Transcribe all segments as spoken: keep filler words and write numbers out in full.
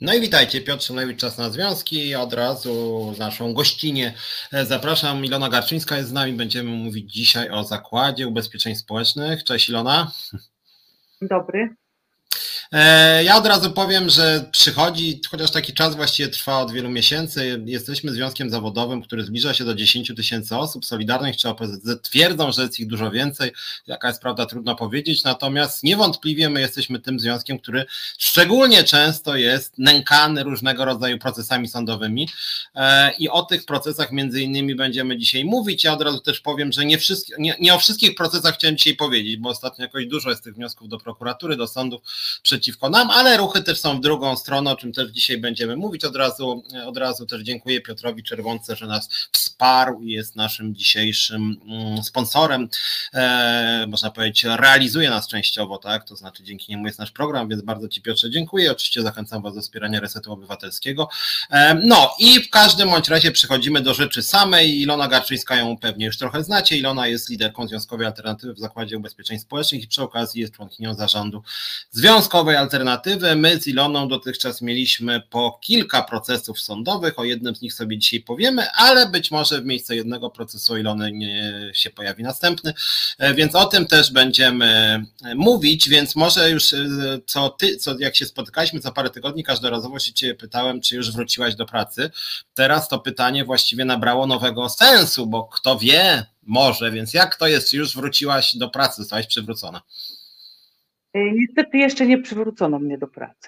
No i witajcie, Piotr Szymlewicz, Czas na Związki. Od razu naszą gościnię zapraszam. Ilona Garczyńska jest z nami. Będziemy mówić dzisiaj o Zakładzie Ubezpieczeń Społecznych. Cześć Ilona. Dzień dobry. Ja od razu powiem, że przychodzi, chociaż taki czas właściwie trwa od wielu miesięcy, jesteśmy związkiem zawodowym, który zbliża się do dziesięciu tysięcy osób. Solidarność czy O P Z Z twierdzą, że jest ich dużo więcej. Jaka jest prawda, trudno powiedzieć, natomiast niewątpliwie my jesteśmy tym związkiem, który szczególnie często jest nękany różnego rodzaju procesami sądowymi i o tych procesach między innymi będziemy dzisiaj mówić. Ja od razu też powiem, że nie, wszystkie, nie, nie o wszystkich procesach chciałem dzisiaj powiedzieć, bo ostatnio jakoś dużo jest tych wniosków do prokuratury, do sądów przeciwko nam, ale ruchy też są w drugą stronę, o czym też dzisiaj będziemy mówić. Od razu, od razu też dziękuję Piotrowi Czerwonce, że nas wsparł i jest naszym dzisiejszym sponsorem. E, można powiedzieć, realizuje nas częściowo, tak? To znaczy dzięki niemu jest nasz program, więc bardzo Ci, Piotrze, dziękuję. Oczywiście zachęcam Was do wspierania Resetu Obywatelskiego. E, no i w każdym bądź razie przechodzimy do rzeczy samej. Ilona Garczyńska ją pewnie już trochę znacie. Ilona jest liderką Związkowej Alternatywy w Zakładzie Ubezpieczeń Społecznych i przy okazji jest członkinią zarządu Związkowej Alternatywy. My z Iloną dotychczas mieliśmy po kilka procesów sądowych, o jednym z nich sobie dzisiaj powiemy, ale być może w miejsce jednego procesu Ilony nie się pojawi następny, więc o tym też będziemy mówić, więc może już co ty, co jak się spotykaliśmy za parę tygodni, każdorazowo się Ciebie pytałem, czy już wróciłaś do pracy. Teraz to pytanie właściwie nabrało nowego sensu, bo kto wie, może, więc jak to jest, czy już wróciłaś do pracy, zostałaś przywrócona? Niestety jeszcze nie przywrócono mnie do pracy.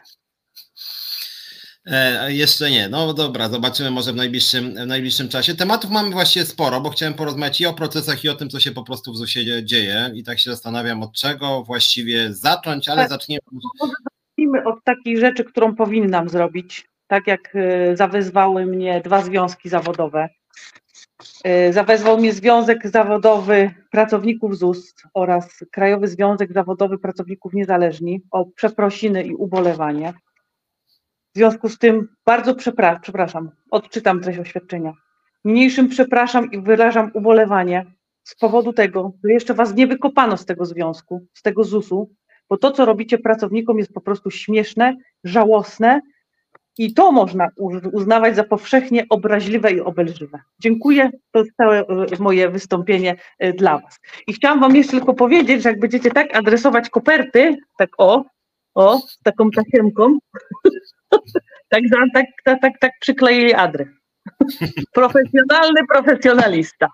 E, jeszcze nie, no dobra, zobaczymy może w najbliższym, w najbliższym czasie. Tematów mamy właściwie sporo, bo chciałem porozmawiać i o procesach, i o tym, co się po prostu w zusie dzieje i tak się zastanawiam, od czego właściwie zacząć, ale tak, zaczniemy. Może zacznijmy od takiej rzeczy, którą powinnam zrobić, tak jak zawezwały mnie dwa związki zawodowe. Zawezwał mnie Związek Zawodowy Pracowników Z U S oraz Krajowy Związek Zawodowy Pracowników Niezależni o przeprosiny i ubolewanie. W związku z tym bardzo przepra- przepraszam, odczytam treść oświadczenia. Niniejszym przepraszam i wyrażam ubolewanie z powodu tego, że jeszcze was nie wykopano z tego związku, z tego Z U S-u, bo to, co robicie pracownikom, jest po prostu śmieszne, żałosne i to można uznawać za powszechnie obraźliwe i obelżywe. Dziękuję, to jest całe moje wystąpienie dla was. I chciałam wam jeszcze tylko powiedzieć, że jak będziecie tak adresować koperty, tak o, o, z taką tasiemką, tak, tak, tak, tak, tak przykleję jej adres. Profesjonalny profesjonalista.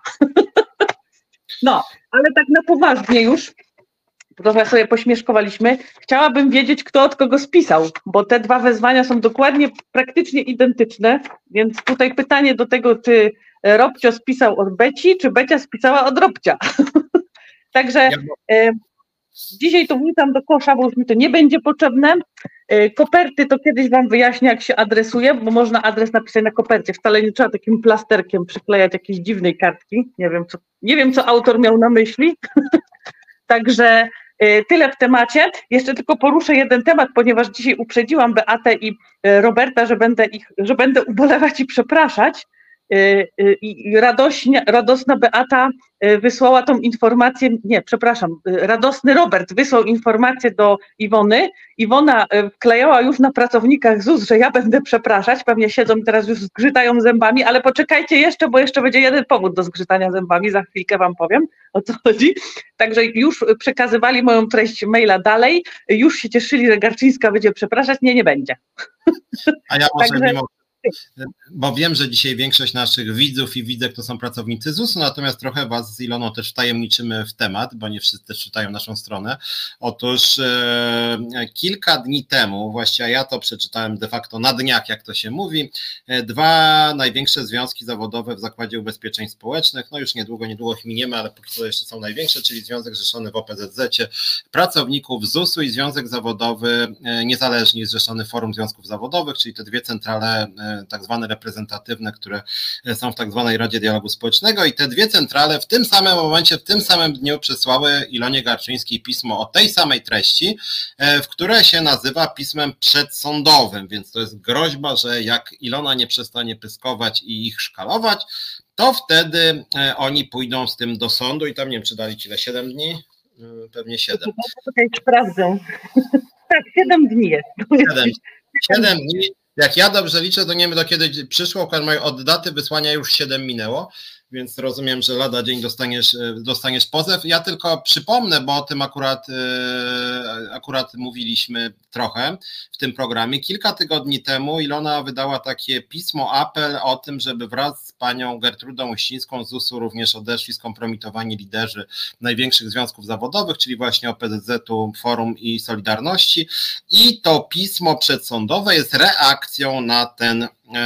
No, ale tak na poważnie już, trochę sobie pośmieszkowaliśmy, chciałabym wiedzieć, kto od kogo spisał, bo te dwa wezwania są dokładnie, praktycznie identyczne, więc tutaj pytanie do tego, czy Robcio spisał od Beci, czy Becia spisała od Robcia. Także e, dzisiaj to wrzucam do kosza, bo już mi to nie będzie potrzebne. E, koperty to kiedyś wam wyjaśnię, jak się adresuje, bo można adres napisać na kopercie, wcale nie trzeba takim plasterkiem przyklejać jakiejś dziwnej kartki, nie wiem co, nie wiem, co autor miał na myśli. Także tyle w temacie. Jeszcze tylko poruszę jeden temat, ponieważ dzisiaj uprzedziłam Beatę i Roberta, że będę ich, że będę ubolewać i przepraszać. I radośnie, radosna Beata wysłała tą informację, nie, przepraszam, radosny Robert wysłał informację do Iwony. Iwona wklejała już na pracownikach Z U S, że ja będę przepraszać, pewnie siedzą i teraz już zgrzytają zębami, ale poczekajcie jeszcze, bo jeszcze będzie jeden powód do zgrzytania zębami, za chwilkę wam powiem, o co chodzi. Także już przekazywali moją treść maila dalej, już się cieszyli, że Garczyńska będzie przepraszać, nie, nie będzie. A ja może Także... mimo... Bo wiem, że dzisiaj większość naszych widzów i widzek to są pracownicy Z U S-u, natomiast trochę was z Iloną też wtajemniczymy w temat, bo nie wszyscy też czytają naszą stronę. Otóż e, kilka dni temu, właściwie ja to przeczytałem de facto na dniach, jak to się mówi, e, dwa największe związki zawodowe w Zakładzie Ubezpieczeń Społecznych, no już niedługo, niedługo ich miniemy, ale póki co jeszcze są największe, czyli Związek Zrzeszony w O P Z Z-cie Pracowników Z U S-u i Związek Zawodowy e, Niezależni Zrzeszony Forum Związków Zawodowych, czyli te dwie centrale e, tak zwane reprezentatywne, które są w tak zwanej Radzie Dialogu Społecznego i te dwie centrale w tym samym momencie, w tym samym dniu przesłały Ilonie Garczyńskiej pismo o tej samej treści, w które się nazywa pismem przedsądowym, więc to jest groźba, że jak Ilona nie przestanie pyskować i ich szkalować, to wtedy oni pójdą z tym do sądu i tam nie wiem, czy dali ci ile, siedem dni? Pewnie siedem. Tutaj sprawdzę. Tak, siedem dni jest. Siedem. Siedem dni Jak ja dobrze liczę, to nie wiem do kiedy przyszło, od daty wysłania już siedem minęło, więc rozumiem, że lada dzień dostaniesz, dostaniesz pozew. Ja tylko przypomnę, bo o tym akurat, akurat mówiliśmy trochę w tym programie. Kilka tygodni temu Ilona wydała takie pismo, apel o tym, żeby wraz z panią Gertrudą Uścińską z zusu również odeszli skompromitowani liderzy największych związków zawodowych, czyli właśnie O P Z Z-u, Forum i Solidarności. I to pismo przedsądowe jest reakcją na ten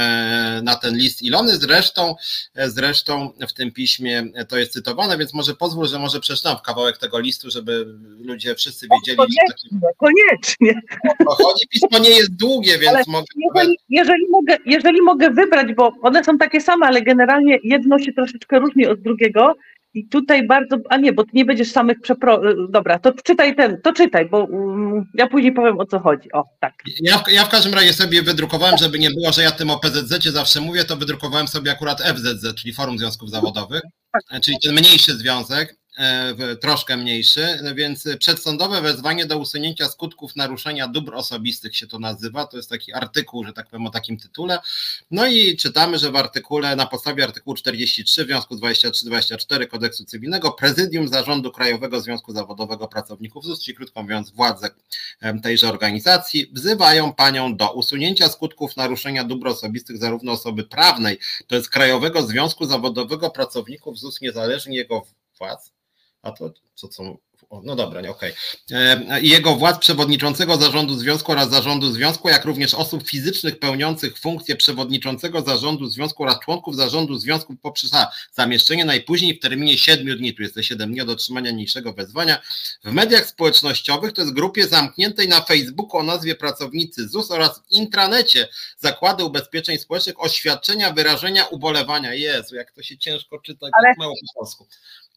na ten list Ilony, zresztą, zresztą w tym piśmie to jest cytowane, więc może pozwól, że może przeczytam kawałek tego listu, żeby ludzie wszyscy wiedzieli, koniecznie, że taki... koniecznie. O chodzi, pismo nie jest długie, więc ale mogę... Jeżeli, jeżeli, mogę, jeżeli mogę wybrać, bo one są takie same, ale generalnie jedno się troszeczkę różni od drugiego i tutaj bardzo, a nie, bo ty nie będziesz samych przepro... Dobra, to czytaj ten, to czytaj, bo um, ja później powiem, o co chodzi. O, tak. Ja, ja w każdym razie sobie wydrukowałem, żeby nie było, że ja tym o P Z Z-cie zawsze mówię, to wydrukowałem sobie akurat F Z Z, czyli Forum Związków Zawodowych, czyli ten mniejszy związek, troszkę mniejszy, więc przedsądowe wezwanie do usunięcia skutków naruszenia dóbr osobistych się to nazywa, to jest taki artykuł, że tak powiem, o takim tytule. No i czytamy, że w artykule, na podstawie artykułu czterdzieści trzy wniosku dwadzieścia trzy dwadzieścia cztery Kodeksu Cywilnego Prezydium Zarządu Krajowego Związku Zawodowego Pracowników Z U S, czyli krótko mówiąc władze tejże organizacji, wzywają panią do usunięcia skutków naruszenia dóbr osobistych zarówno osoby prawnej, to jest Krajowego Związku Zawodowego Pracowników Z U S niezależnie jego władz, a to co są, no dobra, nie, okej. Okay. Jego władz przewodniczącego zarządu związku oraz zarządu związku, jak również osób fizycznych pełniących funkcję przewodniczącego zarządu związku oraz członków zarządu związku poprzez zamieszczenie najpóźniej w terminie siedmiu dni, tu jest te siedem dni od otrzymania niniejszego wezwania, w mediach społecznościowych, to jest grupie zamkniętej na Facebooku o nazwie Pracownicy Z U S oraz intranecie Zakłady Ubezpieczeń Społecznych oświadczenia wyrażenia ubolewania. Jezu, jak to się ciężko czyta, ale... jak mało po polsku.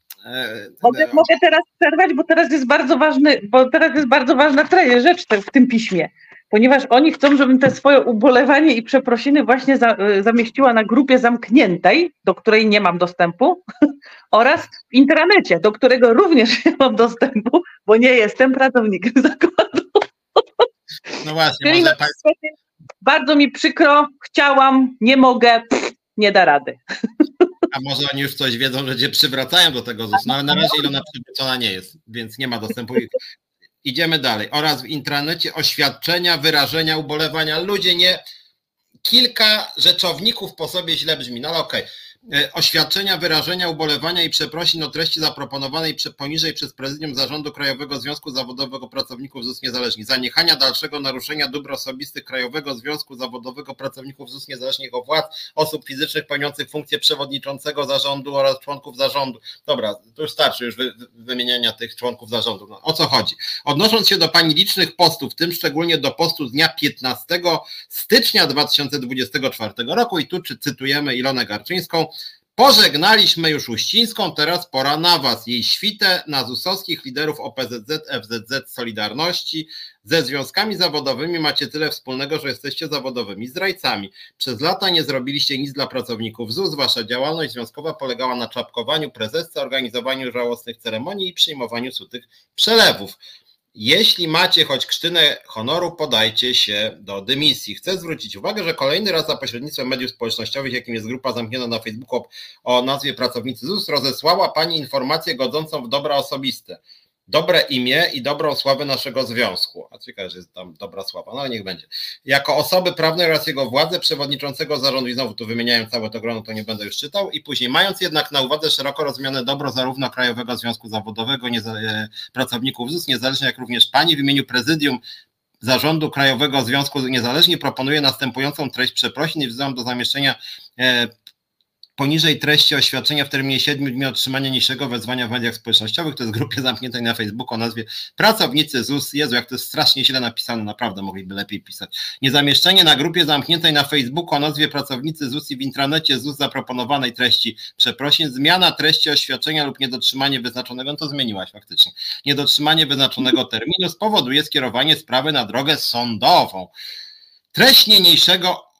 Mogę, mogę teraz przerwać, bo teraz jest bardzo ważny, bo teraz jest bardzo ważna rzecz w tym piśmie, ponieważ oni chcą, żebym te swoje ubolewanie i przeprosiny właśnie za, zamieściła na grupie zamkniętej, do której nie mam dostępu, oraz w intranecie, do którego również nie mam dostępu, bo nie jestem pracownikiem zakładu. No właśnie, Czyli może państwo... Bardzo mi przykro, chciałam, nie mogę, pff, nie da rady. A może oni już coś wiedzą, że cię przywracają do tego Z U S, no ale na razie Ilona przywrócona nie jest, więc nie ma dostępu. Idziemy dalej. Oraz w intranecie oświadczenia, wyrażenia, ubolewania. Ludzie nie... Kilka rzeczowników po sobie źle brzmi, no ale okej. Okay. Oświadczenia, wyrażenia, ubolewania i przeprosin o treści zaproponowanej poniżej przez Prezydium Zarządu Krajowego Związku Zawodowego Pracowników Z U S Niezależni. Zaniechania dalszego naruszenia dóbr osobistych Krajowego Związku Zawodowego Pracowników Z U S Niezależnie jego władz, osób fizycznych pełniących funkcję przewodniczącego zarządu oraz członków zarządu. Dobra, to już starczy już wy, wymieniania tych członków zarządu. No, o co chodzi? Odnosząc się do pani licznych postów, w tym szczególnie do postu z dnia piętnastego stycznia dwa tysiące dwudziestego czwartego roku i tu cytujemy Ilonę Garczyńską. Pożegnaliśmy już Uścińską, teraz pora na was, jej świtę, na Z U S-owskich liderów O P Z Z, F Z Z, Solidarności. Ze związkami zawodowymi macie tyle wspólnego, że jesteście zawodowymi zdrajcami. Przez lata nie zrobiliście nic dla pracowników Z U S, wasza działalność związkowa polegała na czapkowaniu prezesce, organizowaniu żałosnych ceremonii i przyjmowaniu sutych przelewów. Jeśli macie choć krztynę honoru, podajcie się do dymisji. Chcę zwrócić uwagę, że kolejny raz za pośrednictwem mediów społecznościowych, jakim jest grupa zamknięta na Facebooku o nazwie Pracownicy Z U S, rozesłała pani informację godzącą w dobra osobiste. Dobre imię i dobrą sławę naszego związku. A ciekawe, że jest tam dobra sława, no niech będzie. Jako osoby prawnej oraz jego władze, przewodniczącego zarządu, i znowu tu wymieniałem całe to grono, to nie będę już czytał, i później mając jednak na uwadze szeroko rozumiane dobro zarówno Krajowego Związku Zawodowego, nie, pracowników Z U S, niezależnie jak również pani w imieniu Prezydium Zarządu Krajowego Związku Niezależnie proponuje następującą treść przeprosin i wzywam do zamieszczenia e, poniżej treści oświadczenia w terminie siedmiu dni otrzymania niższego wezwania w mediach społecznościowych, to jest grupie zamkniętej na Facebooku o nazwie Pracownicy Z U S. Jezu, jak to jest strasznie źle napisane, naprawdę mogliby lepiej pisać. Niezamieszczenie na grupie zamkniętej na Facebooku o nazwie Pracownicy Z U S i w intranecie Z U S zaproponowanej treści przeprosin, zmiana treści oświadczenia lub niedotrzymanie wyznaczonego, no to zmieniłaś faktycznie, niedotrzymanie wyznaczonego terminu spowoduje skierowanie sprawy na drogę sądową. Treść niniejszego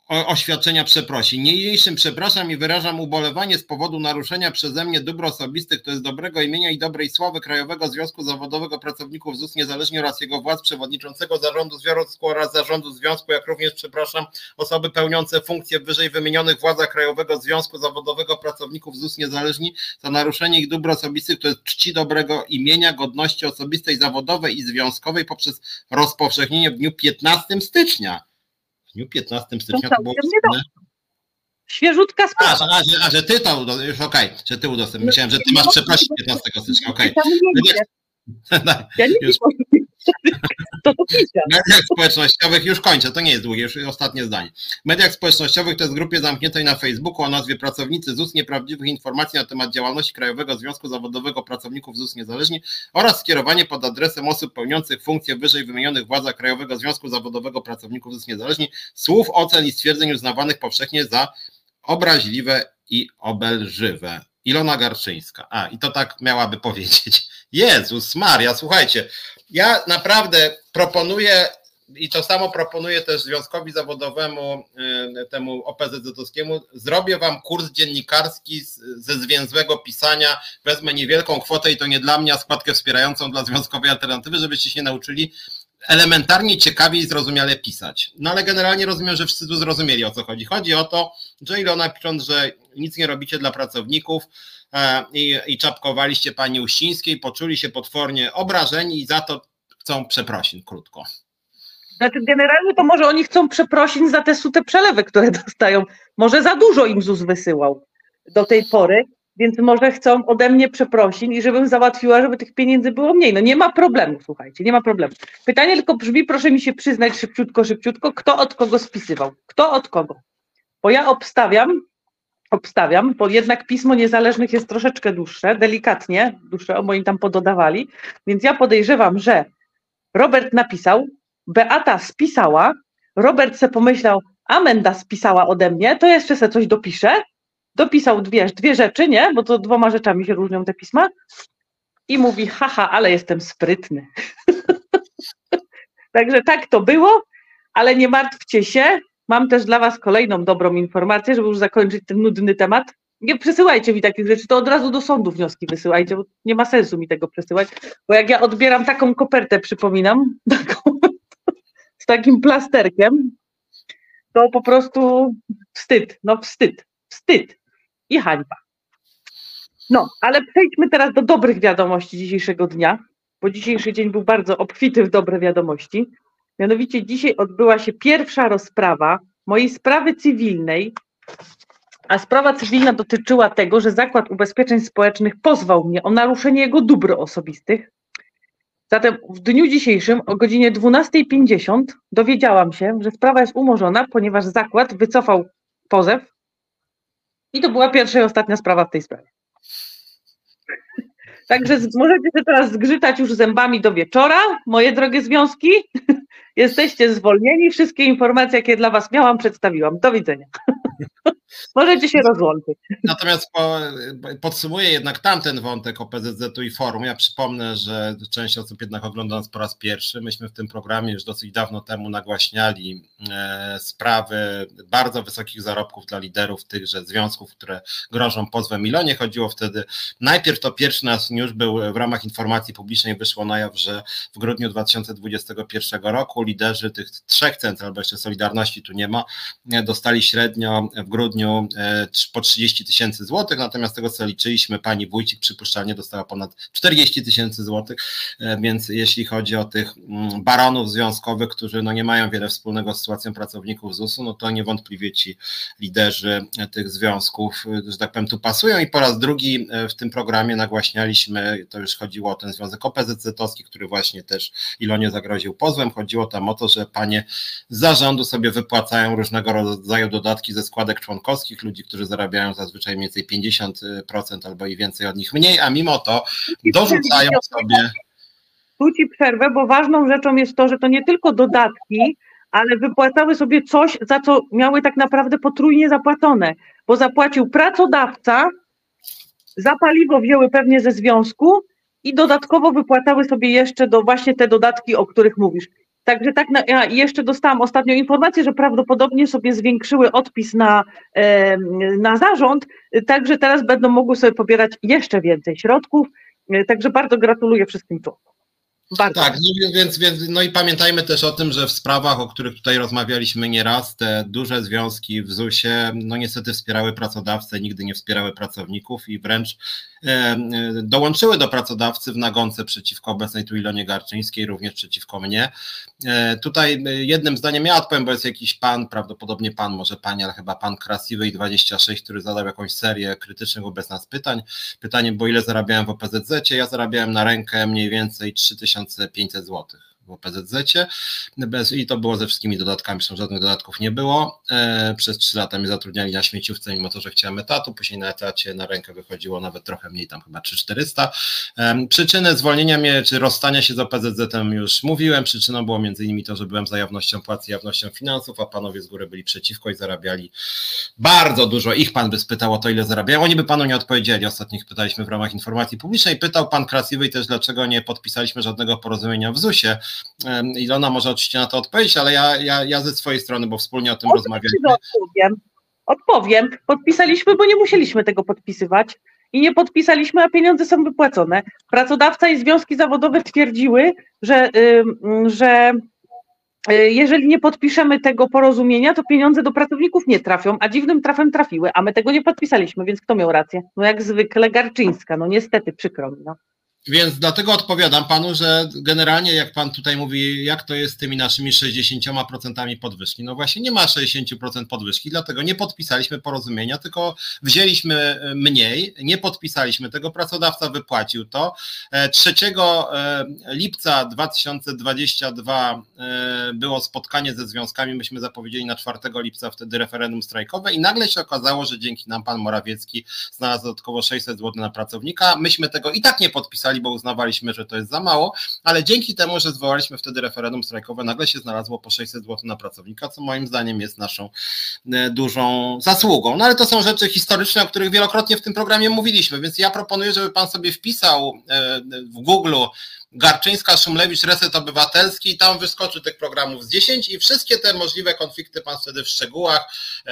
oświadczenia przeprosin. Niniejszym przepraszam i wyrażam ubolewanie z powodu naruszenia przeze mnie dóbr osobistych, to jest dobrego imienia i dobrej sławy Krajowego Związku Zawodowego Pracowników Z U S niezależnie oraz jego władz, przewodniczącego zarządu związku oraz zarządu związku, jak również przepraszam osoby pełniące funkcje w wyżej wymienionych władzach Krajowego Związku Zawodowego Pracowników Z U S niezależni za naruszenie ich dóbr osobistych, to jest czci dobrego imienia, godności osobistej, zawodowej i związkowej poprzez rozpowszechnienie w dniu piętnastego stycznia. W dniu piętnastego stycznia to było świeżutka sprawa. A, a, że, a że ty to, już okej, okay, że ty udostępnisz. Myślałem, że ty masz przeprosić piętnastego stycznia, okej. Okay. Ja nie już. To to w mediach społecznościowych, już kończę, to nie jest długie, już ostatnie zdanie. W mediach społecznościowych, to jest grupie zamkniętej na Facebooku o nazwie Pracownicy Z U S, nieprawdziwych informacji na temat działalności Krajowego Związku Zawodowego Pracowników Z U S niezależni oraz skierowanie pod adresem osób pełniących funkcje w wyżej wymienionych władzach Krajowego Związku Zawodowego Pracowników Z U S niezależni słów, ocen i stwierdzeń uznawanych powszechnie za obraźliwe i obelżywe. Ilona Garczyńska. A, i to tak miałaby powiedzieć. Jezus Maria, słuchajcie, ja naprawdę proponuję i to samo proponuję też Związkowi Zawodowemu, temu O P Z Z-owskiemu, zrobię wam kurs dziennikarski ze zwięzłego pisania, wezmę niewielką kwotę i to nie dla mnie, a składkę wspierającą dla Związkowej Alternatywy, żebyście się nauczyli elementarnie, ciekawie i zrozumiale pisać. No ale generalnie rozumiem, że wszyscy tu zrozumieli, o co chodzi. Chodzi o to, że Ilona, pisząc, że nic nie robicie dla pracowników e, i, i czapkowaliście pani Uścińskiej, poczuli się potwornie obrażeni i za to chcą przeprosin, krótko. Znaczy generalnie to może oni chcą przeprosin za te sute przelewy, które dostają. Może za dużo im Z U S wysyłał do tej pory, więc może chcą ode mnie przeprosin i żebym załatwiła, żeby tych pieniędzy było mniej. No nie ma problemu, słuchajcie, nie ma problemu. Pytanie tylko brzmi, proszę mi się przyznać szybciutko, szybciutko, kto od kogo spisywał? Kto od kogo? Bo ja obstawiam, obstawiam, bo jednak pismo niezależnych jest troszeczkę dłuższe, delikatnie dłuższe, bo oni tam pododawali, więc ja podejrzewam, że Robert napisał, Beata spisała, Robert se pomyślał, Amenda spisała ode mnie, to jeszcze se coś dopiszę, dopisał dwie, dwie rzeczy, nie, bo to dwoma rzeczami się różnią te pisma i mówi, haha, ale jestem sprytny. Także tak to było, ale nie martwcie się, mam też dla was kolejną dobrą informację, żeby już zakończyć ten nudny temat. Nie przesyłajcie mi takich rzeczy, to od razu do sądu wnioski wysyłajcie, bo nie ma sensu mi tego przesyłać, bo jak ja odbieram taką kopertę, przypominam, taką, z takim plasterkiem, to po prostu wstyd, no wstyd, wstyd i hańba. No, ale przejdźmy teraz do dobrych wiadomości dzisiejszego dnia, bo dzisiejszy dzień był bardzo obfity w dobre wiadomości. Mianowicie dzisiaj odbyła się pierwsza rozprawa mojej sprawy cywilnej, a sprawa cywilna dotyczyła tego, że Zakład Ubezpieczeń Społecznych pozwał mnie o naruszenie jego dóbr osobistych. Zatem w dniu dzisiejszym o godzinie dwunastej pięćdziesiąt dowiedziałam się, że sprawa jest umorzona, ponieważ zakład wycofał pozew i to była pierwsza i ostatnia sprawa w tej sprawie. Także możecie się teraz zgrzytać już zębami do wieczora, moje drogie związki. Jesteście zwolnieni, wszystkie informacje, jakie dla was miałam, przedstawiłam. Do widzenia. Możecie się rozłączyć. Natomiast po, podsumuję jednak tamten wątek O P Z Z-u i forum. Ja przypomnę, że część osób jednak ogląda nas po raz pierwszy. Myśmy w tym programie już dosyć dawno temu nagłaśniali e, sprawy bardzo wysokich zarobków dla liderów tychże związków, które grożą pozwem Ilonie. Chodziło wtedy, najpierw to pierwszy nasz news był w ramach informacji publicznej, wyszło na jaw, że w grudniu dwa tysiące dwudziestego pierwszego roku liderzy tych trzech central, bo jeszcze Solidarności tu nie ma, dostali średnio w grudniu po trzydzieści tysięcy złotych, natomiast tego co liczyliśmy, pani Wójcik przypuszczalnie dostała ponad czterdzieści tysięcy złotych, więc jeśli chodzi o tych baronów związkowych, którzy no nie mają wiele wspólnego z sytuacją pracowników Z U S u, no to niewątpliwie ci liderzy tych związków, że tak powiem, tu pasują i po raz drugi w tym programie nagłaśnialiśmy, to już chodziło o ten związek O P Z Z-owski, który właśnie też Ilonie zagroził pozwem, chodziło tam o to, że panie z zarządu sobie wypłacają różnego rodzaju dodatki ze składek członkowskich, ludzi, którzy zarabiają zazwyczaj mniej więcej pięćdziesiąt procent albo i więcej od nich mniej, a mimo to dorzucają sobie... Tu ci przerwę, bo ważną rzeczą jest to, że to nie tylko dodatki, ale wypłacały sobie coś, za co miały tak naprawdę potrójnie zapłacone, bo zapłacił pracodawca, za paliwo wzięły pewnie ze związku i dodatkowo wypłacały sobie jeszcze do właśnie te dodatki, o których mówisz. Także tak, na, ja jeszcze dostałam ostatnią informację, że prawdopodobnie sobie zwiększyły odpis na, na zarząd, także teraz będą mogły sobie pobierać jeszcze więcej środków, także bardzo gratuluję wszystkim członkom. Bardzo. Tak, no więc, więc no i pamiętajmy też o tym, że w sprawach, o których tutaj rozmawialiśmy nieraz, te duże związki w zusie, no niestety wspierały pracodawcę, nigdy nie wspierały pracowników i wręcz e, dołączyły do pracodawcy w nagonce przeciwko obecnej tu Ilonie Garczyńskiej, również przeciwko mnie. E, tutaj jednym zdaniem ja odpowiem, bo jest jakiś pan, prawdopodobnie pan, może pani, ale chyba pan Krasiwej dwadzieścia sześć, który zadał jakąś serię krytycznych wobec nas pytań. Pytanie, bo ile zarabiałem w O P Z Z-cie? Ja zarabiałem na rękę mniej więcej trzy tysiące pięćset złotych w O P Z Z-cie i to było ze wszystkimi dodatkami, zresztą żadnych dodatków nie było. Przez trzy lata mnie zatrudniali na śmieciówce, mimo to, że chciałem etatu, później na etacie na rękę wychodziło nawet trochę mniej, tam chyba trzy tysiące czterysta. Przyczyny zwolnienia mnie, czy rozstania się z O P Z Z-em już mówiłem, przyczyną było między innymi to, że byłem za jawnością płacy, jawnością finansów, a panowie z góry byli przeciwko i zarabiali bardzo dużo. Ich pan by spytał o to, ile zarabiają, oni by panu nie odpowiedzieli. Ostatnich pytaliśmy w ramach informacji publicznej. Pytał pan Krasiwej też, dlaczego nie podpisaliśmy żadnego porozumienia w zusie. Ilona może oczywiście na to odpowiedzieć, ale ja, ja, ja ze swojej strony, bo wspólnie o tym rozmawialiśmy. Odpowiem. Odpowiem. Podpisaliśmy, bo nie musieliśmy tego podpisywać i nie podpisaliśmy, a pieniądze są wypłacone. Pracodawca i związki zawodowe twierdziły, że, yy, że yy, jeżeli nie podpiszemy tego porozumienia, to pieniądze do pracowników nie trafią, a dziwnym trafem trafiły, a my tego nie podpisaliśmy, więc kto miał rację? No jak zwykle Garczyńska, no niestety, przykro mi. No. Więc dlatego odpowiadam panu, że generalnie jak pan tutaj mówi, jak to jest z tymi naszymi sześćdziesięcioma procentami podwyżki. No właśnie nie ma sześćdziesiąt procent podwyżki, dlatego nie podpisaliśmy porozumienia, tylko wzięliśmy mniej, nie podpisaliśmy tego, pracodawca wypłacił to. trzeciego lipca dwa tysiące dwudziestego drugiego było spotkanie ze związkami, myśmy zapowiedzieli na czwartego lipca wtedy referendum strajkowe i nagle się okazało, że dzięki nam pan Morawiecki znalazł dodatkowo sześćset złotych na pracownika. Myśmy tego i tak nie podpisali, bo uznawaliśmy, że to jest za mało, ale dzięki temu, że zwołaliśmy wtedy referendum strajkowe, nagle się znalazło po sześćset złotych na pracownika, co moim zdaniem jest naszą dużą zasługą. No ale to są rzeczy historyczne, o których wielokrotnie w tym programie mówiliśmy, więc ja proponuję, żeby pan sobie wpisał w Google Garczyńska, Szumlewicz, Reset Obywatelski i tam wyskoczy tych programów z dziesięć i wszystkie te możliwe konflikty pan wtedy w szczegółach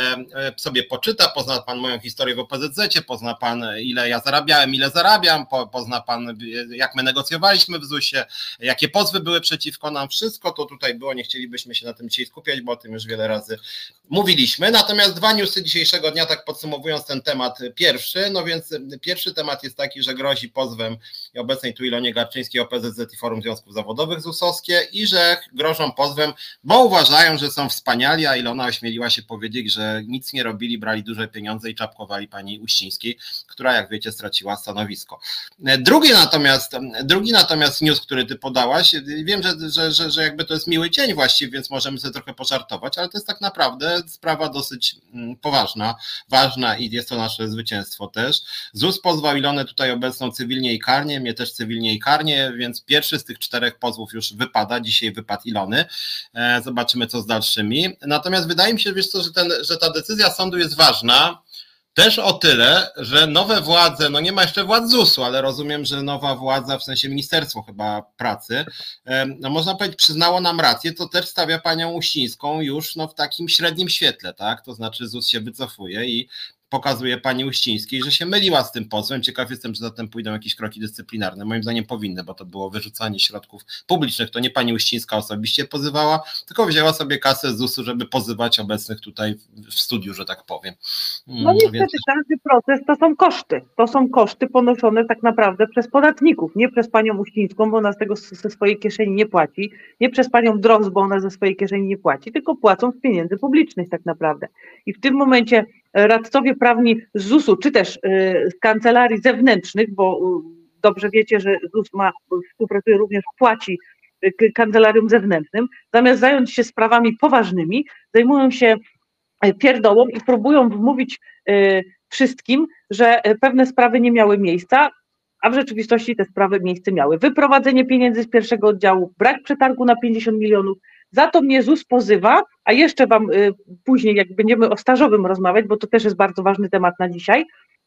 sobie poczyta, pozna pan moją historię w O P Z Z-cie, pozna pan ile ja zarabiałem, ile zarabiam, pozna pan jak my negocjowaliśmy w zusie, jakie pozwy były przeciwko nam, wszystko to tutaj było, nie chcielibyśmy się na tym dzisiaj skupiać, bo o tym już wiele razy mówiliśmy. Natomiast dwa newsy dzisiejszego dnia, tak podsumowując ten temat pierwszy, no więc pierwszy temat jest taki, że grozi pozwem obecnej tu Ilonie Garczyńskiej O P Z Z i Forum Związków Zawodowych zusowskie i że grożą pozwem, bo uważają, że są wspaniali, a Ilona ośmieliła się powiedzieć, że nic nie robili, brali duże pieniądze i czapkowali pani Uścińskiej, która jak wiecie straciła stanowisko. Drugi natomiast, drugi natomiast news, który ty podałaś, wiem, że, że, że, że jakby to jest miły dzień właściwie, więc możemy sobie trochę pożartować, ale to jest tak naprawdę sprawa dosyć poważna, ważna i jest to nasze zwycięstwo też. Z U S pozwał Ilonę tutaj obecną cywilnie i karnie, mnie też cywilnie i karnie, więc pierwszy z tych czterech pozwów już wypada, dzisiaj wypadł Ilony, zobaczymy co z dalszymi. Natomiast wydaje mi się, wiesz co, że, ten, że ta decyzja sądu jest ważna, też o tyle, że nowe władze, no nie ma jeszcze władz Z U S-u, ale rozumiem, że nowa władza, w sensie Ministerstwo chyba Pracy, no można powiedzieć, przyznało nam rację, to też stawia panią Uścińską już no, w takim średnim świetle, tak? To znaczy Z U S się wycofuje i pokazuje pani Uścińskiej, że się myliła z tym pozwem. Ciekaw jestem, czy zatem pójdą jakieś kroki dyscyplinarne. Moim zdaniem powinny, bo to było wyrzucanie środków publicznych. To nie pani Uścińska osobiście pozywała, tylko wzięła sobie kasę z U S-u, żeby pozywać obecnych tutaj w studiu, że tak powiem. No niestety Więc... każdy proces to są koszty. To są koszty ponoszone tak naprawdę przez podatników, nie przez panią Uścińską, bo ona z tego ze swojej kieszeni nie płaci, nie przez panią Droz, bo ona ze swojej kieszeni nie płaci, tylko płacą z pieniędzy publicznych tak naprawdę. I w tym momencie radcowie prawni z Z U S-u, czy też z kancelarii zewnętrznych, bo dobrze wiecie, że Z U S ma, współpracuje również, płaci kancelariom zewnętrznym, zamiast zająć się sprawami poważnymi, zajmują się pierdołą i próbują wmówić wszystkim, że pewne sprawy nie miały miejsca, a w rzeczywistości te sprawy miejsce miały. Wyprowadzenie pieniędzy z pierwszego oddziału, brak przetargu na pięćdziesiąt milionów, za to mnie Z U S pozywa, a jeszcze wam y, później, jak będziemy o stażowym rozmawiać, bo to też jest bardzo ważny temat na dzisiaj,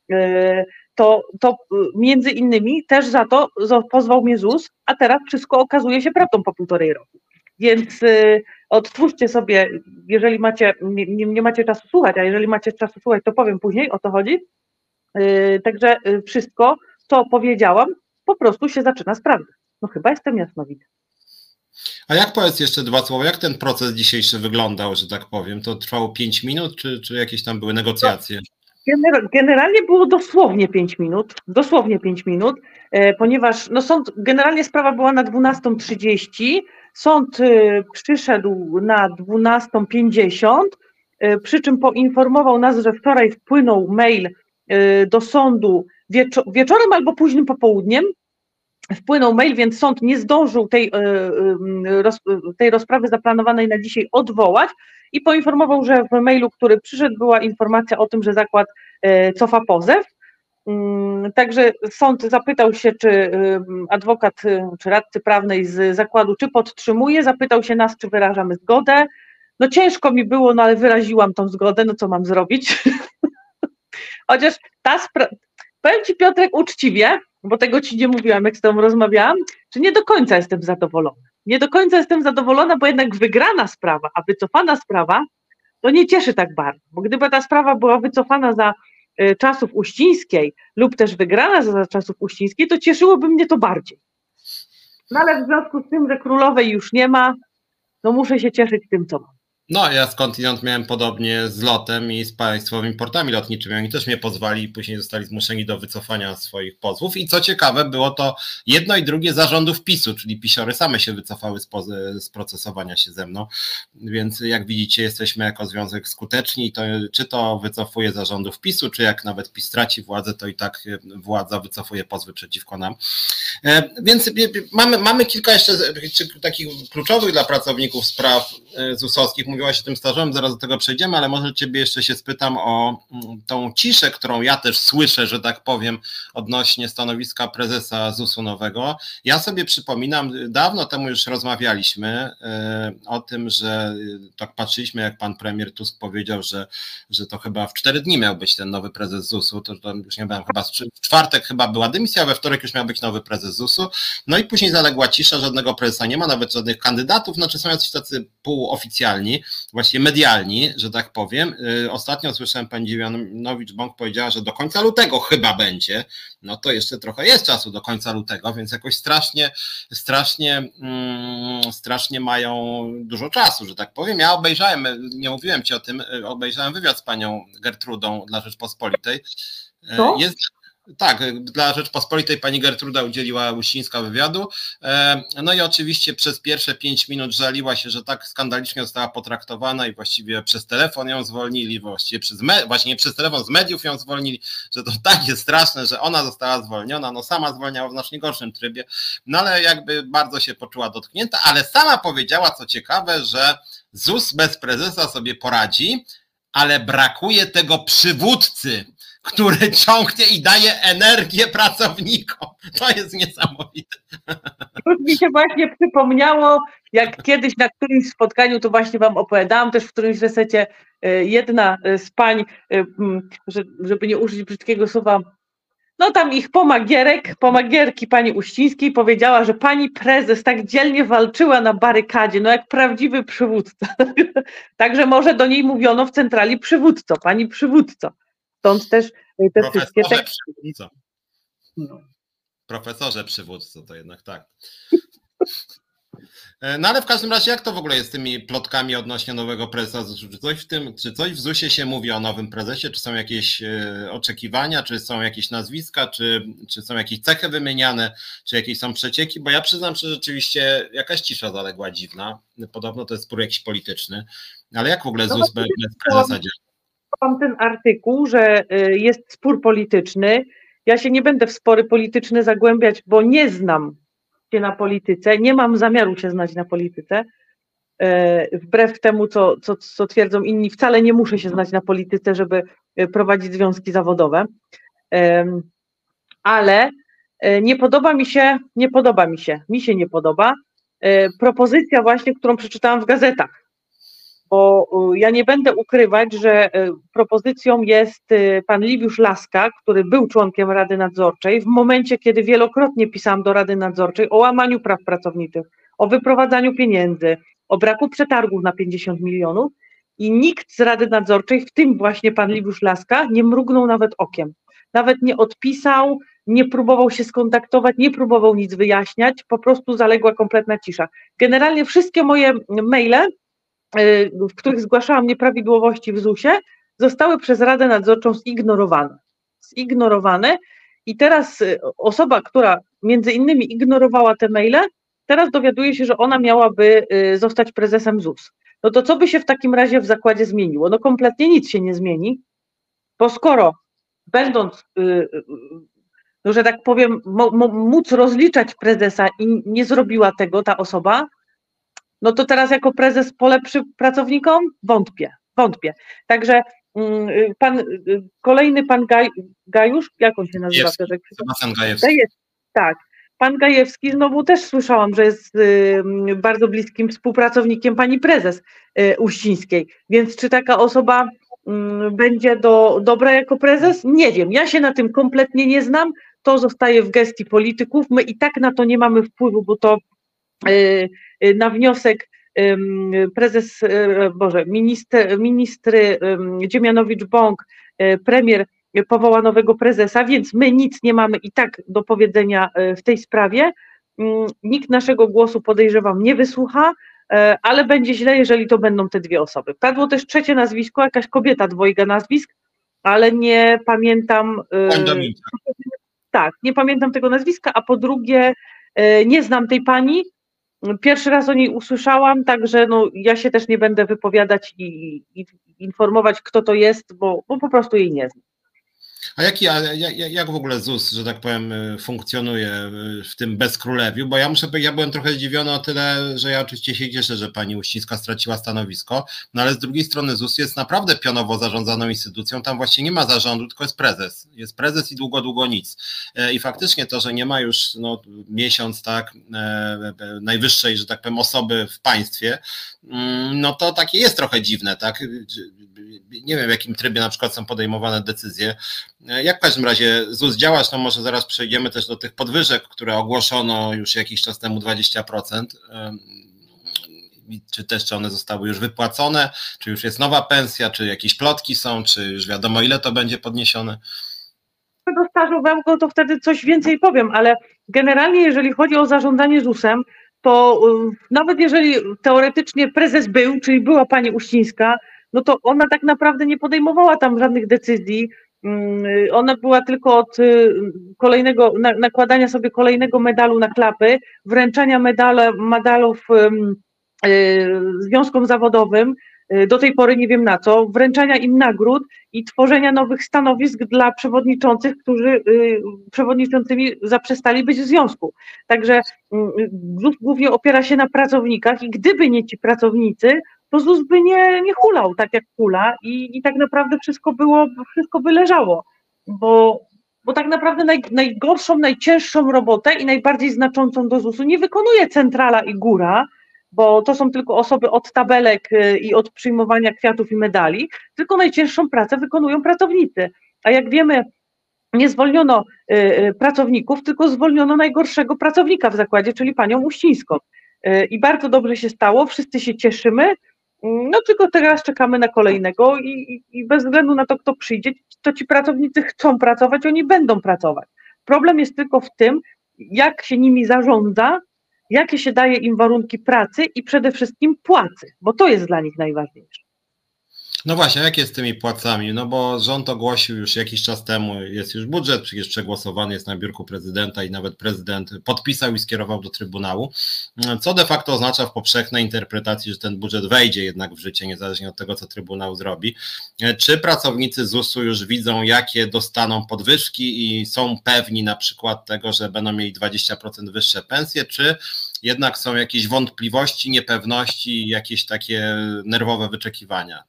y, to, to y, między innymi też za to za, pozwał mnie Z U S, a teraz wszystko okazuje się prawdą po półtorej roku. Więc y, odtwórzcie sobie, jeżeli macie, nie, nie macie czasu słuchać, a jeżeli macie czasu słuchać, to powiem później, o to chodzi. Y, także y, wszystko, co powiedziałam, po prostu się zaczyna sprawdzać. No chyba jestem jasnowita. A jak powiedz jeszcze dwa słowa, jak ten proces dzisiejszy wyglądał, że tak powiem? To trwało pięć minut, czy, czy jakieś tam były negocjacje? Generalnie było dosłownie pięć minut, dosłownie pięć minut, e, ponieważ no sąd, generalnie sprawa była na dwunastą trzydzieści, sąd e, przyszedł na dwunastą pięćdziesiąt, e, przy czym poinformował nas, że wczoraj wpłynął mail e, do sądu wieczo wieczorem albo późnym popołudniem, wpłynął mail, więc sąd nie zdążył tej, roz, tej rozprawy zaplanowanej na dzisiaj odwołać i poinformował, że w mailu, który przyszedł, była informacja o tym, że zakład cofa pozew. Także sąd zapytał się, czy adwokat, czy radcy prawnej z zakładu, czy podtrzymuje, zapytał się nas, czy wyrażamy zgodę. No ciężko mi było, no ale wyraziłam tą zgodę, no co mam zrobić? Chociaż ta sprawa, powiem Ci, Piotrek, uczciwie, bo tego Ci nie mówiłam, jak z Tobą rozmawiałam, że nie do końca jestem zadowolona. Nie do końca jestem zadowolona, bo jednak wygrana sprawa, a wycofana sprawa, to nie cieszy tak bardzo, bo gdyby ta sprawa była wycofana za y, czasów Uścińskiej lub też wygrana za, za czasów Uścińskiej, to cieszyłoby mnie to bardziej. No ale w związku z tym, że królowej już nie ma, no muszę się cieszyć tym, co mam. No, ja skądinąd miałem podobnie z lotem i z państwowymi portami lotniczymi. Oni też mnie pozwali i później zostali zmuszeni do wycofania swoich pozwów. I co ciekawe, było to jedno i drugie zarządów PiSu, czyli pisiory same się wycofały z, z procesowania się ze mną. Więc jak widzicie, jesteśmy jako związek skuteczni i to, czy to wycofuje zarządów PiSu, czy jak nawet PiS straci władzę, to i tak władza wycofuje pozwy przeciwko nam. Więc mamy, mamy kilka jeszcze takich kluczowych dla pracowników spraw Z U S owskich. Mówiłaś o tym stażowym, zaraz do tego przejdziemy, ale może Ciebie jeszcze się spytam o tą ciszę, którą ja też słyszę, że tak powiem, odnośnie stanowiska prezesa Z U S-u nowego. Ja sobie przypominam, dawno temu już rozmawialiśmy o tym, że tak patrzyliśmy, jak pan premier Tusk powiedział, że, że to chyba w cztery dni miał być ten nowy prezes Z U S-u, to, to już nie wiem, chyba w czwartek chyba była dymisja, a we wtorek już miał być nowy prezes Z U S-u. No i później zaległa cisza, żadnego prezesa nie ma, nawet żadnych kandydatów, znaczy są jacyś tacy półoficjalni, właśnie medialni, że tak powiem. Ostatnio słyszałem, pani Dziemianowicz-Bąk powiedziała, że do końca lutego chyba będzie. No to jeszcze trochę jest czasu do końca lutego, więc jakoś strasznie, strasznie, mm, strasznie mają dużo czasu, że tak powiem. Ja obejrzałem, nie mówiłem ci o tym, obejrzałem wywiad z panią Gertrudą dla Rzeczpospolitej. Co? Jest Tak, dla Rzeczpospolitej pani Gertruda udzieliła Uścińska wywiadu. No i oczywiście przez pierwsze pięć minut żaliła się, że tak skandalicznie została potraktowana i właściwie przez telefon ją zwolnili, właściwie przez, me, właśnie przez telefon z mediów ją zwolnili, że to tak jest straszne, że ona została zwolniona, no sama zwolniała w znacznie gorszym trybie, no ale jakby bardzo się poczuła dotknięta, ale sama powiedziała, co ciekawe, że Z U S bez prezesa sobie poradzi, ale brakuje tego przywódcy, który ciągnie i daje energię pracownikom. To jest niesamowite. Już mi się właśnie przypomniało, jak kiedyś na którymś spotkaniu, to właśnie wam opowiadałam, też w którymś resecie, jedna z pań, żeby nie użyć brzydkiego słowa, no tam ich pomagierek, pomagierki pani Uścińskiej powiedziała, że pani prezes tak dzielnie walczyła na barykadzie, no jak prawdziwy przywódca. Także może do niej mówiono w centrali przywódco, pani przywódco. Stąd też te Profesorze wszystkie teksty. Przywódco. No. Profesorze przywódco, to jednak tak. No ale w każdym razie, jak to w ogóle jest z tymi plotkami odnośnie nowego prezesa? Czy coś w tym, czy coś w Z U S-ie się mówi o nowym prezesie? Czy są jakieś oczekiwania, czy są jakieś nazwiska, czy, czy są jakieś cechy wymieniane, czy jakieś są przecieki? Bo ja przyznam, że rzeczywiście jakaś cisza zaległa dziwna. Podobno to jest spór jakiś polityczny. Ale jak w ogóle Z U S bez prezesa działa? Mam ten artykuł, że jest spór polityczny. Ja się nie będę w spory polityczne zagłębiać, bo nie znam się na polityce, nie mam zamiaru się znać na polityce. Wbrew temu, co, co, co twierdzą inni, wcale nie muszę się znać na polityce, żeby prowadzić związki zawodowe. Ale nie podoba mi się, nie podoba mi się, mi się nie podoba propozycja właśnie, którą przeczytałam w gazetach. bo ja nie będę ukrywać, że propozycją jest pan Liwiusz Laska, który był członkiem Rady Nadzorczej, w momencie, kiedy wielokrotnie pisałam do Rady Nadzorczej o łamaniu praw pracowniczych, o wyprowadzaniu pieniędzy, o braku przetargów na pięćdziesiąt milionów i nikt z Rady Nadzorczej, w tym właśnie pan Liwiusz Laska, nie mrugnął nawet okiem. Nawet nie odpisał, nie próbował się skontaktować, nie próbował nic wyjaśniać, po prostu zaległa kompletna cisza. Generalnie wszystkie moje maile, w których zgłaszałam nieprawidłowości w zusie, zostały przez Radę Nadzorczą zignorowane. Zignorowane i teraz osoba, która między innymi ignorowała te maile, teraz dowiaduje się, że ona miałaby zostać prezesem Z U S. No to co by się w takim razie w zakładzie zmieniło? No kompletnie nic się nie zmieni, bo skoro będąc, no że tak powiem, móc rozliczać prezesa i nie zrobiła tego ta osoba, no to teraz jako prezes polepszy pracownikom? Wątpię, wątpię. Także pan, kolejny pan Gaj, Gajusz, jak on się nazywa? Sebastian Gajewski. Tak, pan Gajewski, znowu też słyszałam, że jest bardzo bliskim współpracownikiem pani prezes Uścińskiej, więc czy taka osoba będzie do, dobra jako prezes? Nie wiem, ja się na tym kompletnie nie znam, to zostaje w gestii polityków, my i tak na to nie mamy wpływu, bo to na wniosek prezes, Boże, minister, ministry Dziemianowicz-Bąk, premier powoła nowego prezesa, więc my nic nie mamy i tak do powiedzenia w tej sprawie. Nikt naszego głosu, podejrzewam, nie wysłucha, ale będzie źle, jeżeli to będą te dwie osoby. Padło też trzecie nazwisko, jakaś kobieta, dwojga nazwisk, ale nie pamiętam. Tak, nie pamiętam tego nazwiska, a po drugie nie znam tej pani. Pierwszy raz o niej usłyszałam, także no, ja się też nie będę wypowiadać i, i informować, kto to jest, bo, bo po prostu jej nie znam. A jaki, a jak, jak w ogóle Z U S, że tak powiem, funkcjonuje w tym bezkrólewiu? Bo ja muszę powiedzieć, ja byłem trochę zdziwiony o tyle, że ja oczywiście się cieszę, że pani Uścińska straciła stanowisko, no ale z drugiej strony Z U S jest naprawdę pionowo zarządzaną instytucją, tam właściwie nie ma zarządu, tylko jest prezes. Jest prezes i długo, długo nic. I faktycznie to, że nie ma już no, miesiąc tak najwyższej, że tak powiem, osoby w państwie, no to takie jest trochę dziwne, tak? Nie wiem, w jakim trybie na przykład są podejmowane decyzje. Jak w każdym razie Z U S działasz, no może zaraz przejdziemy też do tych podwyżek, które ogłoszono już jakiś czas temu dwadzieścia procent. Czy też, czy one zostały już wypłacone, czy już jest nowa pensja, czy jakieś plotki są, czy już wiadomo, ile to będzie podniesione? Do stażowego to wtedy coś więcej powiem, ale generalnie jeżeli chodzi o zarządzanie Z U S-em, to nawet jeżeli teoretycznie prezes był, czyli była pani Uścińska, no to ona tak naprawdę nie podejmowała tam żadnych decyzji. Ona była tylko od kolejnego, nakładania sobie kolejnego medalu na klapy, wręczania medale, medalów związkom zawodowym, do tej pory nie wiem na co, wręczania im nagród i tworzenia nowych stanowisk dla przewodniczących, którzy przewodniczącymi zaprzestali być w związku. Także Z U S głównie opiera się na pracownikach i gdyby nie ci pracownicy, to Z U S by nie, nie hulał tak jak hula i, i tak naprawdę wszystko było, wszystko by leżało, bo, bo tak naprawdę naj, najgorszą, najcięższą robotę i najbardziej znaczącą do Z U S-u nie wykonuje centrala i góra, bo to są tylko osoby od tabelek i od przyjmowania kwiatów i medali, tylko najcięższą pracę wykonują pracownicy, a jak wiemy, nie zwolniono pracowników, tylko zwolniono najgorszego pracownika w zakładzie, czyli panią Uścińską. I bardzo dobrze się stało, wszyscy się cieszymy, no tylko teraz czekamy na kolejnego i, i bez względu na to, kto przyjdzie, to ci pracownicy chcą pracować, oni będą pracować. Problem jest tylko w tym, jak się nimi zarządza, jakie się daje im warunki pracy i przede wszystkim płacy, bo to jest dla nich najważniejsze. No właśnie, jak jest z tymi płacami? No bo rząd ogłosił już jakiś czas temu, jest już budżet, przecież przegłosowany jest na biurku prezydenta i nawet prezydent podpisał i skierował do Trybunału, co de facto oznacza w powszechnej interpretacji, że ten budżet wejdzie jednak w życie, niezależnie od tego, co Trybunał zrobi. Czy pracownicy Z U S-u już widzą, jakie dostaną podwyżki i są pewni na przykład tego, że będą mieli dwadzieścia procent wyższe pensje, czy jednak są jakieś wątpliwości, niepewności, jakieś takie nerwowe wyczekiwania?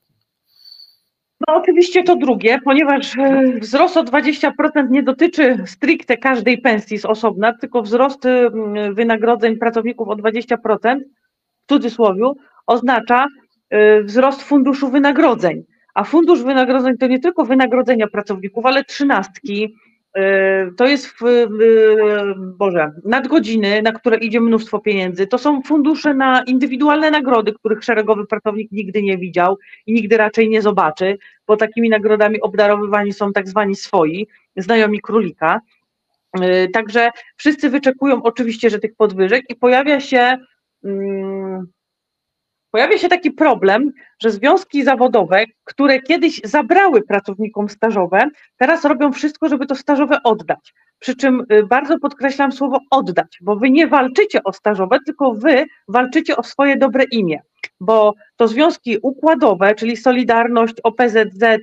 No oczywiście to drugie, ponieważ wzrost o dwadzieścia procent nie dotyczy stricte każdej pensji z osobna, tylko wzrost wynagrodzeń pracowników o dwadzieścia procent w cudzysłowie oznacza, wzrost funduszu wynagrodzeń. A fundusz wynagrodzeń to nie tylko wynagrodzenia pracowników, ale trzynastki, to jest, Boże, nadgodziny, na które idzie mnóstwo pieniędzy, to są fundusze na indywidualne nagrody, których szeregowy pracownik nigdy nie widział i nigdy raczej nie zobaczy, bo takimi nagrodami obdarowywani są tak zwani swoi, znajomi królika. Także wszyscy wyczekują oczywiście, że tych podwyżek i pojawia się... Hmm, Pojawia się taki problem, że związki zawodowe, które kiedyś zabrały pracownikom stażowe, teraz robią wszystko, żeby to stażowe oddać. Przy czym bardzo podkreślam słowo oddać, bo wy nie walczycie o stażowe, tylko wy walczycie o swoje dobre imię, bo to związki układowe, czyli Solidarność, O P Z Z,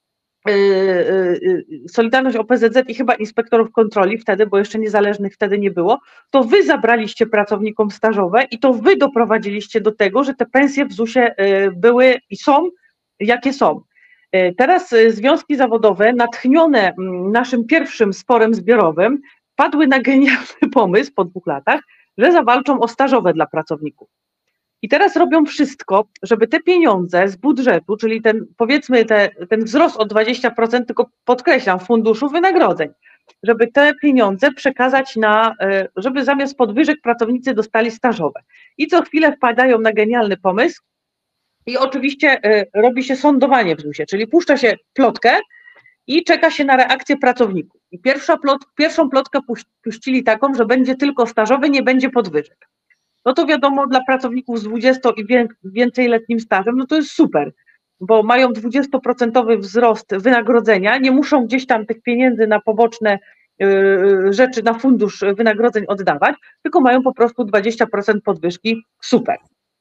Solidarność, O P Z Z i chyba inspektorów kontroli wtedy, bo jeszcze niezależnych wtedy nie było, to wy zabraliście pracownikom stażowe i to wy doprowadziliście do tego, że te pensje w zusie były i są, jakie są. Teraz związki zawodowe, natchnione naszym pierwszym sporem zbiorowym, padły na genialny pomysł po dwóch latach, że zawalczą o stażowe dla pracowników. I teraz robią wszystko, żeby te pieniądze z budżetu, czyli ten, powiedzmy te, ten wzrost o dwadzieścia procent, tylko podkreślam, funduszu wynagrodzeń, żeby te pieniądze przekazać na, żeby zamiast podwyżek pracownicy dostali stażowe. I co chwilę wpadają na genialny pomysł i oczywiście robi się sądowanie w zusie, czyli puszcza się plotkę i czeka się na reakcję pracowników. I pierwsza plot, pierwszą plotkę puścili taką, że będzie tylko stażowy, nie będzie podwyżek. No to wiadomo, dla pracowników z dwudziesto i więcej letnim stażem, no to jest super, bo mają dwudziestoprocentowy wzrost wynagrodzenia, nie muszą gdzieś tam tych pieniędzy na poboczne yy, rzeczy, na fundusz wynagrodzeń oddawać, tylko mają po prostu dwadzieścia procent podwyżki, super.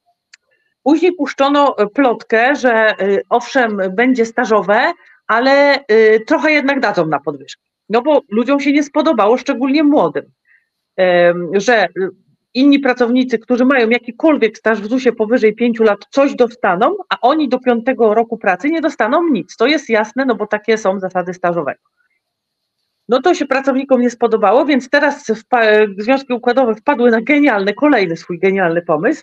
Później puszczono plotkę, że yy, owszem, będzie stażowe, ale yy, trochę jednak dadzą na podwyżki, no bo ludziom się nie spodobało, szczególnie młodym, yy, że inni pracownicy, którzy mają jakikolwiek staż w zusie powyżej pięciu lat, coś dostaną, a oni do piątego roku pracy nie dostaną nic. To jest jasne, no bo takie są zasady stażowego. No to się pracownikom nie spodobało, więc teraz związki układowe wpadły na genialny, kolejny swój genialny pomysł,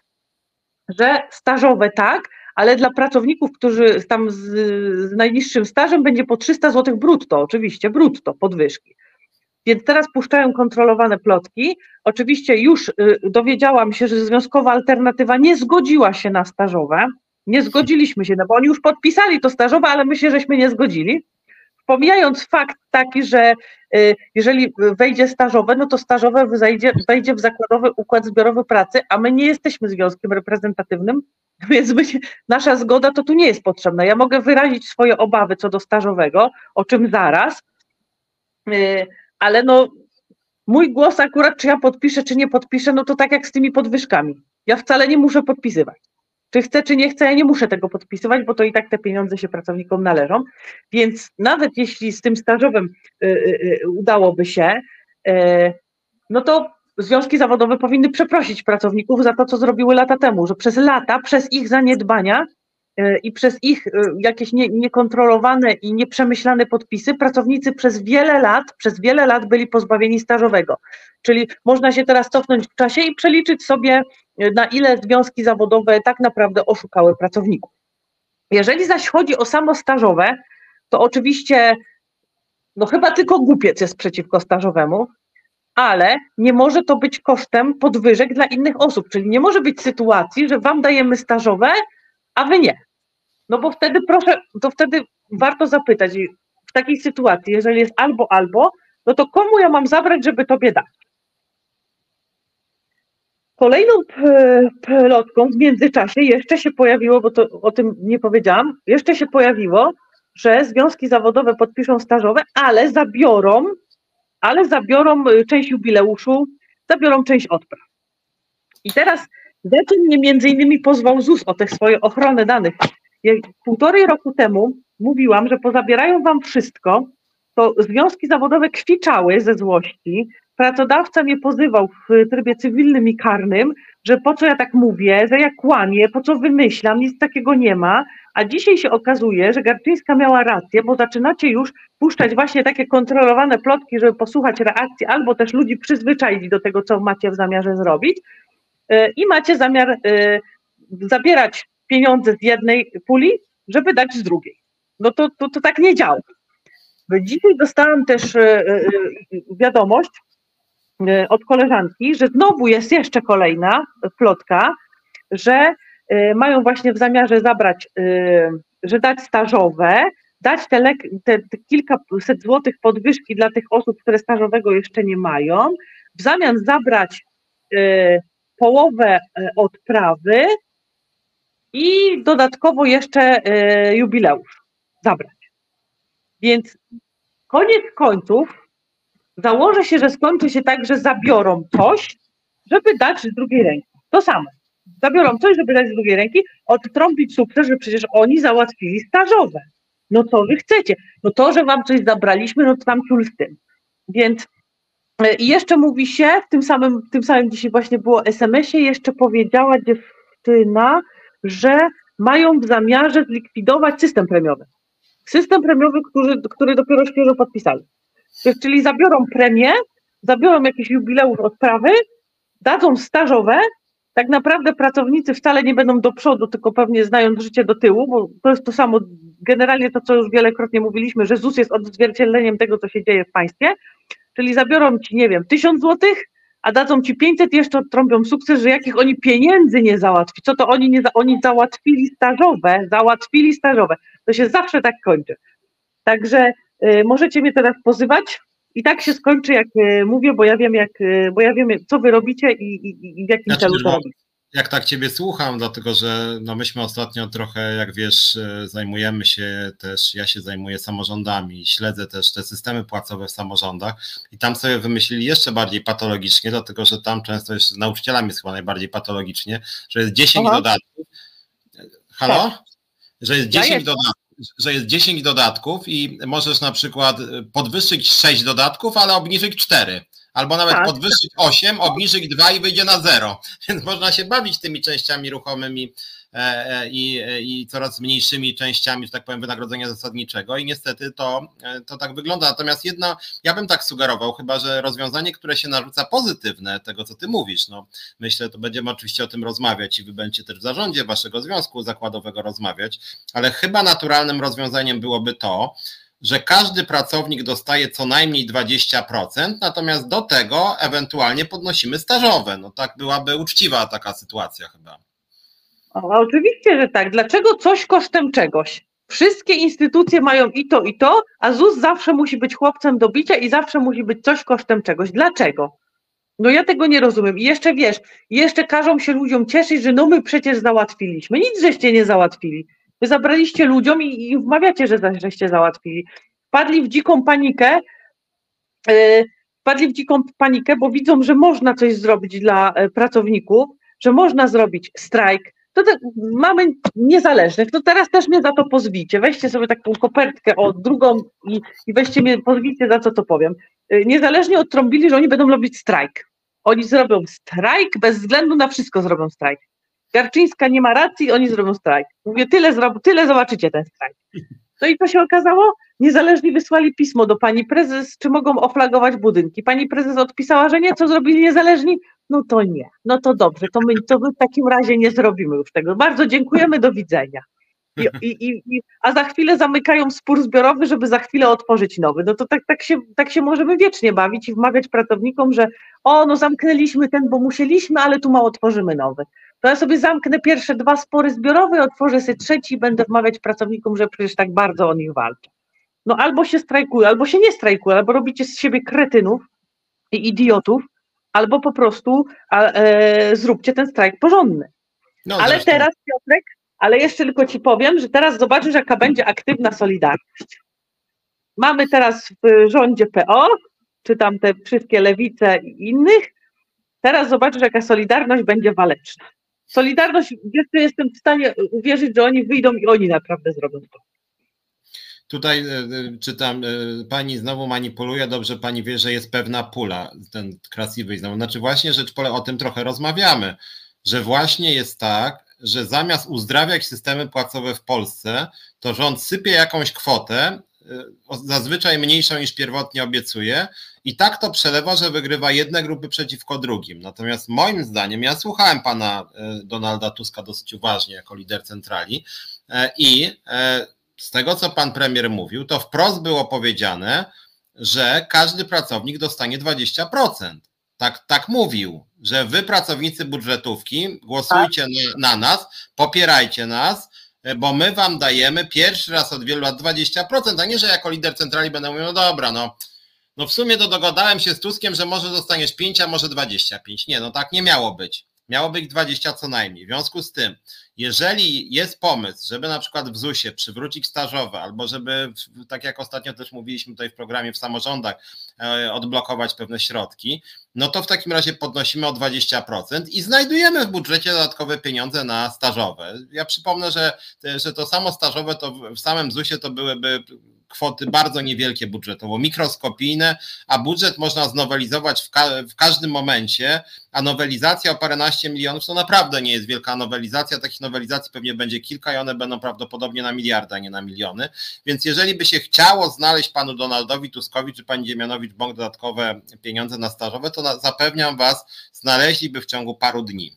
że stażowe tak, ale dla pracowników, którzy tam z, z najniższym stażem będzie po trzysta złotych brutto, oczywiście brutto, podwyżki. Więc teraz puszczają kontrolowane plotki. Oczywiście już dowiedziałam się, że Związkowa Alternatywa nie zgodziła się na stażowe. Nie zgodziliśmy się, no bo oni już podpisali to stażowe, ale my się żeśmy nie zgodzili. Pomijając fakt taki, że jeżeli wejdzie stażowe, no to stażowe wejdzie, wejdzie w zakładowy układ zbiorowy pracy, a my nie jesteśmy związkiem reprezentatywnym, więc my się, nasza zgoda to tu nie jest potrzebna. Ja mogę wyrazić swoje obawy co do stażowego, o czym zaraz, ale no mój głos akurat, czy ja podpiszę, czy nie podpiszę, no to tak jak z tymi podwyżkami. Ja wcale nie muszę podpisywać. Czy chcę, czy nie chcę, ja nie muszę tego podpisywać, bo to i tak te pieniądze się pracownikom należą. Więc nawet jeśli z tym stażowym y, y, udałoby się, y, no to związki zawodowe powinny przeprosić pracowników za to, co zrobiły lata temu, że przez lata, przez ich zaniedbania i przez ich jakieś nie, niekontrolowane i nieprzemyślane podpisy pracownicy przez wiele lat, przez wiele lat byli pozbawieni stażowego. Czyli można się teraz cofnąć w czasie i przeliczyć sobie, na ile związki zawodowe tak naprawdę oszukały pracowników. Jeżeli zaś chodzi o samo stażowe, to oczywiście no chyba tylko głupiec jest przeciwko stażowemu, ale nie może to być kosztem podwyżek dla innych osób, czyli nie może być sytuacji, że wam dajemy stażowe, a wy nie. No bo wtedy proszę, to wtedy warto zapytać, w takiej sytuacji, jeżeli jest albo, albo, no to komu ja mam zabrać, żeby tobie dać? Kolejną plotką w międzyczasie jeszcze się pojawiło, bo to o tym nie powiedziałam, jeszcze się pojawiło, że związki zawodowe podpiszą stażowe, ale zabiorą, ale zabiorą część jubileuszu, zabiorą część odpraw. I teraz za czym mnie między innymi pozwał Z U S o tę swoją ochronę danych. Ja półtorej roku temu mówiłam, że pozabierają wam wszystko, to związki zawodowe kwiczały ze złości, pracodawca mnie pozywał w trybie cywilnym i karnym, że po co ja tak mówię, że ja kłamię, po co wymyślam, nic takiego nie ma, a dzisiaj się okazuje, że Garczyńska miała rację, bo zaczynacie już puszczać właśnie takie kontrolowane plotki, żeby posłuchać reakcji, albo też ludzi przyzwyczaić do tego, co macie w zamiarze zrobić i macie zamiar zabierać pieniądze z jednej puli, żeby dać z drugiej. No to, to, to tak nie działa. Dzisiaj dostałam też wiadomość od koleżanki, że znowu jest jeszcze kolejna plotka, że mają właśnie w zamiarze zabrać, że dać stażowe, dać te, lek, te, te kilkaset złotych podwyżki dla tych osób, które stażowego jeszcze nie mają, w zamian zabrać połowę odprawy i dodatkowo jeszcze jubileusz zabrać. Więc koniec końców założę się, że skończy się tak, że zabiorą coś, żeby dać z drugiej ręki. To samo. Zabiorą coś, żeby dać z drugiej ręki, odtrąbić sukces, że przecież oni załatwili stażowe. No co wy chcecie? No to, że wam coś zabraliśmy, no to tam ciul z tym. Więc i jeszcze mówi się, w tym samym, w tym samym dzisiaj właśnie było es em esie, jeszcze powiedziała dziewczyna, że mają w zamiarze zlikwidować system premiowy. System premiowy, który, który dopiero świeżo podpisali. Czyli zabiorą premię, zabiorą jakiś jubileusz odprawy, dadzą stażowe, tak naprawdę pracownicy wcale nie będą do przodu, tylko pewnie znając życie do tyłu, bo to jest to samo, generalnie to, co już wielokrotnie mówiliśmy, że ZUS jest odzwierciedleniem tego, co się dzieje w państwie, czyli zabiorą ci, nie wiem, tysiąc złotych, a dadzą ci pięćset, jeszcze odtrąbią sukces, że jakich oni pieniędzy nie załatwi. Co to oni nie za, oni załatwili stażowe, załatwili stażowe. To się zawsze tak kończy. Także y, możecie mnie teraz pozywać i tak się skończy, jak y, mówię, bo ja wiem, jak, y, bo ja wiem, co wy robicie i, i, i w jakim znaczy, celu to robicie. Jak tak ciebie słucham, dlatego że no myśmy ostatnio trochę, jak wiesz, zajmujemy się też, ja się zajmuję samorządami, śledzę też te systemy płacowe w samorządach i tam sobie wymyślili jeszcze bardziej patologicznie, dlatego że tam często jest z nauczycielami jest chyba najbardziej patologicznie, że jest dziesięć Aha. dodatków. Halo? Tak. Że jest dziesięć ja dodatków. że jest dziesięć dodatków i możesz na przykład podwyższyć sześć dodatków, ale obniżyć cztery. Albo nawet tak. podwyższyć osiem, obniżyć dwa i wyjdzie na zero. Więc można się bawić tymi częściami ruchomymi i, i coraz mniejszymi częściami, że tak powiem, wynagrodzenia zasadniczego i niestety to, to tak wygląda. Natomiast jedna, ja bym tak sugerował, chyba że rozwiązanie, które się narzuca pozytywne, tego co ty mówisz, no myślę, to będziemy oczywiście o tym rozmawiać i wy będziecie też w zarządzie waszego związku zakładowego rozmawiać, ale chyba naturalnym rozwiązaniem byłoby to, że każdy pracownik dostaje co najmniej dwadzieścia procent, natomiast do tego ewentualnie podnosimy stażowe. No tak byłaby uczciwa taka sytuacja chyba. O, oczywiście, że tak. Dlaczego coś kosztem czegoś? Wszystkie instytucje mają i to, i to, a ZUS zawsze musi być chłopcem do bicia i zawsze musi być coś kosztem czegoś. Dlaczego? No ja tego nie rozumiem. I jeszcze wiesz, jeszcze każą się ludziom cieszyć, że no my przecież załatwiliśmy. Nic żeście nie załatwili. Wy zabraliście ludziom i, i wmawiacie, że żeście załatwili. Wpadli w dziką panikę, yy, wpadli w dziką panikę, bo widzą, że można coś zrobić dla yy, pracowników, że można zrobić strajk. To te, mamy niezależnych, to teraz też mnie za to pozwijcie. Weźcie sobie taką kopertkę o drugą i, i weźcie mnie, pozwijcie za co to powiem. Yy, niezależnie odtrąbili, że oni będą robić strajk. Oni zrobią strajk, bez względu na wszystko zrobią strajk. Garczyńska nie ma racji, oni zrobią strajk. Mówię, tyle, zrob, tyle zobaczycie ten strajk. No i co się okazało? Niezależni wysłali pismo do pani prezes, czy mogą oflagować budynki. Pani prezes odpisała, że nie, co zrobili niezależni? No to nie. No to dobrze, to my, to my w takim razie nie zrobimy już tego. Bardzo dziękujemy, do widzenia. I, i, i, a za chwilę zamykają spór zbiorowy, żeby za chwilę otworzyć nowy. No to tak, tak, się, tak się możemy wiecznie bawić i wmawiać pracownikom, że o, no zamknęliśmy ten, bo musieliśmy, ale tu mało otworzymy nowy. To ja sobie zamknę pierwsze dwa spory zbiorowe, otworzę sobie trzeci i będę wmawiać pracownikom, że przecież tak bardzo o nich walczę. No albo się strajkuje, albo się nie strajkuje, albo robicie z siebie kretynów i idiotów, albo po prostu a, e, zróbcie ten strajk porządny. No, ale zresztą. Teraz, Piotrek, ale jeszcze tylko ci powiem, że teraz zobaczysz, jaka będzie aktywna Solidarność. Mamy teraz w rządzie P O, czy tam te wszystkie lewice i innych, teraz zobaczysz, jaka Solidarność będzie waleczna. Solidarność, jeszcze jestem w stanie uwierzyć, że oni wyjdą i oni naprawdę zrobią to. Tutaj czytam, pani znowu manipuluje, dobrze pani wie, że jest pewna pula, ten krasiwy znowu. Znaczy właśnie rzecz pole, o tym trochę rozmawiamy, że właśnie jest tak, że zamiast uzdrawiać systemy płacowe w Polsce, to rząd sypie jakąś kwotę zazwyczaj mniejszą niż pierwotnie obiecuje i tak to przelewa, że wygrywa jedne grupy przeciwko drugim. Natomiast moim zdaniem, ja słuchałem pana Donalda Tuska dosyć uważnie jako lider centrali i z tego, co pan premier mówił, to wprost było powiedziane, że każdy pracownik dostanie dwadzieścia procent. Tak, tak mówił, że wy pracownicy budżetówki głosujcie na, na nas, popierajcie nas, bo my wam dajemy pierwszy raz od wielu lat dwadzieścia procent, a nie, że jako lider centrali będę mówił, no dobra, no, no w sumie to dogadałem się z Tuskiem, że może dostaniesz pięć, a może dwadzieścia pięć. Nie, no tak nie miało być. Miało być dwadzieścia co najmniej. W związku z tym, jeżeli jest pomysł, żeby na przykład w zusie przywrócić stażowe, albo żeby, tak jak ostatnio też mówiliśmy tutaj w programie w samorządach, odblokować pewne środki, no to w takim razie podnosimy o dwadzieścia procent i znajdujemy w budżecie dodatkowe pieniądze na stażowe. Ja przypomnę, że, że to samo stażowe to w samym zusie to byłyby kwoty bardzo niewielkie budżetowo, mikroskopijne, a budżet można znowelizować w, ka w każdym momencie, a nowelizacja o paręnaście milionów to naprawdę nie jest wielka nowelizacja, takich nowelizacji pewnie będzie kilka i one będą prawdopodobnie na miliardy, a nie na miliony, więc jeżeli by się chciało znaleźć panu Donaldowi Tuskowi czy pani Dziemianowicz-Bąk dodatkowe pieniądze na stażowe, to na, zapewniam was, znaleźliby w ciągu paru dni.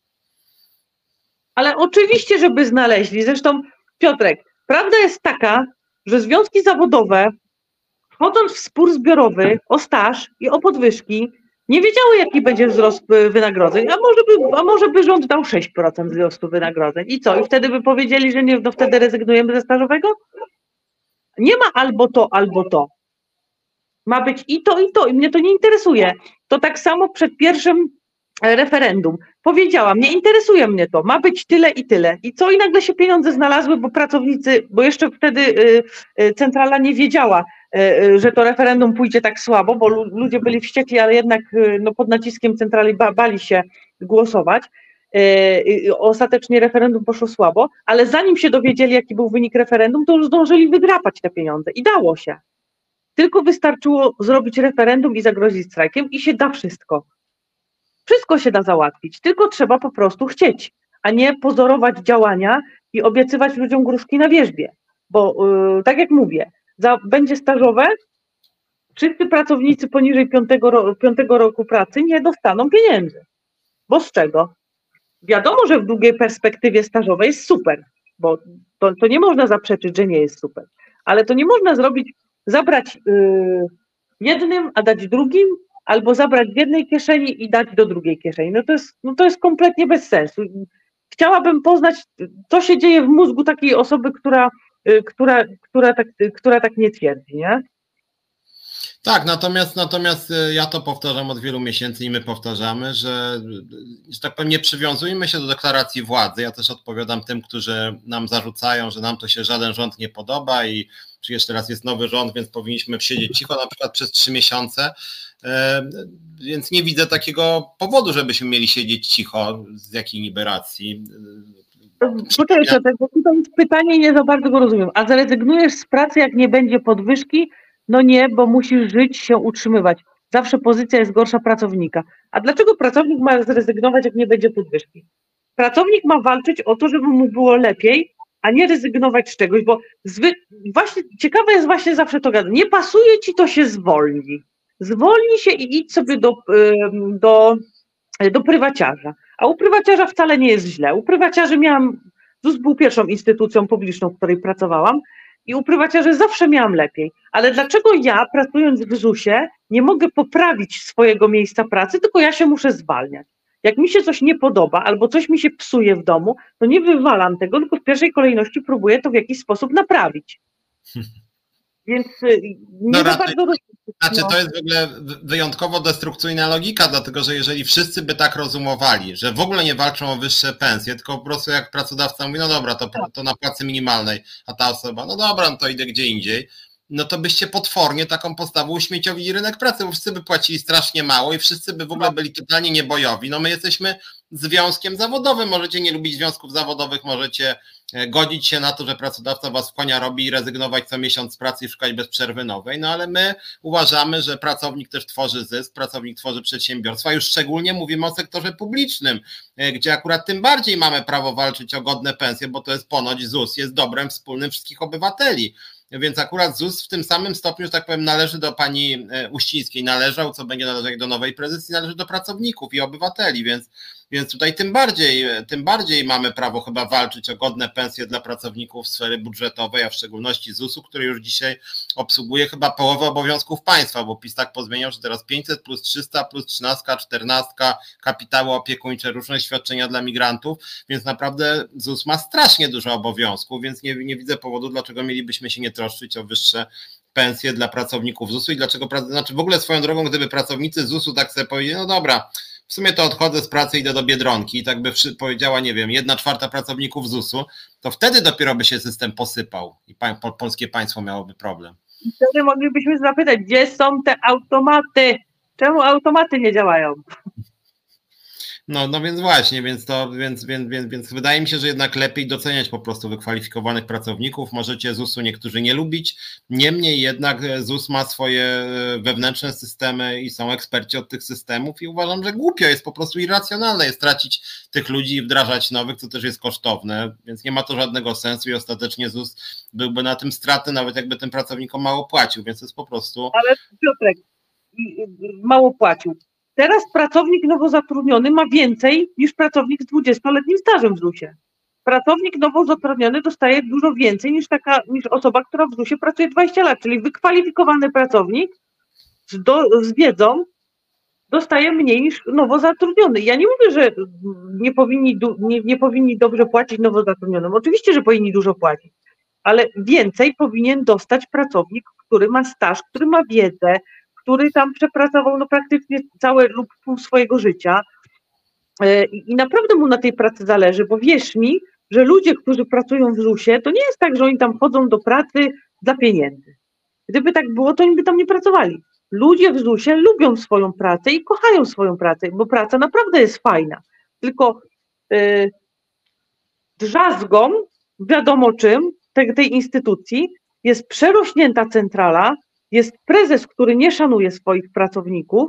Ale oczywiście, żeby znaleźli, zresztą Piotrek, prawda jest taka, że związki zawodowe, wchodząc w spór zbiorowy o staż i o podwyżki, nie wiedziały, jaki będzie wzrost wynagrodzeń, a może by, a może by rząd dał sześć procent wzrostu wynagrodzeń. I co? I wtedy by powiedzieli, że nie, no wtedy rezygnujemy ze stażowego? Nie ma albo to, albo to. Ma być i to, i to. I mnie to nie interesuje. To tak samo przed pierwszym referendum. Powiedziałam, nie interesuje mnie to, ma być tyle i tyle. I co? I nagle się pieniądze znalazły, bo pracownicy, bo jeszcze wtedy y, y, centrala nie wiedziała, y, y, że to referendum pójdzie tak słabo, bo lu ludzie byli wściekli, ale jednak y, no, pod naciskiem centrali ba bali się głosować. Y, y, ostatecznie referendum poszło słabo, ale zanim się dowiedzieli, jaki był wynik referendum, to już zdążyli wydrapać te pieniądze i dało się. Tylko wystarczyło zrobić referendum i zagrozić strajkiem i się da wszystko. Wszystko się da załatwić, tylko trzeba po prostu chcieć, a nie pozorować działania i obiecywać ludziom gruszki na wierzbie. Bo yy, tak jak mówię, za, będzie stażowe, wszyscy pracownicy poniżej piątego, ro, piątego roku pracy nie dostaną pieniędzy. Bo z czego? Wiadomo, że w długiej perspektywie stażowej jest super, bo to, to nie można zaprzeczyć, że nie jest super. Ale to nie można zrobić, zabrać yy, jednym, a dać drugim, albo zabrać w jednej kieszeni i dać do drugiej kieszeni. No to jest, no to jest kompletnie bez sensu. Chciałabym poznać, co się dzieje w mózgu takiej osoby, która, która, która, tak, która tak nie twierdzi, nie? Tak, natomiast, natomiast ja to powtarzam od wielu miesięcy i my powtarzamy, że, że tak powiem, nie przywiązujmy się do deklaracji władzy. Ja też odpowiadam tym, którzy nam zarzucają, że nam to się żaden rząd nie podoba i przecież teraz jest nowy rząd, więc powinniśmy siedzieć cicho na przykład przez trzy miesiące. Więc nie widzę takiego powodu, żebyśmy mieli siedzieć cicho, z jakiej niby racji. Poczekaj, bo tutaj jest pytanie, nie za bardzo go rozumiem. A zarezygnujesz z pracy, jak nie będzie podwyżki? No nie, bo musisz żyć, się utrzymywać. Zawsze pozycja jest gorsza pracownika. A dlaczego pracownik ma zrezygnować, jak nie będzie podwyżki? Pracownik ma walczyć o to, żeby mu było lepiej, a nie rezygnować z czegoś, bo zwy... właśnie ciekawe jest właśnie zawsze to gadać. Nie pasuje ci, to się zwolni. Zwolnij się i idź sobie do, do, do prywaciarza. A u prywaciarza wcale nie jest źle. U prywaciarzy miałam, ZUS był pierwszą instytucją publiczną, w której pracowałam i u prywaciarzy zawsze miałam lepiej. Ale dlaczego ja, pracując w zusie, nie mogę poprawić swojego miejsca pracy, tylko ja się muszę zwalniać? Jak mi się coś nie podoba albo coś mi się psuje w domu, to nie wywalam tego, tylko w pierwszej kolejności próbuję to w jakiś sposób naprawić. Więc nie no za bardzo... Znaczy to jest w ogóle wyjątkowo destrukcyjna logika, dlatego że jeżeli wszyscy by tak rozumowali, że w ogóle nie walczą o wyższe pensje, tylko po prostu jak pracodawca mówi, no dobra, to, to na płacy minimalnej, a ta osoba, no dobra, no to idę gdzie indziej, no to byście potwornie taką postawą uśmieciowili rynek pracy, bo wszyscy by płacili strasznie mało i wszyscy by w ogóle byli totalnie niebojowi. No my jesteśmy związkiem zawodowym, możecie nie lubić związków zawodowych, możecie godzić się na to, że pracodawca was w konia robi i rezygnować co miesiąc z pracy i szukać bez przerwy nowej, no ale my uważamy, że pracownik też tworzy zysk, pracownik tworzy przedsiębiorstwa, już szczególnie mówimy o sektorze publicznym, gdzie akurat tym bardziej mamy prawo walczyć o godne pensje, bo to jest ponoć ZUS, jest dobrem wspólnym wszystkich obywateli. więc akurat ZUS w tym samym stopniu, że tak powiem, należy do pani Uścińskiej, należał, co będzie należeć do nowej prezes i należy do pracowników i obywateli, więc Więc tutaj tym bardziej, tym bardziej mamy prawo chyba walczyć o godne pensje dla pracowników sfery budżetowej, a w szczególności zusu, który już dzisiaj obsługuje chyba połowę obowiązków państwa, bo PiS tak pozmieniał, że teraz pięćset plus trzysta plus trzynastka, czternastka, kapitały opiekuńcze, różne świadczenia dla migrantów, więc naprawdę ZUS ma strasznie dużo obowiązków, więc nie, nie widzę powodu, dlaczego mielibyśmy się nie troszczyć o wyższe pensje dla pracowników zusu i dlaczego, znaczy w ogóle swoją drogą, gdyby pracownicy zusu tak sobie powiedzieli, no dobra, w sumie to odchodzę z pracy, idę do Biedronki i tak by powiedziała, nie wiem, jedna czwarta pracowników zusu, to wtedy dopiero by się system posypał i polskie państwo miałoby problem. Wtedy moglibyśmy zapytać, gdzie są te automaty? Czemu automaty nie działają? No, no więc właśnie, więc to, więc, więc, więc, więc wydaje mi się, że jednak lepiej doceniać po prostu wykwalifikowanych pracowników. Możecie zusu niektórzy nie lubić, niemniej jednak ZUS ma swoje wewnętrzne systemy i są eksperci od tych systemów i uważam, że głupio jest, po prostu irracjonalne jest tracić tych ludzi i wdrażać nowych, co też jest kosztowne, więc nie ma to żadnego sensu i ostatecznie ZUS byłby na tym straty, nawet jakby tym pracownikom mało płacił, więc to jest po prostu... Ale Piotrek, mało płacił. Teraz pracownik nowo zatrudniony ma więcej niż pracownik z dwudziestoletnim stażem w zusie. Pracownik nowo zatrudniony dostaje dużo więcej niż taka, niż osoba, która w zusie pracuje dwadzieścia lat, czyli wykwalifikowany pracownik z, do, z wiedzą dostaje mniej niż nowo zatrudniony. Ja nie mówię, że nie powinni, nie, nie powinni dobrze płacić nowo zatrudnionym. Oczywiście, że powinni dużo płacić, ale więcej powinien dostać pracownik, który ma staż, który ma wiedzę, który tam przepracował no praktycznie całe lub pół swojego życia i, i naprawdę mu na tej pracy zależy, bo wierz mi, że ludzie, którzy pracują w zusie, to nie jest tak, że oni tam chodzą do pracy dla pieniędzy. Gdyby tak było, to oni by tam nie pracowali. Ludzie w zusie lubią swoją pracę i kochają swoją pracę, bo praca naprawdę jest fajna. Tylko yy, drzazgą, wiadomo czym, tej, tej instytucji jest przerośnięta centrala, jest prezes, który nie szanuje swoich pracowników,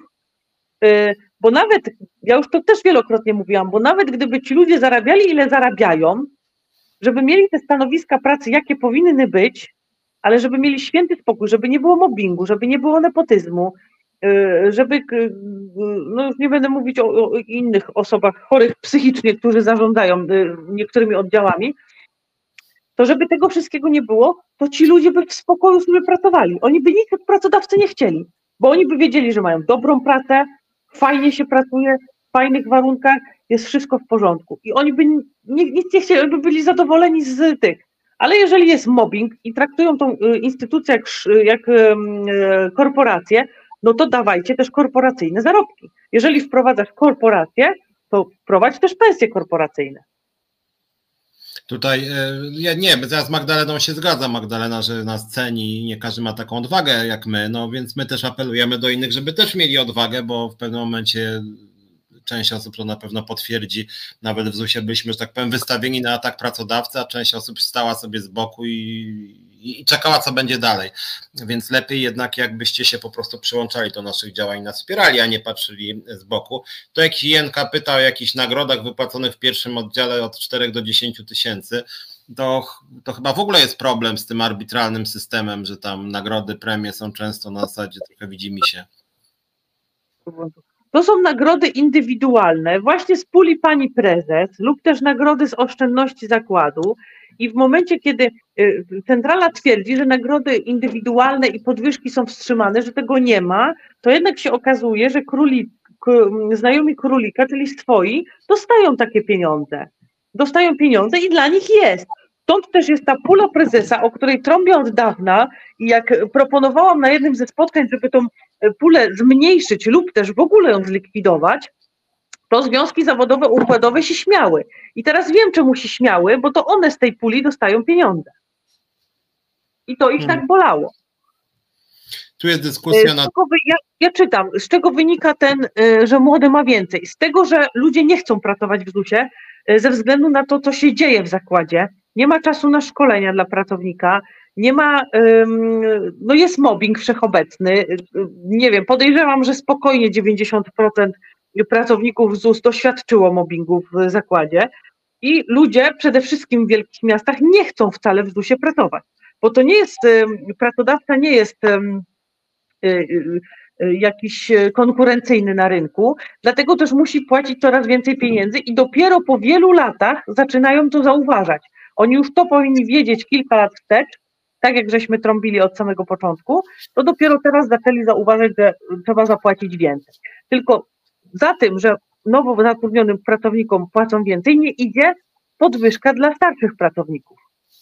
bo nawet, ja już to też wielokrotnie mówiłam, bo nawet gdyby ci ludzie zarabiali, ile zarabiają, żeby mieli te stanowiska pracy, jakie powinny być, ale żeby mieli święty spokój, żeby nie było mobbingu, żeby nie było nepotyzmu, żeby, no już nie będę mówić o, o innych osobach chorych psychicznie, którzy zarządzają niektórymi oddziałami, to żeby tego wszystkiego nie było, to ci ludzie by w spokoju sobie pracowali. Oni by nic od pracodawcy nie chcieli, bo oni by wiedzieli, że mają dobrą pracę, fajnie się pracuje, w fajnych warunkach, jest wszystko w porządku. I oni by nie, nic nie chcieli, by byli zadowoleni z tych. Ale jeżeli jest mobbing i traktują tą instytucję jak, jak korporację, no to dawajcie też korporacyjne zarobki. Jeżeli wprowadzasz korporację, to wprowadź też pensje korporacyjne. Tutaj ja nie, ja z Magdaleną się zgadzam, Magdalena, że nas ceni i nie każdy ma taką odwagę jak my, no więc my też apelujemy do innych, żeby też mieli odwagę, bo w pewnym momencie część osób to na pewno potwierdzi, nawet w zusie byliśmy, że tak powiem, wystawieni na atak pracodawcy, a część osób stała sobie z boku i, i czekała, co będzie dalej, więc lepiej jednak jakbyście się po prostu przyłączali do naszych działań, nas wspierali, a nie patrzyli z boku. To jak Jenka pyta o jakichś nagrodach wypłaconych w pierwszym oddziale od czterech do dziesięciu tysięcy, to, to chyba w ogóle jest problem z tym arbitralnym systemem, że tam nagrody, premie są często na zasadzie trochę widzimy się. To są nagrody indywidualne, właśnie z puli pani prezes lub też nagrody z oszczędności zakładu i w momencie, kiedy centrala twierdzi, że nagrody indywidualne i podwyżki są wstrzymane, że tego nie ma, to jednak się okazuje, że króli, znajomi królika, czyli swoi, dostają takie pieniądze. Dostają pieniądze i dla nich jest. Stąd też jest ta pula prezesa, o której trąbię od dawna i jak proponowałam na jednym ze spotkań, żeby tą pulę zmniejszyć lub też w ogóle ją zlikwidować, to związki zawodowe układowe się śmiały. I teraz wiem, czemu się śmiały, bo to one z tej puli dostają pieniądze. I to ich hmm. tak bolało. Tu jest dyskusja na... Ja, ja czytam, z czego wynika ten, że młody ma więcej? Z tego, że ludzie nie chcą pracować w zusie ze względu na to, co się dzieje w zakładzie. Nie ma czasu na szkolenia dla pracownika, nie ma, no jest mobbing wszechobecny, nie wiem, podejrzewam, że spokojnie dziewięćdziesiąt procent pracowników Z U S doświadczyło mobbingu w zakładzie i ludzie przede wszystkim w wielkich miastach nie chcą wcale w Z U S-ie pracować. bo to nie jest, pracodawca nie jest jakiś konkurencyjny na rynku, dlatego też musi płacić coraz więcej pieniędzy i dopiero po wielu latach zaczynają to zauważać. Oni już to powinni wiedzieć kilka lat wstecz, tak jak żeśmy trąbili od samego początku, to dopiero teraz zaczęli zauważyć, że trzeba zapłacić więcej. Tylko za tym, że nowo zatrudnionym pracownikom płacą więcej, nie idzie podwyżka dla starszych pracowników.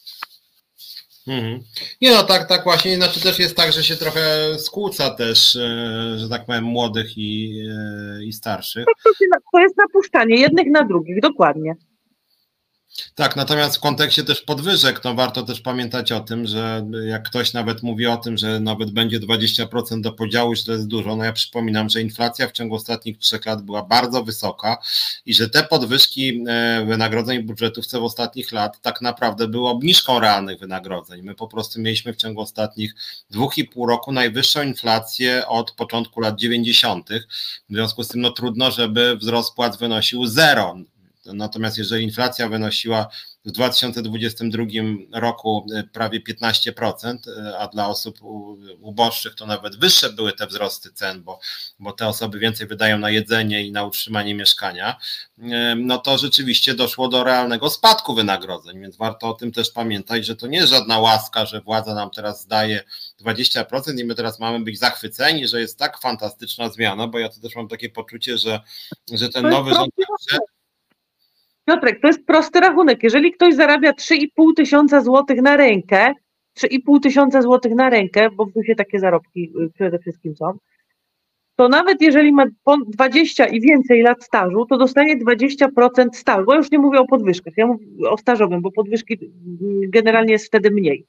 Mhm. Nie no, tak, tak właśnie, znaczy też jest tak, że się trochę skłóca też, że tak powiem, młodych i, i starszych. To, to jest napuszczanie jednych na drugich, dokładnie. Tak, natomiast w kontekście też podwyżek, to warto też pamiętać o tym, że jak ktoś nawet mówi o tym, że nawet będzie dwadzieścia procent do podziału, że to jest dużo, no ja przypominam, że inflacja w ciągu ostatnich trzech lat była bardzo wysoka i że te podwyżki wynagrodzeń w budżetówce w ostatnich lat tak naprawdę były obniżką realnych wynagrodzeń. My po prostu mieliśmy w ciągu ostatnich dwóch i pół roku najwyższą inflację od początku lat dziewięćdziesiątych. W związku z tym no trudno, żeby wzrost płac wynosił zero. Natomiast jeżeli inflacja wynosiła w dwa tysiące dwudziestym drugim roku prawie piętnaście procent, a dla osób uboższych to nawet wyższe były te wzrosty cen, bo, bo te osoby więcej wydają na jedzenie i na utrzymanie mieszkania, no to rzeczywiście doszło do realnego spadku wynagrodzeń, więc warto o tym też pamiętać, że to nie jest żadna łaska, że władza nam teraz daje dwadzieścia procent i my teraz mamy być zachwyceni, że jest tak fantastyczna zmiana, bo ja to też mam takie poczucie, że, że ten nowy rząd... Piotrek, to jest prosty rachunek. Jeżeli ktoś zarabia trzy i pół tysiąca złotych na rękę, trzy i pół tysiąca złotych na rękę, bo w ZUS-ie takie zarobki przede wszystkim są, to nawet jeżeli ma dwadzieścia i więcej lat stażu, to dostanie dwadzieścia procent stażu. Bo już nie mówię o podwyżkach, ja mówię o stażowym, bo podwyżki generalnie jest wtedy mniej.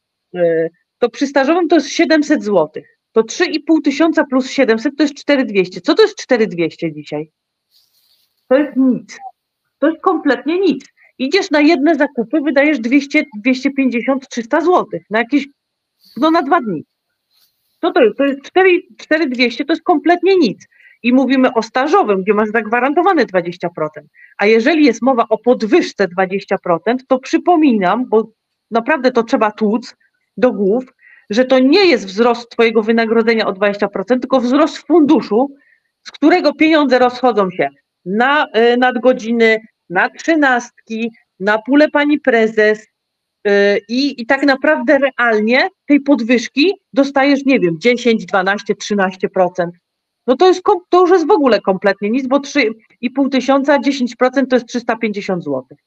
To przy stażowym to jest siedemset złotych. To trzy i pół tysiąca plus siedemset to jest cztery tysiące dwieście. Co to jest cztery tysiące dwieście dzisiaj? To jest nic. To jest kompletnie nic. Idziesz na jedne zakupy, wydajesz dwieście, dwieście pięćdziesiąt, trzysta złotych na jakieś, no na dwa dni. Co to jest? To jest cztery tysiące dwieście, to jest kompletnie nic. I mówimy o stażowym, gdzie masz zagwarantowane dwadzieścia procent. A jeżeli jest mowa o podwyżce dwadzieścia procent, to przypominam, bo naprawdę to trzeba tłuc do głów, że to nie jest wzrost twojego wynagrodzenia o dwadzieścia procent, tylko wzrost funduszu, z którego pieniądze rozchodzą się na y, nadgodziny, na trzynastki, na pulę pani prezes y, i, i tak naprawdę realnie tej podwyżki dostajesz, nie wiem, dziesięć, dwanaście, trzynaście procent. No to, jest, to już jest w ogóle kompletnie nic, bo trzy i pół tysiąca, dziesięć procent to jest trzysta pięćdziesiąt złotych.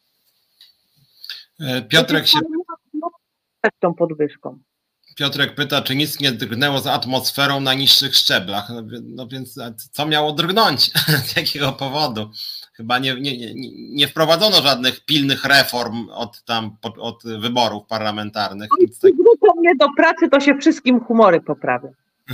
Piotrek się... Z tą podwyżką. Piotrek pyta, czy nic nie drgnęło z atmosferą na niższych szczeblach. No, no więc co miało drgnąć? Z jakiego powodu? Chyba nie, nie, nie, nie wprowadzono żadnych pilnych reform od tam od wyborów parlamentarnych. Więc tak... Wrócą mnie do pracy, to się wszystkim humory poprawią.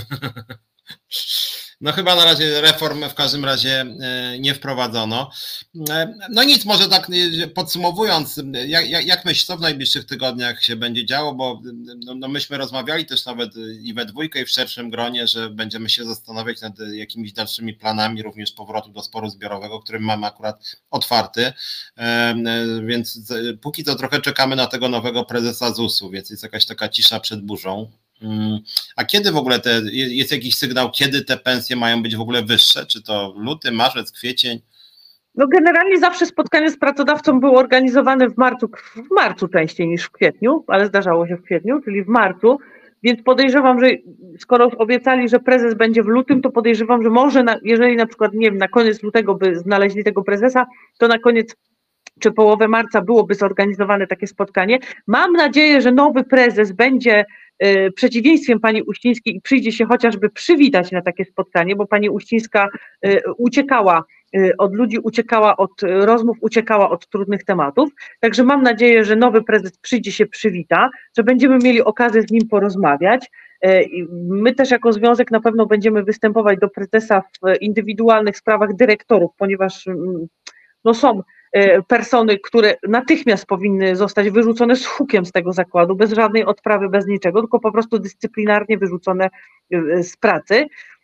No chyba na razie reform w każdym razie nie wprowadzono. No nic, może tak podsumowując, jak, jak myślisz, co w najbliższych tygodniach się będzie działo, bo no, no myśmy rozmawiali też nawet i we dwójkę i w szerszym gronie, że będziemy się zastanawiać nad jakimiś dalszymi planami również powrotu do sporu zbiorowego, który mamy akurat otwarty, więc póki co trochę czekamy na tego nowego prezesa zusu, więc jest jakaś taka cisza przed burzą. A kiedy w ogóle te, jest jakiś sygnał, kiedy te pensje mają być w ogóle wyższe? Czy to luty, marzec, kwiecień? No generalnie zawsze spotkanie z pracodawcą było organizowane w marcu, w marcu częściej niż w kwietniu, ale zdarzało się w kwietniu, czyli w marcu, więc podejrzewam, że skoro obiecali, że prezes będzie w lutym, to podejrzewam, że może, na, jeżeli na przykład, nie wiem, na koniec lutego by znaleźli tego prezesa, to na koniec czy połowę marca byłoby zorganizowane takie spotkanie. Mam nadzieję, że nowy prezes będzie y, przeciwieństwem pani Uścińskiej i przyjdzie się chociażby przywitać na takie spotkanie, bo pani Uścińska y, uciekała y, od ludzi, uciekała od rozmów, uciekała od trudnych tematów. Także mam nadzieję, że nowy prezes przyjdzie się przywita, że będziemy mieli okazję z nim porozmawiać. Y, my też jako związek na pewno będziemy występować do prezesa w indywidualnych sprawach dyrektorów, ponieważ y, no są persony, które natychmiast powinny zostać wyrzucone z hukiem z tego zakładu, bez żadnej odprawy, bez niczego, tylko po prostu dyscyplinarnie wyrzucone z pracy.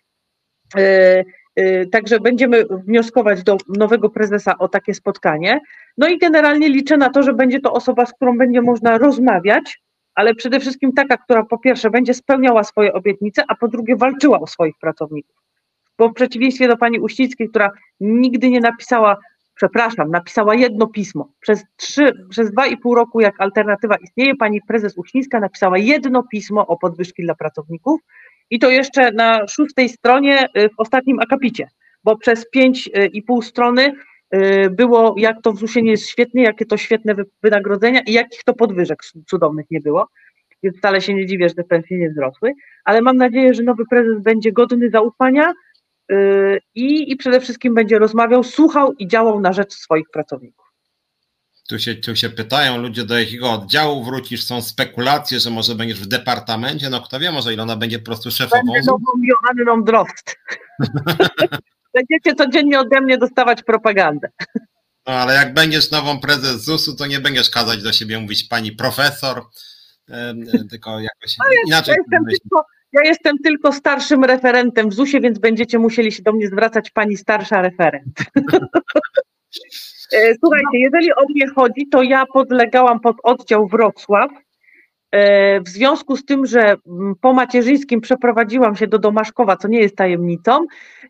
Także będziemy wnioskować do nowego prezesa o takie spotkanie. No i generalnie liczę na to, że będzie to osoba, z którą będzie można rozmawiać ale przede wszystkim taka, która po pierwsze będzie spełniała swoje obietnice, a po drugie walczyła o swoich pracowników. Bo w przeciwieństwie do pani Uścińskiej, która nigdy nie napisała, przepraszam, napisała jedno pismo. Przez trzy, przez dwa i pół roku, jak alternatywa istnieje, pani prezes Uścińska napisała jedno pismo o podwyżki dla pracowników i to jeszcze na szóstej stronie w ostatnim akapicie, bo przez pięć i pół strony było, jak to w zusie nie jest świetnie, jakie to świetne wynagrodzenia i jakich to podwyżek cudownych nie było. Więc wcale się nie dziwię, że te pensje nie wzrosły, ale mam nadzieję, że nowy prezes będzie godny zaufania yy, i, i przede wszystkim będzie rozmawiał, słuchał i działał na rzecz swoich pracowników. Tu się, tu się pytają ludzie, do jakiego oddziału wrócisz, są spekulacje, że może będziesz w departamencie, no kto wie, może Ilona będzie po prostu szefową. Będę nową Joanną Drozd. Będziecie codziennie ode mnie dostawać propagandę. No ale jak będziesz nową prezes zusu, to nie będziesz kazać do siebie mówić pani profesor, tylko jakoś no inaczej. Ja jestem, tylko, ja jestem tylko starszym referentem w zusie, więc będziecie musieli się do mnie zwracać pani starsza referent. Słuchajcie, jeżeli o mnie chodzi, to ja podlegałam pod oddział Wrocław. W związku z tym, że po macierzyńskim przeprowadziłam się do Domaszkowa, co nie jest tajemnicą,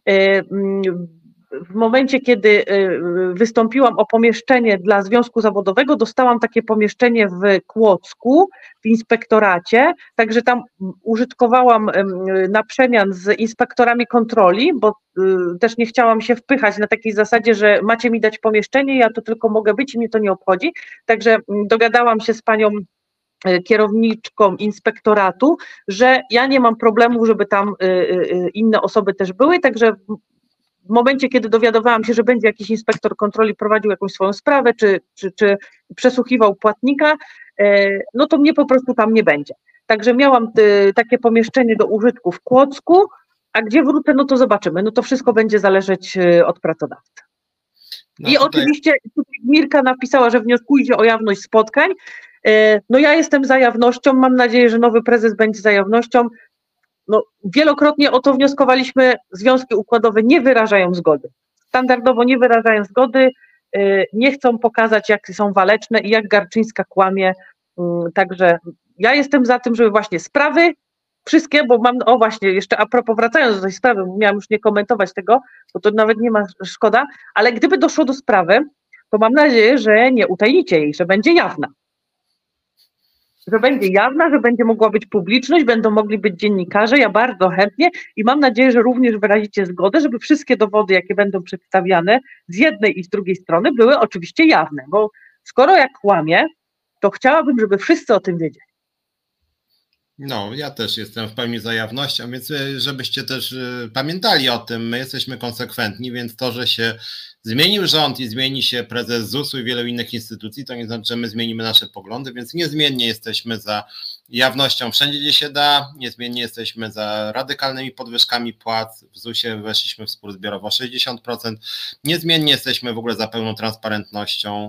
w momencie, kiedy wystąpiłam o pomieszczenie dla związku zawodowego, dostałam takie pomieszczenie w Kłodzku, w inspektoracie, także tam użytkowałam na przemian z inspektorami kontroli, bo też nie chciałam się wpychać na takiej zasadzie, że macie mi dać pomieszczenie, ja to tylko mogę być i mnie to nie obchodzi, także dogadałam się z panią kierowniczką inspektoratu, że ja nie mam problemu, żeby tam inne osoby też były, także w momencie, kiedy dowiadywałam się, że będzie jakiś inspektor kontroli prowadził jakąś swoją sprawę, czy, czy, czy przesłuchiwał płatnika, no to mnie po prostu tam nie będzie. Także miałam takie pomieszczenie do użytku w Kłodzku, a gdzie wrócę, no to zobaczymy. No to wszystko będzie zależeć od pracodawcy. No I tutaj... oczywiście tutaj Mirka napisała, że wnioskujcie o jawność spotkań. No ja jestem za jawnością, mam nadzieję, że nowy prezes będzie za jawnością. No, wielokrotnie o to wnioskowaliśmy, związki układowe nie wyrażają zgody. Standardowo nie wyrażają zgody, nie chcą pokazać, jak są waleczne i jak Garczyńska kłamie. Także ja jestem za tym, żeby właśnie sprawy wszystkie, bo mam, o właśnie, jeszcze a propos, wracając do tej sprawy, miałam już nie komentować tego, bo to nawet nie ma szkoda, ale gdyby doszło do sprawy, to mam nadzieję, że nie utajnicie jej, że będzie jawna. Że będzie jawna, że będzie mogła być publiczność, będą mogli być dziennikarze, ja bardzo chętnie i mam nadzieję, że również wyrazicie zgodę, żeby wszystkie dowody, jakie będą przedstawiane z jednej i z drugiej strony, były oczywiście jawne, bo skoro ja kłamię, to chciałabym, żeby wszyscy o tym wiedzieli. No, ja też jestem w pełni za jawnością, więc żebyście też pamiętali o tym, my jesteśmy konsekwentni, więc to, że się zmienił rząd i zmieni się prezes zusu i wielu innych instytucji, to nie znaczy, że my zmienimy nasze poglądy, więc niezmiennie jesteśmy za jawnością wszędzie, gdzie się da, niezmiennie jesteśmy za radykalnymi podwyżkami płac, w zusie weszliśmy w spór zbiorowo sześćdziesiąt procent, niezmiennie jesteśmy w ogóle za pełną transparentnością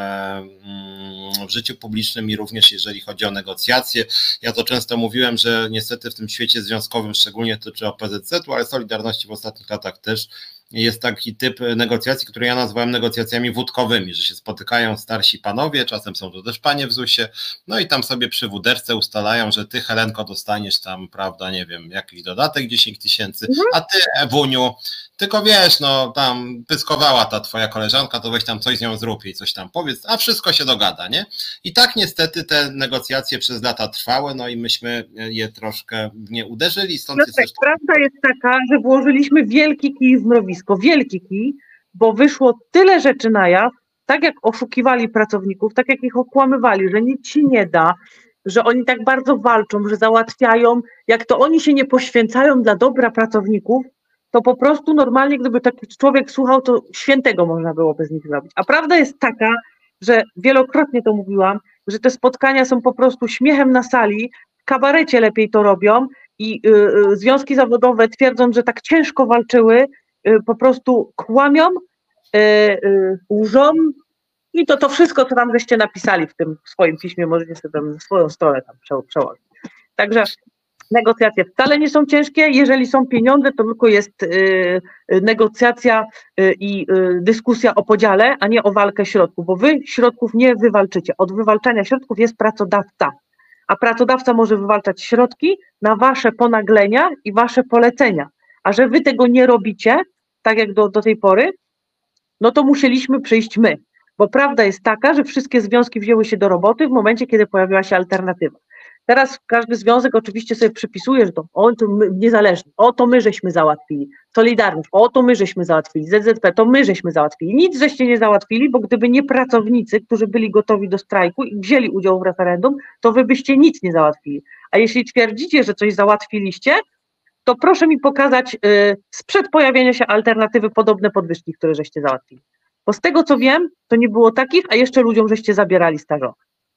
w życiu publicznym i również jeżeli chodzi o negocjacje. Ja to często mówiłem, że niestety w tym świecie związkowym, szczególnie dotyczy O P Z Z u, ale Solidarności w ostatnich latach też, jest taki typ negocjacji, który ja nazwałem negocjacjami wódkowymi, że się spotykają starsi panowie, czasem są to też panie w zusie, no i tam sobie przy wóderce ustalają, że ty, Helenko, dostaniesz tam, prawda, nie wiem, jakiś dodatek dziesięć tysięcy, a ty, Ewuniu, tylko wiesz, no tam pyskowała ta twoja koleżanka, to weź tam coś z nią zrób i coś tam powiedz, a wszystko się dogada, nie? I tak niestety te negocjacje przez lata trwały, no i myśmy je troszkę nie uderzyli. Stąd no jest tak, też... Prawda jest taka, że włożyliśmy wielki kij w mrowisko, wielki kij, bo wyszło tyle rzeczy na jaw, tak jak oszukiwali pracowników, tak jak ich okłamywali, że nic się nie da, że oni tak bardzo walczą, że załatwiają, jak to oni się nie poświęcają dla dobra pracowników, to po prostu normalnie, gdyby taki człowiek słuchał, to świętego można byłoby z nich zrobić. A prawda jest taka, że wielokrotnie to mówiłam, że te spotkania są po prostu śmiechem na sali, w kabarecie lepiej to robią i y, y, związki zawodowe twierdzą, że tak ciężko walczyły, y, po prostu kłamią, y, y, łżą i to to wszystko, co tam żeście napisali w tym swoim piśmie, możecie sobie tam swoją stronę tam przełożyć. Także negocjacje wcale nie są ciężkie, jeżeli są pieniądze, to tylko jest y, negocjacja y, i y, dyskusja o podziale, a nie o walkę środków, bo wy środków nie wywalczycie. Od wywalczania środków jest pracodawca. a pracodawca może wywalczać środki na wasze ponaglenia i wasze polecenia. A że wy tego nie robicie, tak jak do, do tej pory, no to musieliśmy przyjść my. Bo prawda jest taka, że wszystkie związki wzięły się do roboty w momencie, kiedy pojawiła się alternatywa. Teraz każdy związek oczywiście sobie przypisuje, że to on to my, niezależny, o to my żeśmy załatwili, Solidarność, o to my żeśmy załatwili, Z Z P, to my żeśmy załatwili. Nic żeście nie załatwili, bo gdyby nie pracownicy, którzy byli gotowi do strajku i wzięli udział w referendum, to wy byście nic nie załatwili. A jeśli twierdzicie, że coś załatwiliście, to proszę mi pokazać yy, sprzed pojawienia się alternatywy podobne podwyżki, które żeście załatwili. Bo z tego co wiem, to nie było takich, a jeszcze ludziom żeście zabierali stażowe.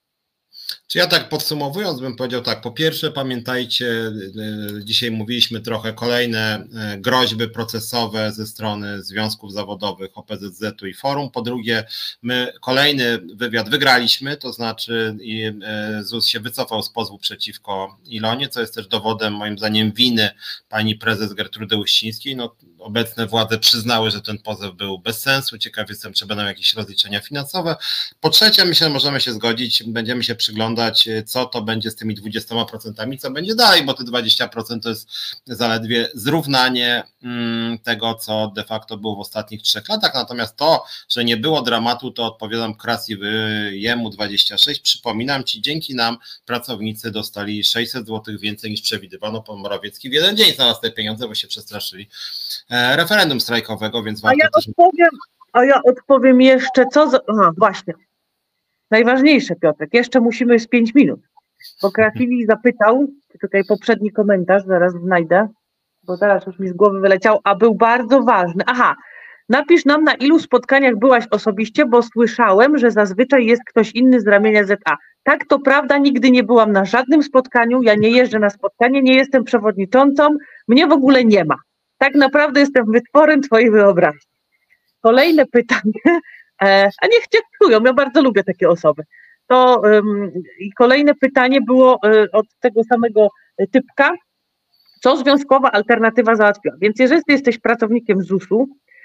Czy ja tak podsumowując bym powiedział tak, po pierwsze pamiętajcie, dzisiaj mówiliśmy trochę kolejne groźby procesowe ze strony związków zawodowych O P Z Z-u i Forum, po drugie my kolejny wywiad wygraliśmy, to znaczy Z U S się wycofał z pozwu przeciwko Ilonie, co jest też dowodem moim zdaniem winy pani prezes Gertrudy Uścińskiej. No, obecne władze przyznały, że ten pozew był bez sensu, ciekaw jestem, czy będą jakieś rozliczenia finansowe. Po trzecie myślę, że możemy się zgodzić, będziemy się przyglądać, co to będzie z tymi dwudziestoma procentami, co będzie dalej, bo te dwadzieścia procent to jest zaledwie zrównanie tego, co de facto było w ostatnich trzech latach, natomiast to, że nie było dramatu, to odpowiadam Krasiwemu dwadzieścia sześć, przypominam Ci, dzięki nam pracownicy dostali sześćset złotych więcej niż przewidywano. Pan Morawiecki w jeden dzień znalazł te pieniądze, bo się przestraszyli referendum strajkowego, więc warto a ja też... Odpowiem, a ja odpowiem jeszcze, co... Z... Aha, właśnie. Najważniejsze, Piotrek, jeszcze musimy z pięć minut, bo Krasiwi zapytał, tutaj poprzedni komentarz, zaraz znajdę, bo teraz już mi z głowy wyleciał, a był bardzo ważny. Aha, napisz nam, na ilu spotkaniach byłaś osobiście, bo słyszałem, że zazwyczaj jest ktoś inny z ramienia Z A. Tak, to prawda, nigdy nie byłam na żadnym spotkaniu, ja nie jeżdżę na spotkanie, nie jestem przewodniczącą, mnie w ogóle nie ma. Tak naprawdę jestem wytworem twojej wyobraźni. Kolejne pytanie, a niech cię czują, ja bardzo lubię takie osoby. To um, i kolejne pytanie było um, od tego samego typka, co związkowa alternatywa załatwiła. Więc jeżeli ty jesteś pracownikiem Z U S-u,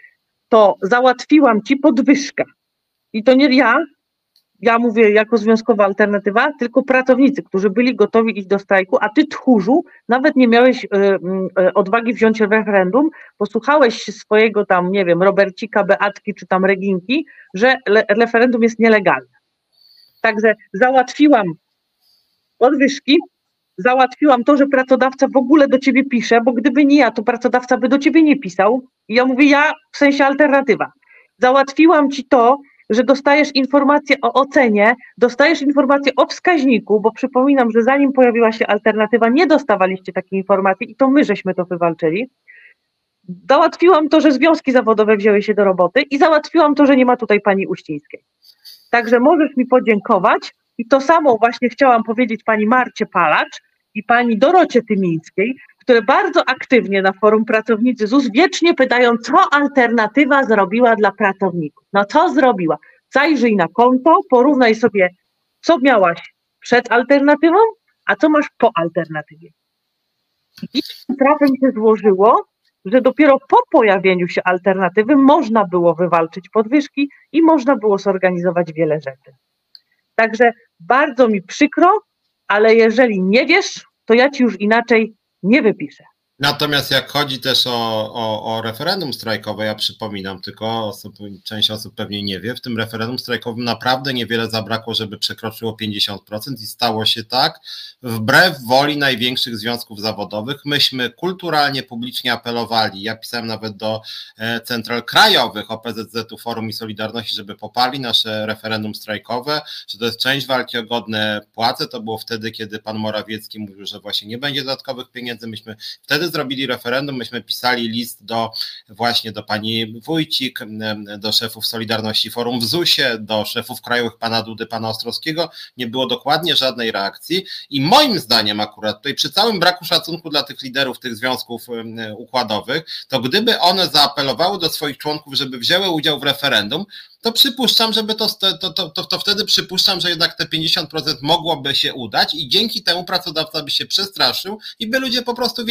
to załatwiłam ci podwyżkę. I to nie ja, ja mówię jako związkowa alternatywa, tylko pracownicy, którzy byli gotowi iść do strajku, a ty, tchórzu, nawet nie miałeś y, y, odwagi wziąć referendum, posłuchałeś swojego tam, nie wiem, Robercika, Beatki czy tam Reginki, że le, referendum jest nielegalne. Także załatwiłam podwyżki, załatwiłam to, że pracodawca w ogóle do ciebie pisze, bo gdyby nie ja, to pracodawca by do ciebie nie pisał. I ja mówię, ja w sensie alternatywa. Załatwiłam ci to, że dostajesz informację o ocenie, dostajesz informację o wskaźniku, bo przypominam, że zanim pojawiła się alternatywa, nie dostawaliście takiej informacji i to my żeśmy to wywalczyli. Załatwiłam to, że związki zawodowe wzięły się do roboty i załatwiłam to, że nie ma tutaj pani Uścińskiej. Także możesz mi podziękować i to samo właśnie chciałam powiedzieć pani Marcie Palacz i pani Dorocie Tymińskiej, które bardzo aktywnie na forum Pracownicy Z U S wiecznie pytają, co alternatywa zrobiła dla pracowników. No co zrobiła? Zajrzyj na konto, porównaj sobie, co miałaś przed alternatywą, a co masz po alternatywie. I trafem się złożyło, że dopiero po pojawieniu się alternatywy można było wywalczyć podwyżki i można było zorganizować wiele rzeczy. Także bardzo mi przykro, ale jeżeli nie wiesz, to ja ci już inaczej nie wypiszę. Natomiast jak chodzi też o, o, o referendum strajkowe, ja przypominam tylko, osób, część osób pewnie nie wie, w tym referendum strajkowym naprawdę niewiele zabrakło, żeby przekroczyło pięćdziesiąt procent i stało się tak wbrew woli największych związków zawodowych. Myśmy kulturalnie, publicznie apelowali, ja pisałem nawet do central krajowych O P Z Z-u, Forum i Solidarności, żeby poparli nasze referendum strajkowe, że to jest część walki o godne płace. To było wtedy, kiedy pan Morawiecki mówił, że właśnie nie będzie dodatkowych pieniędzy. Myśmy wtedy zrobili referendum, myśmy pisali list do właśnie do pani Wójcik, do szefów Solidarności Forum w Z U S-ie, do szefów krajowych pana Dudy, pana Ostrowskiego. Nie było dokładnie żadnej reakcji i moim zdaniem akurat tutaj przy całym braku szacunku dla tych liderów tych związków układowych, to gdyby one zaapelowały do swoich członków, żeby wzięły udział w referendum, to przypuszczam, żeby to, to, to, to, to wtedy przypuszczam, że jednak te pięćdziesiąt procent mogłoby się udać i dzięki temu pracodawca by się przestraszył i by ludzie po prostu więcej zarabiali.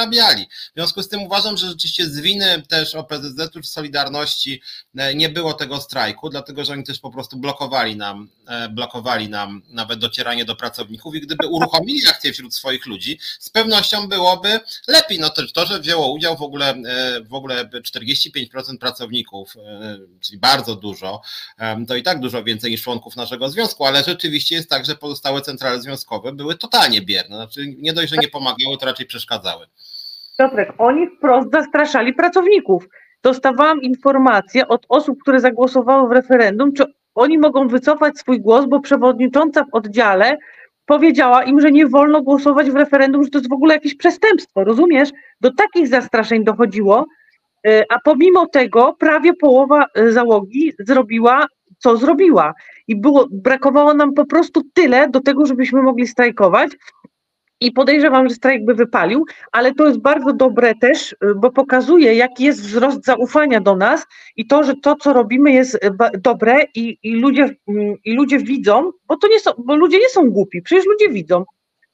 zarabiali. W związku z tym uważam, że rzeczywiście z winy też O P Z Z-u czy Solidarności nie było tego strajku, dlatego że oni też po prostu blokowali nam, blokowali nam nawet docieranie do pracowników i gdyby uruchomili akcję wśród swoich ludzi, z pewnością byłoby lepiej. No to, to że wzięło udział w ogóle, w ogóle czterdzieści pięć procent pracowników, czyli bardzo dużo, to i tak dużo więcej niż członków naszego związku, ale rzeczywiście jest tak, że pozostałe centrale związkowe były totalnie bierne. Znaczy nie dość, że nie pomagały, to raczej przeszkadzały. Piotrek, oni wprost zastraszali pracowników. Dostawałam informacje od osób, które zagłosowały w referendum, czy oni mogą wycofać swój głos, bo przewodnicząca w oddziale powiedziała im, że nie wolno głosować w referendum, że to jest w ogóle jakieś przestępstwo, rozumiesz? Do takich zastraszeń dochodziło, a pomimo tego prawie połowa załogi zrobiła, co zrobiła. I było, brakowało nam po prostu tyle do tego, żebyśmy mogli strajkować. I podejrzewam, że strajk by wypalił, ale to jest bardzo dobre też, bo pokazuje, jaki jest wzrost zaufania do nas i to, że to, co robimy, jest dobre i, i, ludzie, i ludzie widzą, bo to nie są, bo ludzie nie są głupi, przecież ludzie widzą.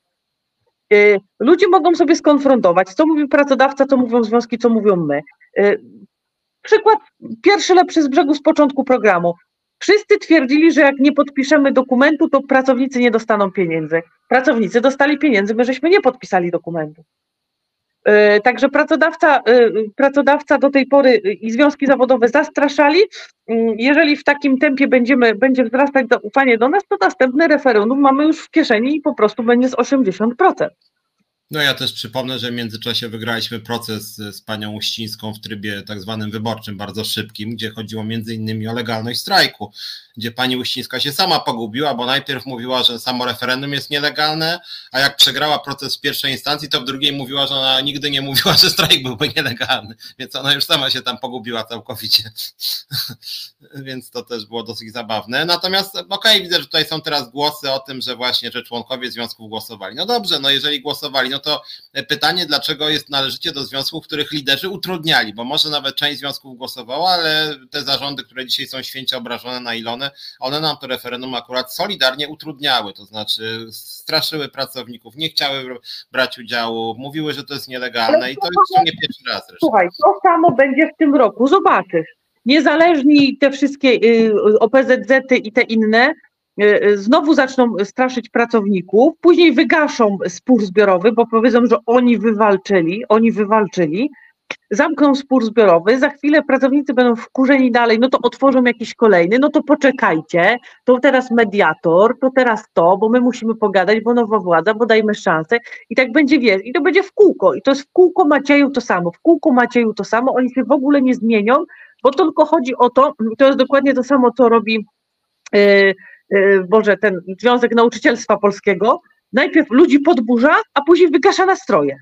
Ludzie mogą sobie skonfrontować, co mówi pracodawca, co mówią związki, co mówią my. Przykład pierwszy lepszy z brzegu z początku programu. Wszyscy twierdzili, że jak nie podpiszemy dokumentu, to pracownicy nie dostaną pieniędzy. Pracownicy dostali pieniędzy, my żeśmy nie podpisali dokumentu. Yy, także pracodawca, yy, pracodawca do tej pory i związki zawodowe zastraszali. Yy, jeżeli w takim tempie będziemy, będzie wzrastać zaufanie do nas, to następne referendum mamy już w kieszeni i po prostu będzie z osiemdziesiąt procent. No ja też przypomnę, że w międzyczasie wygraliśmy proces z panią Uścińską w trybie tak zwanym wyborczym, bardzo szybkim, gdzie chodziło między innymi o legalność strajku, gdzie pani Uścińska się sama pogubiła, bo najpierw mówiła, że samo referendum jest nielegalne, a jak przegrała proces w pierwszej instancji, to w drugiej mówiła, że ona nigdy nie mówiła, że strajk byłby nielegalny, więc ona już sama się tam pogubiła całkowicie. Więc to też było dosyć zabawne. Natomiast okej, okay, widzę, że tutaj są teraz głosy o tym, że właśnie, że członkowie związków głosowali. No dobrze, no jeżeli głosowali, no to pytanie, dlaczego jest należycie do związków, których liderzy utrudniali, bo może nawet część związków głosowała, ale te zarządy, które dzisiaj są święcie obrażone na Ilonę, one nam to referendum akurat solidarnie utrudniały, to znaczy straszyły pracowników, nie chciały brać udziału, mówiły, że to jest nielegalne i to jest nie pierwszy raz zresztą. Słuchaj, to samo będzie w tym roku, zobaczysz. Niezależni te wszystkie O P Z Z-y i te inne znowu zaczną straszyć pracowników, później wygaszą spór zbiorowy, bo powiedzą, że oni wywalczyli, oni wywalczyli, zamkną spór zbiorowy, za chwilę pracownicy będą wkurzeni dalej, no to otworzą jakiś kolejny, no to poczekajcie, to teraz mediator, to teraz to, bo my musimy pogadać, bo nowa władza, bo dajmy szansę i tak będzie, wiesz, i to będzie w kółko i to jest w kółko Macieju to samo, w kółko Macieju to samo, oni się w ogóle nie zmienią, bo tylko chodzi o to, to jest dokładnie to samo, co robi yy, Boże, ten Związek Nauczycielstwa Polskiego, najpierw ludzi podburza, a później wygasza nastroje.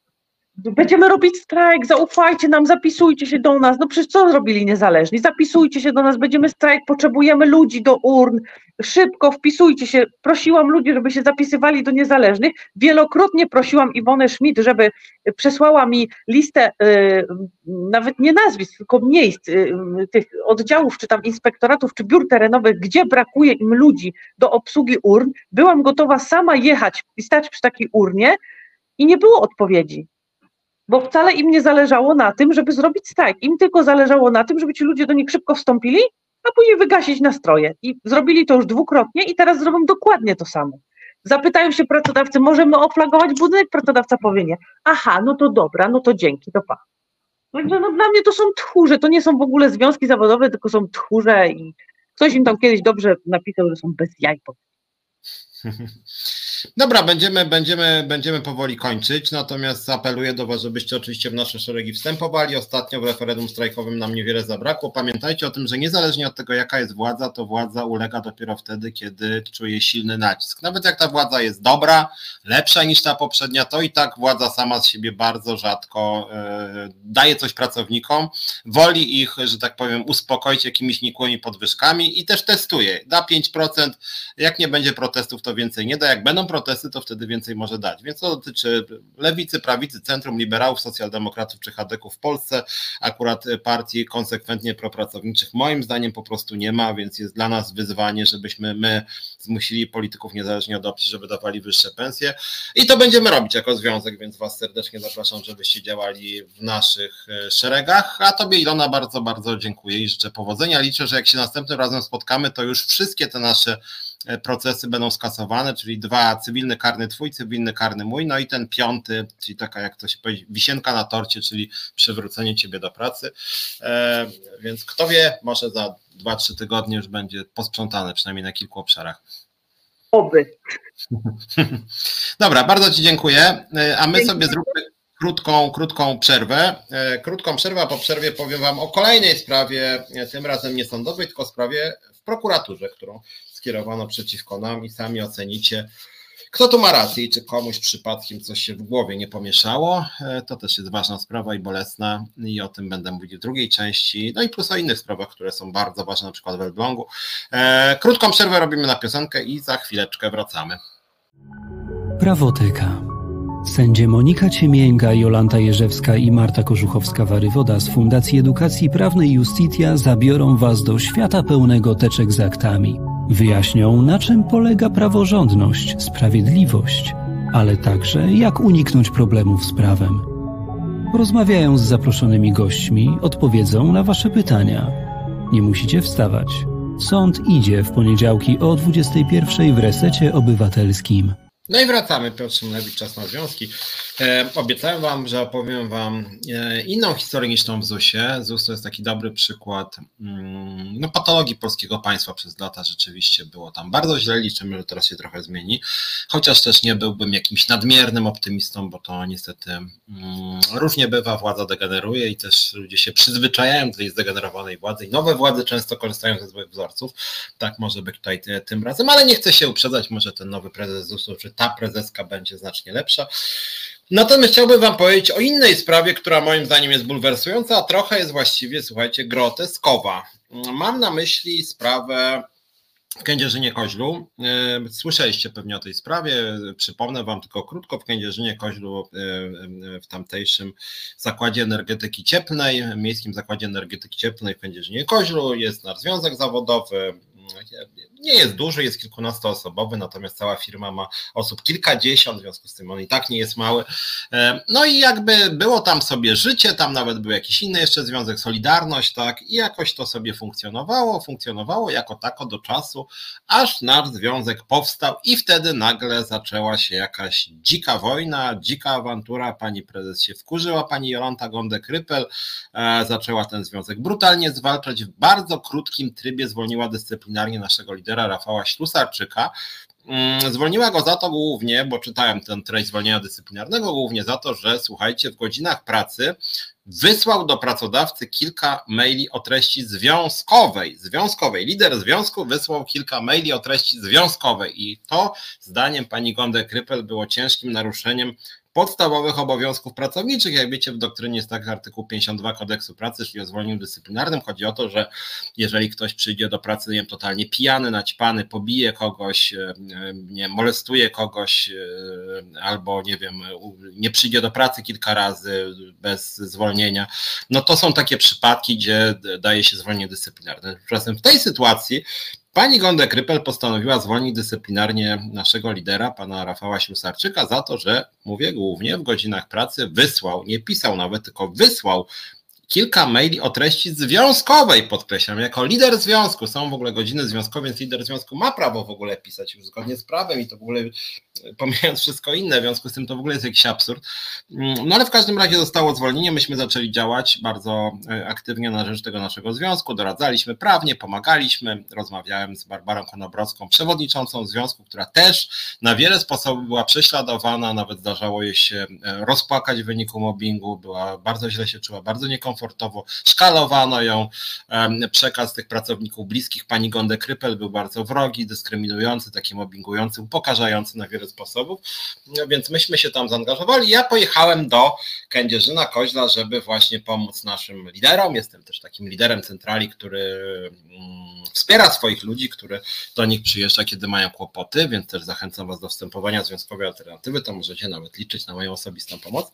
Będziemy robić strajk, zaufajcie nam, zapisujcie się do nas. No przecież co zrobili niezależni? Zapisujcie się do nas, będziemy strajk, potrzebujemy ludzi do urn, szybko wpisujcie się. Prosiłam ludzi, żeby się zapisywali do niezależnych. Wielokrotnie prosiłam Iwonę Schmidt, żeby przesłała mi listę yy, nawet nie nazwisk, tylko miejsc, yy, tych oddziałów, czy tam inspektoratów, czy biur terenowych, gdzie brakuje im ludzi do obsługi urn. Byłam gotowa sama jechać i stać przy takiej urnie i nie było odpowiedzi. Bo wcale im nie zależało na tym, żeby zrobić strajk. Im tylko zależało na tym, żeby ci ludzie do nich szybko wstąpili, a później wygasić nastroje. I zrobili to już dwukrotnie i teraz zrobią dokładnie to samo. Zapytają się pracodawcy, możemy oflagować budynek? Pracodawca powie nie. Aha, no to dobra, no to dzięki, to pa. Także no dla mnie to są tchórze, to nie są w ogóle związki zawodowe, tylko są tchórze i ktoś im tam kiedyś dobrze napisał, że są bez jaj. Dobra, będziemy, będziemy, będziemy powoli kończyć, natomiast apeluję do Was, żebyście oczywiście w nasze szeregi wstępowali. Ostatnio w referendum strajkowym nam niewiele zabrakło. Pamiętajcie o tym, że niezależnie od tego, jaka jest władza, to władza ulega dopiero wtedy, kiedy czuje silny nacisk. Nawet jak ta władza jest dobra, lepsza niż ta poprzednia, to i tak władza sama z siebie bardzo rzadko e, daje coś pracownikom, woli ich, że tak powiem, uspokoić jakimiś nikłymi podwyżkami i też testuje. Da pięć procent, jak nie będzie protestów, to więcej nie da. Jak będą protesty, to wtedy więcej może dać. Więc to dotyczy lewicy, prawicy, centrum, liberałów, socjaldemokratów czy chadeków w Polsce. Akurat partii konsekwentnie propracowniczych moim zdaniem po prostu nie ma, więc jest dla nas wyzwanie, żebyśmy my zmusili polityków niezależnie od opcji, żeby dawali wyższe pensje i to będziemy robić jako związek, więc was serdecznie zapraszam, żebyście działali w naszych szeregach, a tobie Ilona bardzo, bardzo dziękuję i życzę powodzenia. Liczę, że jak się następnym razem spotkamy, to już wszystkie te nasze procesy będą skasowane, czyli dwa, cywilny karny twój, cywilny karny mój, no i ten piąty, czyli taka, jak to się powiedzieć, wisienka na torcie, czyli przywrócenie ciebie do pracy, e, więc kto wie, może za dwa trzy tygodnie już będzie posprzątane, przynajmniej na kilku obszarach. Oby. Dobra, bardzo ci dziękuję, a my sobie zróbmy krótką, krótką przerwę. Krótką przerwę, a po przerwie powiem wam o kolejnej sprawie, tym razem nie sądowej, tylko sprawie w prokuraturze, którą skierowano przeciwko nam i sami ocenicie, kto tu ma rację i czy komuś przypadkiem coś się w głowie nie pomieszało. To też jest ważna sprawa i bolesna i o tym będę mówił w drugiej części. No i plus o innych sprawach, które są bardzo ważne, na przykład w Elblągu. Krótką przerwę robimy na piosenkę i za chwileczkę wracamy. Prawoteka. Sędzie Monika Ciemięga, Jolanta Jerzewska i Marta Korzuchowska-Warywoda z Fundacji Edukacji Prawnej Justitia zabiorą Was do świata pełnego teczek z aktami. Wyjaśnią, na czym polega praworządność, sprawiedliwość, ale także jak uniknąć problemów z prawem. Rozmawiają z zaproszonymi gośćmi, odpowiedzą na Wasze pytania. Nie musicie wstawać. Sąd idzie w poniedziałki o dwudziestej pierwszej w Resecie Obywatelskim. No i wracamy, Piotr Szymlewicz, Czas na Związki. E, obiecałem wam, że opowiem wam e, inną historię niż tą w zusie. ZUS to jest taki dobry przykład mm, no, patologii polskiego państwa przez lata. Rzeczywiście było tam bardzo źle, liczymy, że teraz się trochę zmieni. Chociaż też nie byłbym jakimś nadmiernym optymistą, bo to niestety mm, różnie bywa, władza degeneruje i też ludzie się przyzwyczajają do tej zdegenerowanej władzy i nowe władze często korzystają ze złych wzorców. Tak może być tutaj te, tym razem, ale nie chcę się uprzedzać, może ten nowy prezes zusu, czy ta prezeska będzie znacznie lepsza. Natomiast chciałbym wam powiedzieć o innej sprawie, która moim zdaniem jest bulwersująca, a trochę jest właściwie, słuchajcie, groteskowa. Mam na myśli sprawę w Kędzierzynie-Koźlu. Słyszeliście pewnie o tej sprawie, przypomnę wam tylko krótko, w Kędzierzynie-Koźlu w tamtejszym Zakładzie Energetyki Cieplnej, Miejskim Zakładzie Energetyki Cieplnej w Kędzierzynie-Koźlu jest nasz związek zawodowy. Nie jest duży, jest kilkunastoosobowy, natomiast cała firma ma osób kilkadziesiąt, w związku z tym on i tak nie jest mały. No i jakby było tam sobie życie, tam nawet był jakiś inny jeszcze związek, Solidarność, tak, i jakoś to sobie funkcjonowało, funkcjonowało jako tako do czasu, aż nasz związek powstał i wtedy nagle zaczęła się jakaś dzika wojna, dzika awantura, pani prezes się wkurzyła, pani Jolanta Gondek-Rypel zaczęła ten związek brutalnie zwalczać, w bardzo krótkim trybie zwolniła dyscyplinarnie naszego lidera Rafała Ślusarczyka. Zwolniła go za to głównie, bo czytałem ten treść zwolnienia dyscyplinarnego, głównie za to, że słuchajcie, w godzinach pracy wysłał do pracodawcy kilka maili o treści związkowej. Związkowej. Lider związku wysłał kilka maili o treści związkowej i to zdaniem pani Gondek-Rypel było ciężkim naruszeniem podstawowych obowiązków pracowniczych. Jak wiecie, w doktrynie jest tak artykuł pięćdziesiąt dwa Kodeksu Pracy, czyli o zwolnieniu dyscyplinarnym. Chodzi o to, że jeżeli ktoś przyjdzie do pracy, nie wiem, totalnie pijany, naćpany, pobije kogoś, nie molestuje kogoś albo nie wiem, nie przyjdzie do pracy kilka razy bez zwolnienia, no to są takie przypadki, gdzie daje się zwolnienie dyscyplinarne. Tymczasem w tej sytuacji pani Gondek-Rypel postanowiła zwolnić dyscyplinarnie naszego lidera, pana Rafała Ślusarczyka, za to, że, mówię, głównie w godzinach pracy wysłał, nie pisał nawet, tylko wysłał kilka maili o treści związkowej, podkreślam, jako lider związku. Są w ogóle godziny związkowe, więc lider związku ma prawo w ogóle pisać już zgodnie z prawem i to w ogóle, pomijając wszystko inne, w związku z tym to w ogóle jest jakiś absurd. No ale w każdym razie zostało zwolnienie, myśmy zaczęli działać bardzo aktywnie na rzecz tego naszego związku, doradzaliśmy prawnie, pomagaliśmy, rozmawiałem z Barbarą Konobrowską, przewodniczącą związku, która też na wiele sposobów była prześladowana, nawet zdarzało jej się rozpłakać w wyniku mobbingu, była bardzo źle się czuła, bardzo niekomfortowo komfortowo, szkalowano ją, przekaz tych pracowników bliskich pani Gonde Krypel był bardzo wrogi, dyskryminujący, taki mobbingujący, upokarzający na wiele sposobów, no więc myśmy się tam zaangażowali. Ja pojechałem do Kędzierzyna-Koźla, żeby właśnie pomóc naszym liderom. Jestem też takim liderem centrali, który wspiera swoich ludzi, który do nich przyjeżdża, kiedy mają kłopoty, więc też zachęcam was do wstępowania Związkowej Alternatywy, to możecie nawet liczyć na moją osobistą pomoc.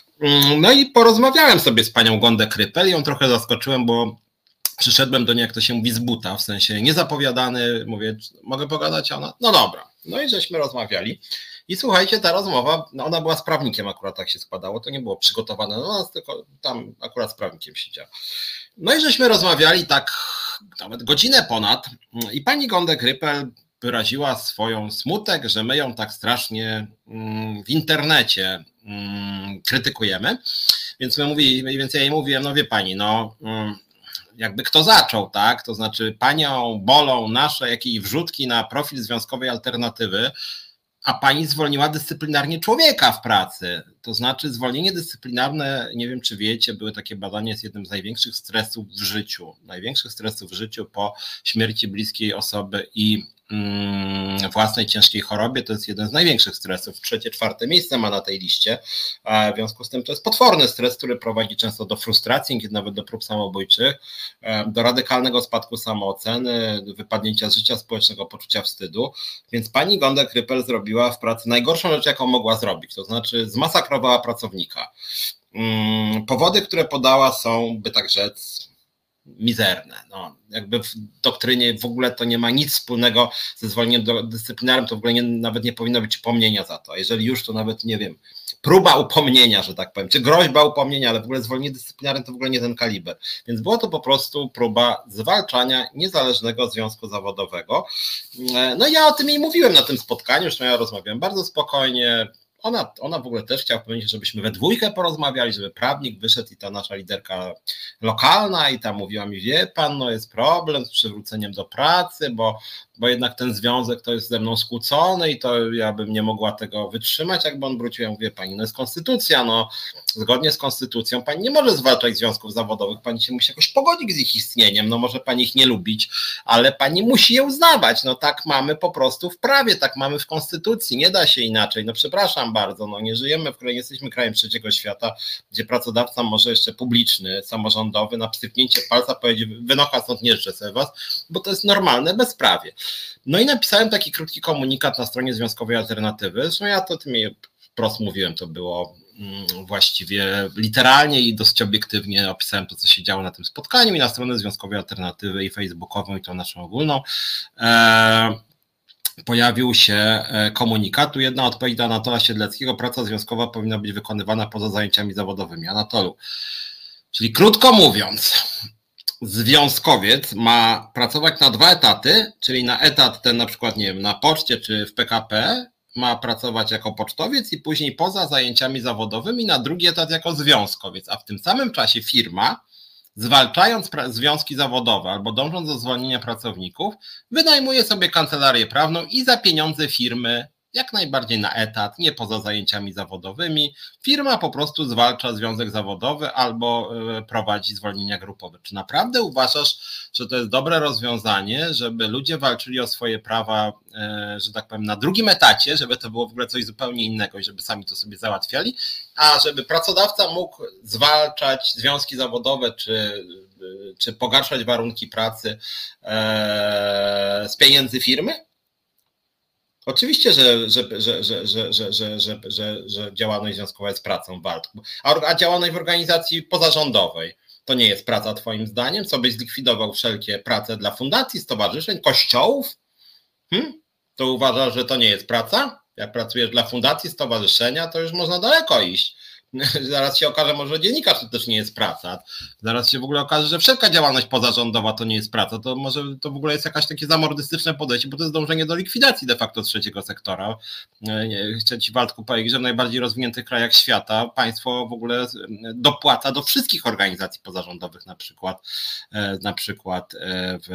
No i porozmawiałem sobie z panią Gondę Krypel, ją trochę zaskoczyłem, bo przyszedłem do niej, jak to się mówi, z buta, w sensie niezapowiadany, mówię, mogę pogadać, a ona, no dobra. No i żeśmy rozmawiali. I słuchajcie, ta rozmowa, no ona była z prawnikiem, akurat tak się składało, to nie było przygotowane do nas, tylko tam akurat z prawnikiem siedział. No i żeśmy rozmawiali tak nawet godzinę ponad i pani Gonde Krypel wyraziła swoją smutek, że my ją tak strasznie w internecie krytykujemy, więc my mówili, więc ja jej mówiłem, no wie pani, no jakby kto zaczął, tak, to znaczy panią bolą nasze jakieś wrzutki na profil Związkowej Alternatywy, a pani zwolniła dyscyplinarnie człowieka w pracy. To znaczy zwolnienie dyscyplinarne, nie wiem czy wiecie, były takie badania, jest jednym z największych stresów w życiu. Największych stresów w życiu po śmierci bliskiej osoby i mm, własnej ciężkiej chorobie. To jest jeden z największych stresów. Trzecie, czwarte miejsce ma na tej liście. A w związku z tym to jest potworny stres, który prowadzi często do frustracji, niekiedy nawet do prób samobójczych, do radykalnego spadku samooceny, do wypadnięcia z życia społecznego, poczucia wstydu. Więc pani Gonda Krypel zrobiła w pracy najgorszą rzecz, jaką mogła zrobić, to znaczy zmasakrowała pracownika. Powody, które podała, są, by tak rzec, mizerne. No, jakby w doktrynie w ogóle to nie ma nic wspólnego ze zwolnieniem dyscyplinarnym, to w ogóle nie, nawet nie powinno być upomnienia za to. Jeżeli już, to nawet nie wiem, próba upomnienia, że tak powiem, czy groźba upomnienia, ale w ogóle zwolnienie dyscyplinarne to w ogóle nie ten kaliber. Więc było to po prostu próba zwalczania niezależnego związku zawodowego. No i ja o tym jej mówiłem na tym spotkaniu, zresztą ja rozmawiałem bardzo spokojnie. Ona, ona w ogóle też chciała powiedzieć, żebyśmy we dwójkę porozmawiali, żeby prawnik wyszedł i ta nasza liderka lokalna i tam mówiła mi, wie pan, no jest problem z przywróceniem do pracy, bo, bo jednak ten związek to jest ze mną skłócony i to ja bym nie mogła tego wytrzymać, jakby on wrócił. Ja mówię, pani, no jest konstytucja, no zgodnie z konstytucją pani nie może zwalczać związków zawodowych, pani się musi jakoś pogodzić z ich istnieniem, no może pani ich nie lubić, ale pani musi je uznawać, no tak mamy po prostu w prawie, tak mamy w konstytucji, nie da się inaczej, no przepraszam bardzo, no nie żyjemy, w której jesteśmy krajem trzeciego świata, gdzie pracodawca może jeszcze publiczny, samorządowy na pstryknięcie palca powiedzieć, wynocha stąd, nie życzę sobie was, bo to jest normalne bezprawie. No i napisałem taki krótki komunikat na stronie Związkowej Alternatywy, zresztą ja to tym wprost mówiłem, to było właściwie literalnie i dosyć obiektywnie opisałem to, co się działo na tym spotkaniu i na stronę Związkowej Alternatywy i facebookową i tą naszą ogólną. Eee, pojawił się komunikat. Tu jedna odpowiedź do Anatola Siedleckiego. Praca związkowa powinna być wykonywana poza zajęciami zawodowymi. Anatolu, czyli krótko mówiąc, związkowiec ma pracować na dwa etaty, czyli na etat ten na przykład, nie wiem, na poczcie czy w P K P, ma pracować jako pocztowiec i później poza zajęciami zawodowymi na drugi etat jako związkowiec, a w tym samym czasie firma, zwalczając związki zawodowe albo dążąc do zwolnienia pracowników, wynajmuje sobie kancelarię prawną i za pieniądze firmy, jak najbardziej na etat, nie poza zajęciami zawodowymi, firma po prostu zwalcza związek zawodowy albo prowadzi zwolnienia grupowe. Czy naprawdę uważasz, że to jest dobre rozwiązanie, żeby ludzie walczyli o swoje prawa, że tak powiem, na drugim etacie, żeby to było w ogóle coś zupełnie innego i żeby sami to sobie załatwiali, a żeby pracodawca mógł zwalczać związki zawodowe czy, czy pogarszać warunki pracy z pieniędzy firmy? Oczywiście, że, że, że, że, że, że, że, że, że, że działalność związkowa jest pracą, Waldku, a, a działalność w organizacji pozarządowej to nie jest praca twoim zdaniem? Co byś zlikwidował wszelkie prace dla fundacji, stowarzyszeń, kościołów? Hmm? To uważasz, że to nie jest praca? Jak pracujesz dla fundacji, stowarzyszenia, to już można daleko iść. Zaraz się okaże, może dziennikarz to też nie jest praca. Zaraz się w ogóle okaże, że wszelka działalność pozarządowa to nie jest praca. To może to w ogóle jest jakieś takie zamordystyczne podejście, bo to jest dążenie do likwidacji de facto trzeciego sektora. Chcę ci, Waldku, powiedzieć, że w najbardziej rozwiniętych krajach świata państwo w ogóle dopłaca do wszystkich organizacji pozarządowych, na przykład na przykład w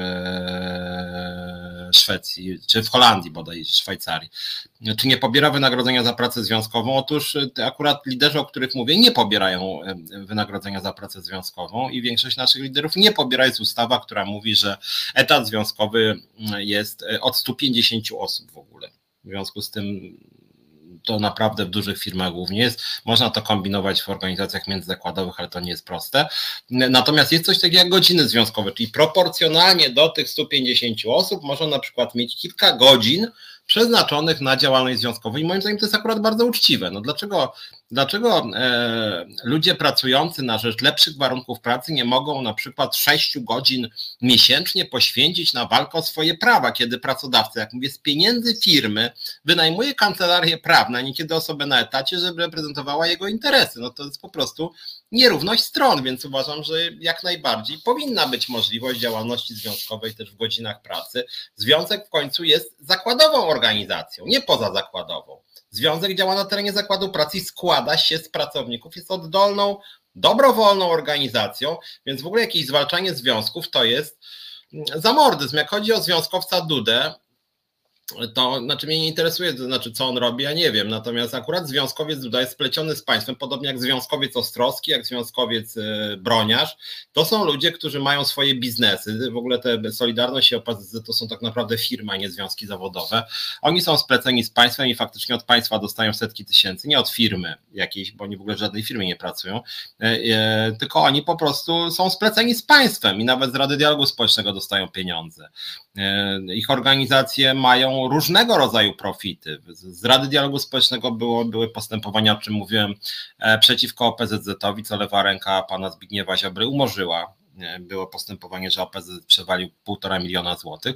Szwecji, czy w Holandii bodaj, Szwajcarii. Czy nie pobiera wynagrodzenia za pracę związkową? Otóż akurat liderzy, o których których mówię, nie pobierają wynagrodzenia za pracę związkową i większość naszych liderów nie pobiera. Jest ustawa, która mówi, że etat związkowy jest od stu pięćdziesięciu osób w ogóle. W związku z tym to naprawdę w dużych firmach głównie jest. Można to kombinować w organizacjach międzyzakładowych, ale to nie jest proste. Natomiast jest coś takiego jak godziny związkowe, czyli proporcjonalnie do tych stu pięćdziesięciu osób można na przykład mieć kilka godzin przeznaczonych na działalność związkową i moim zdaniem to jest akurat bardzo uczciwe. No dlaczego, dlaczego e, ludzie pracujący na rzecz lepszych warunków pracy nie mogą na przykład sześciu godzin miesięcznie poświęcić na walkę o swoje prawa, kiedy pracodawca, jak mówię, z pieniędzy firmy wynajmuje kancelarię prawną, a niekiedy osobę na etacie, żeby reprezentowała jego interesy. No to jest po prostu nierówność stron, więc uważam, że jak najbardziej powinna być możliwość działalności związkowej też w godzinach pracy. Związek w końcu jest zakładową organizacją, nie pozazakładową. Związek działa na terenie zakładu pracy i składa się z pracowników, jest oddolną, dobrowolną organizacją, więc w ogóle jakieś zwalczanie związków to jest zamordyzm. Jak chodzi o związkowca Dudę, to znaczy mnie nie interesuje, to znaczy co on robi, ja nie wiem, natomiast akurat związkowiec Duda jest spleciony z państwem, podobnie jak związkowiec Ostrowski, jak związkowiec Broniarz. To są ludzie, którzy mają swoje biznesy, w ogóle te Solidarność i O P Z Z to są tak naprawdę firmy, a nie związki zawodowe. Oni są spleceni z państwem i faktycznie od państwa dostają setki tysięcy, nie od firmy jakiejś, bo oni w ogóle w żadnej firmie nie pracują, tylko oni po prostu są spleceni z państwem i nawet z Rady Dialogu Społecznego dostają pieniądze. Ich organizacje mają różnego rodzaju profity. Z Rady Dialogu Społecznego było, były postępowania, o czym mówiłem, przeciwko O P Z Z-owi, co lewa ręka pana Zbigniewa Ziobry umorzyła. Było postępowanie, że O P Z Z przewalił półtora miliona złotych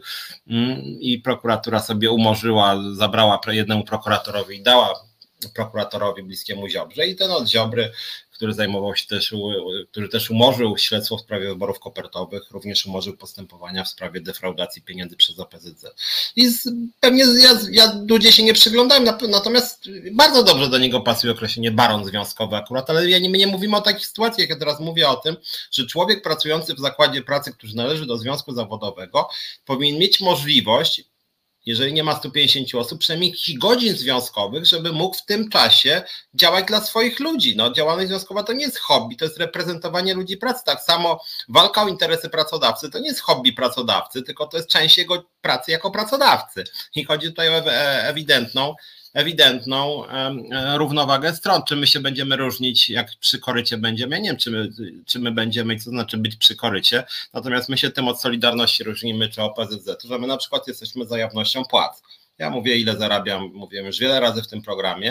i prokuratura sobie umorzyła, zabrała jednemu prokuratorowi i dała prokuratorowi bliskiemu Ziobrze i ten od Ziobry, który zajmował się też, który też umorzył śledztwo w sprawie wyborów kopertowych, również umorzył postępowania w sprawie defraudacji pieniędzy przez O P Z Z. I z, pewnie ja, ja Dudzie się nie przyglądałem, natomiast bardzo dobrze do niego pasuje określenie baron związkowy akurat, ale ja nie, my nie mówimy o takich sytuacjach, ja teraz mówię o tym, że człowiek pracujący w zakładzie pracy, który należy do związku zawodowego, powinien mieć możliwość, jeżeli nie ma stu pięćdziesięciu osób, przynajmniej jakichś godzin związkowych, żeby mógł w tym czasie działać dla swoich ludzi. No, działalność związkowa to nie jest hobby, to jest reprezentowanie ludzi pracy. Tak samo walka o interesy pracodawcy to nie jest hobby pracodawcy, tylko to jest część jego pracy jako pracodawcy. I chodzi tutaj o ewidentną, ewidentną równowagę stron. Czy my się będziemy różnić, jak przy korycie będziemy? Ja nie wiem, czy my, czy my będziemy, co to znaczy być przy korycie, natomiast my się tym od Solidarności różnimy, czy O P Z Z, że my na przykład jesteśmy za jawnością płac. Ja mówię, ile zarabiam, mówiłem już wiele razy w tym programie.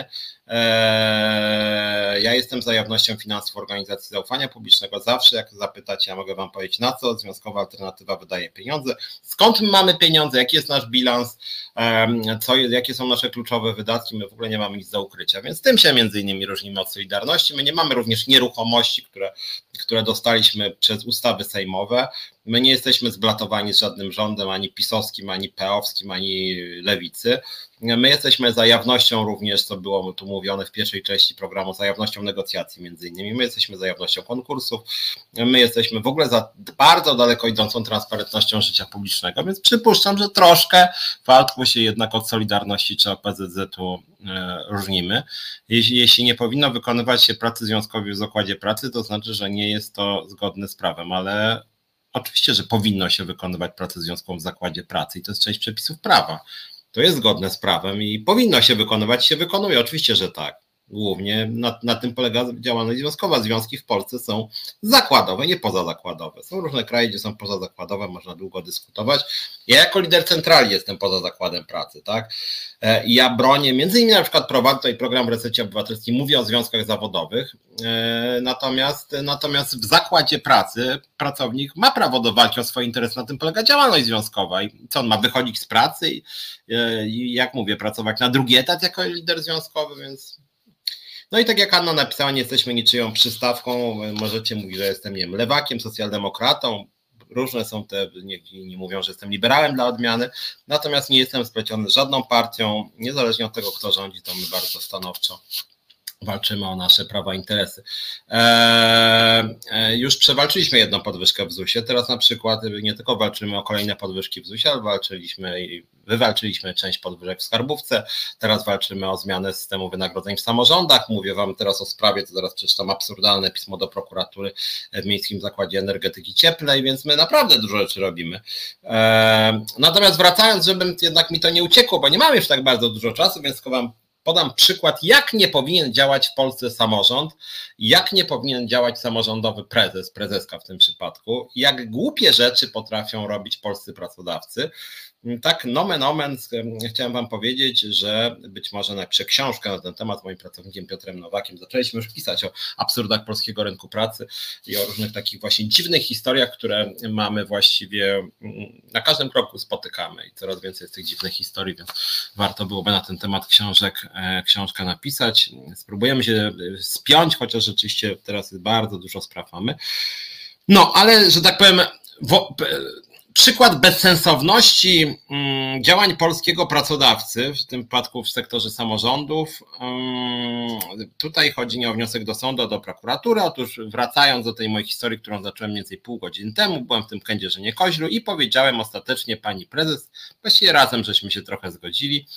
Eee, ja jestem za jawnością finansów Organizacji Zaufania Publicznego. Zawsze jak zapytacie, ja mogę wam powiedzieć, na co Związkowa Alternatywa wydaje pieniądze, skąd my mamy pieniądze, jaki jest nasz bilans, eee, co, jakie są nasze kluczowe wydatki, my w ogóle nie mamy nic do ukrycia, więc tym się między innymi różnimy od Solidarności. My nie mamy również nieruchomości, które, które dostaliśmy przez ustawy sejmowe. My nie jesteśmy zblatowani z żadnym rządem, ani pisowskim, ani peowskim, ani lewicy. My jesteśmy za jawnością również, co było tu mówione w pierwszej części programu, za jawnością negocjacji między innymi. My jesteśmy za jawnością konkursów, my jesteśmy w ogóle za bardzo daleko idącą transparentnością życia publicznego, więc przypuszczam, że troszkę w Altku się jednak od Solidarności czy O P Z Z-u różnimy. Jeśli, jeśli nie powinno wykonywać się pracy związkowej w zakładzie pracy, to znaczy, że nie jest to zgodne z prawem, ale oczywiście, że powinno się wykonywać pracę związkową w zakładzie pracy i to jest część przepisów prawa. To jest zgodne z prawem i powinno się wykonywać, się wykonuje, oczywiście, że tak. Głównie na, na tym polega działalność związkowa. Związki w Polsce są zakładowe, nie pozazakładowe. Są różne kraje, gdzie są pozazakładowe, można długo dyskutować. Ja jako lider centrali jestem poza zakładem pracy, tak? I ja bronię, między innymi na przykład prowadzę tutaj program w Resecie Obywatelskim, mówię o związkach zawodowych, natomiast, natomiast w zakładzie pracy pracownik ma prawo do walki o swoje interesy, na tym polega działalność związkowa i co on ma wychodzić z pracy i, i jak mówię, pracować na drugi etat jako lider związkowy, więc... No i tak jak Anna napisała, nie jesteśmy niczyją przystawką, możecie mówić, że jestem, nie wiem, lewakiem, socjaldemokratą, różne są te, inni mówią, że jestem liberałem dla odmiany, natomiast nie jestem spleciony z żadną partią, niezależnie od tego, kto rządzi, to my bardzo stanowczo walczymy o nasze prawa, interesy. Eee, już przewalczyliśmy jedną podwyżkę w zusie, teraz na przykład nie tylko walczymy o kolejne podwyżki w zusie, ale walczyliśmy i wywalczyliśmy część podwyżek w skarbówce, teraz walczymy o zmianę systemu wynagrodzeń w samorządach. Mówię wam teraz o sprawie, to zaraz przeczytam absurdalne pismo do prokuratury w Miejskim Zakładzie Energetyki Cieplnej, więc my naprawdę dużo rzeczy robimy. Eee, natomiast wracając, żeby jednak mi to nie uciekło, bo nie mam już tak bardzo dużo czasu, więc tylko wam podam przykład, jak nie powinien działać w Polsce samorząd, jak nie powinien działać samorządowy prezes, prezeska w tym przypadku, jak głupie rzeczy potrafią robić polscy pracodawcy. Tak nomen omen chciałem wam powiedzieć, że być może napiszę książkę na ten temat z moim pracownikiem Piotrem Nowakiem. Zaczęliśmy już pisać o absurdach polskiego rynku pracy i o różnych takich właśnie dziwnych historiach, które mamy właściwie na każdym kroku spotykamy i coraz więcej jest tych dziwnych historii, więc warto byłoby na ten temat książek, książkę napisać. Spróbujemy się spiąć, chociaż rzeczywiście teraz jest bardzo dużo spraw mamy. No, ale że tak powiem, wo, przykład bezsensowności działań polskiego pracodawcy, w tym przypadku w sektorze samorządów. Tutaj chodzi nie o wniosek do sądu, a do prokuratury. Otóż wracając do tej mojej historii, którą zacząłem mniej więcej pół godziny temu, byłem w tym Kędzierzynie Koźlu i powiedziałem ostatecznie pani prezes, właściwie razem żeśmy się trochę zgodzili,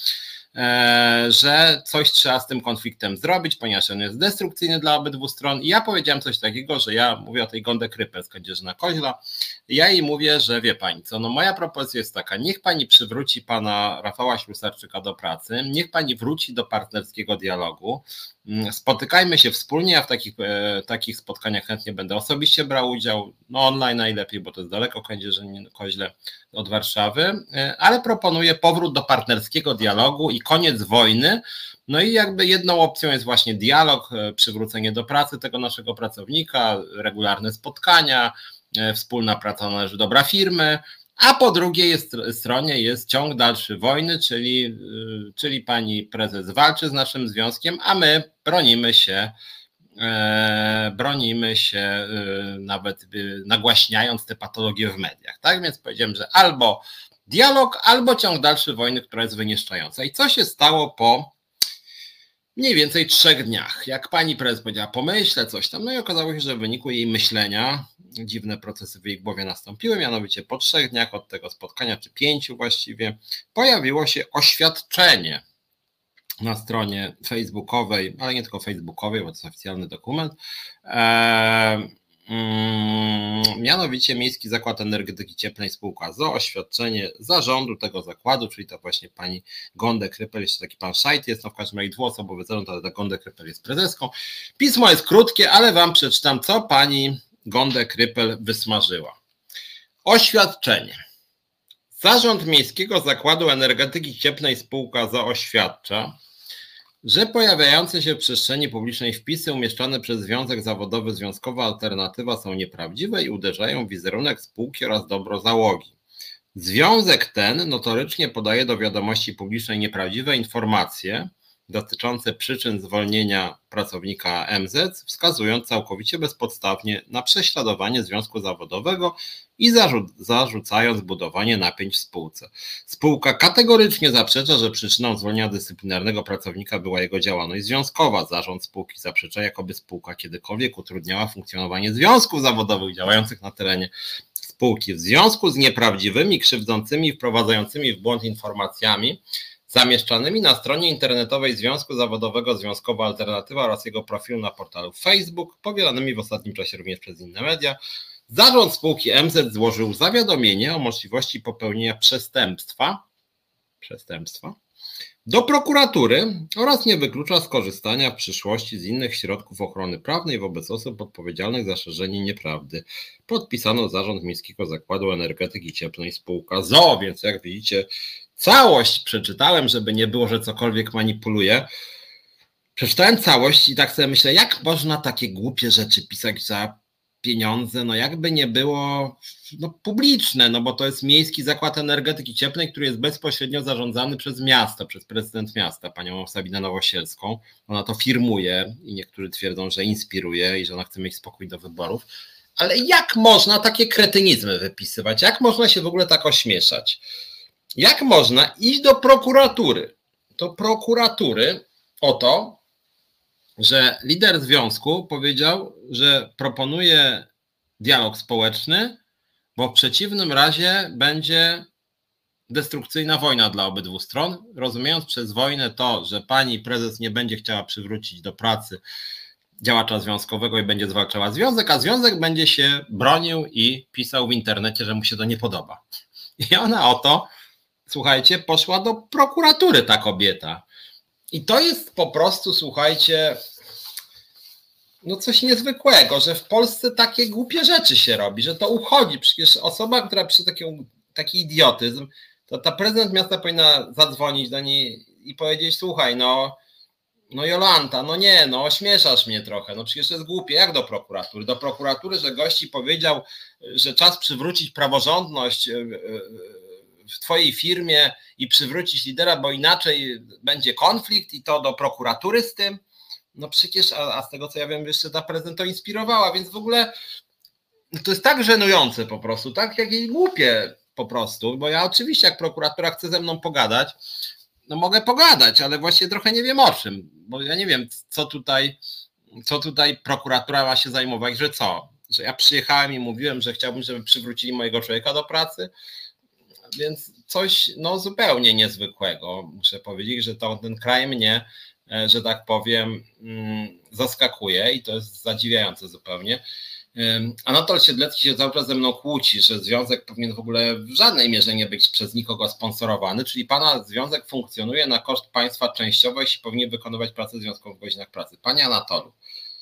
że coś trzeba z tym konfliktem zrobić, ponieważ on jest destrukcyjny dla obydwu stron. I ja powiedziałem coś takiego, że ja mówię o tej Gonde Krypel z Kędzierzyna Koźla. Ja jej mówię, że wie pani co, no moja propozycja jest taka, niech pani przywróci pana Rafała Ślusarczyka do pracy, niech pani wróci do partnerskiego dialogu, spotykajmy się wspólnie, ja w takich, e, takich spotkaniach chętnie będę osobiście brał udział, no online najlepiej, bo to jest daleko Kędzierzyn Koźle od Warszawy, e, ale proponuję powrót do partnerskiego dialogu i koniec wojny. No i jakby jedną opcją jest właśnie dialog, e, przywrócenie do pracy tego naszego pracownika, regularne spotkania, e, wspólna praca na rzecz dobra firmy, a po drugiej jest, stronie jest ciąg dalszy wojny, czyli, czyli pani prezes walczy z naszym związkiem, a my bronimy się, e, bronimy się e, nawet e, nagłaśniając te patologie w mediach. Tak więc powiedziałem, że albo dialog, albo ciąg dalszy wojny, która jest wyniszczająca. I co się stało po mniej więcej trzech dniach? Jak pani prezes powiedziała, pomyślę coś tam, no i okazało się, że w wyniku jej myślenia dziwne procesy w jej głowie nastąpiły, mianowicie po trzech dniach od tego spotkania, czy pięciu właściwie, pojawiło się oświadczenie na stronie facebookowej, ale nie tylko facebookowej, bo to jest oficjalny dokument, eee, mm, mianowicie Miejski Zakład Energetyki Cieplnej spółka z o o, oświadczenie zarządu tego zakładu, czyli to właśnie pani Gonde Krypel, jeszcze taki pan Szajt jest, no w każdym razie dwuosobowy zarząd, ale ta Gonde Krypel jest prezeską. Pismo jest krótkie, ale wam przeczytam, co pani Gonde Krypel wysmażyła. Oświadczenie. Zarząd Miejskiego Zakładu Energetyki Cieplnej spółka z o o oświadcza, że pojawiające się w przestrzeni publicznej wpisy umieszczane przez Związek Zawodowy Związkowa Alternatywa są nieprawdziwe i uderzają w wizerunek spółki oraz dobro załogi. Związek ten notorycznie podaje do wiadomości publicznej nieprawdziwe informacje dotyczące przyczyn zwolnienia pracownika M Z, wskazując całkowicie bezpodstawnie na prześladowanie związku zawodowego i zarzu- zarzucając budowanie napięć w spółce. Spółka kategorycznie zaprzecza, że przyczyną zwolnienia dyscyplinarnego pracownika była jego działalność związkowa. Zarząd spółki zaprzecza, jakoby spółka kiedykolwiek utrudniała funkcjonowanie związków zawodowych działających na terenie spółki. W związku z nieprawdziwymi, krzywdzącymi, wprowadzającymi w błąd informacjami zamieszczanymi na stronie internetowej Związku Zawodowego Związkowa Alternatywa oraz jego profilu na portalu Facebook, powielanymi w ostatnim czasie również przez inne media, zarząd spółki M Z złożył zawiadomienie o możliwości popełnienia przestępstwa, przestępstwa do prokuratury oraz nie wyklucza skorzystania w przyszłości z innych środków ochrony prawnej wobec osób odpowiedzialnych za szerzenie nieprawdy. Podpisano Zarząd Miejskiego Zakładu Energetyki Cieplnej spółka z o o, więc jak widzicie, całość przeczytałem, żeby nie było, że cokolwiek manipuluję. Przeczytałem całość i tak sobie myślę, jak można takie głupie rzeczy pisać za pieniądze, no jakby nie było no, publiczne, no bo to jest Miejski Zakład Energetyki Cieplnej, który jest bezpośrednio zarządzany przez miasto, przez prezydent miasta, panią Sabinę Nowosielską. Ona to firmuje i niektórzy twierdzą, że inspiruje i że ona chce mieć spokój do wyborów. Ale jak można takie kretynizmy wypisywać? Jak można się w ogóle tak ośmieszać? Jak można iść do prokuratury, do prokuratury o to, że lider związku powiedział, że proponuje dialog społeczny, bo w przeciwnym razie będzie destrukcyjna wojna dla obydwu stron, rozumiejąc przez wojnę to, że pani prezes nie będzie chciała przywrócić do pracy działacza związkowego i będzie zwalczała związek, a związek będzie się bronił i pisał w internecie, że mu się to nie podoba. I ona oto, słuchajcie, poszła do prokuratury, ta kobieta. I to jest po prostu, słuchajcie, no coś niezwykłego, że w Polsce takie głupie rzeczy się robi, że to uchodzi. Przecież osoba, która przy takim, taki idiotyzm, to ta prezydent miasta powinna zadzwonić do niej i powiedzieć, słuchaj, no, no Jolanta, no nie, no ośmieszasz mnie trochę, no przecież to jest głupie, jak do prokuratury? Do prokuratury, że gości powiedział, że czas przywrócić praworządność w twojej firmie i przywrócić lidera, bo inaczej będzie konflikt i to do prokuratury z tym? No przecież, a, a z tego co ja wiem, jeszcze ta prezydent to inspirowała, więc w ogóle to jest tak żenujące po prostu, tak jak i głupie po prostu, bo ja oczywiście jak prokuratura chce ze mną pogadać, no mogę pogadać, ale właśnie trochę nie wiem o czym, bo ja nie wiem, co tutaj, co tutaj prokuratura ma się zajmować, że co, że ja przyjechałem i mówiłem, że chciałbym, żeby przywrócili mojego człowieka do pracy, więc coś no zupełnie niezwykłego, muszę powiedzieć, że to ten kraj mnie, że tak powiem, zaskakuje i to jest zadziwiające zupełnie. Anatol Siedlecki się cały czas ze mną kłóci, że związek powinien w ogóle w żadnej mierze nie być przez nikogo sponsorowany, czyli pana związek funkcjonuje na koszt państwa częściowo, jeśli powinien wykonywać pracę związkową w godzinach pracy. Panie Anatolu,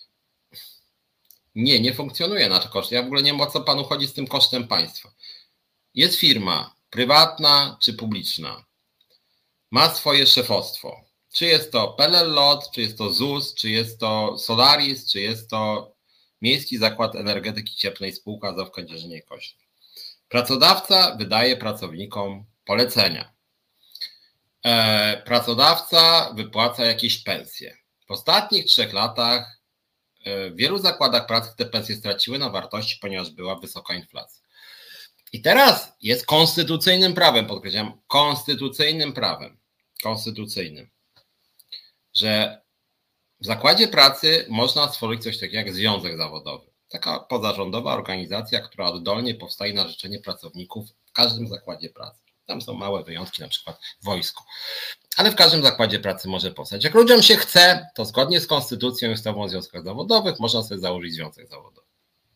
nie, nie funkcjonuje na to koszt. Ja w ogóle nie wiem, o co panu chodzi z tym kosztem państwa. Jest firma prywatna czy publiczna, ma swoje szefostwo. Czy jest to P L L Lot, czy jest to Z U S, czy jest to Solaris, czy jest to Miejski Zakład Energetyki Cieplnej spółka z o w Kędzierzynie Koźlu. Pracodawca wydaje pracownikom polecenia. E, pracodawca wypłaca jakieś pensje. W ostatnich trzech latach e, w wielu zakładach pracy te pensje straciły na wartości, ponieważ była wysoka inflacja. I teraz jest konstytucyjnym prawem, podkreślam, konstytucyjnym prawem, konstytucyjnym, że w zakładzie pracy można stworzyć coś takiego jak związek zawodowy. Taka pozarządowa organizacja, która oddolnie powstaje na życzenie pracowników w każdym zakładzie pracy. Tam są małe wyjątki, na przykład wojsko. Ale w każdym zakładzie pracy może powstać. Jak ludziom się chce, to zgodnie z konstytucją i ustawą o związkach zawodowych można sobie założyć związek zawodowy.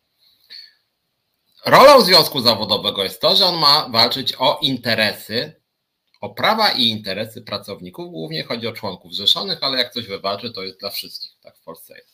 Rolą związku zawodowego jest to, że on ma walczyć o interesy, o prawa i interesy pracowników. Głównie chodzi o członków zrzeszonych, ale jak coś wywalczy, to jest dla wszystkich. Tak w Polsce jest.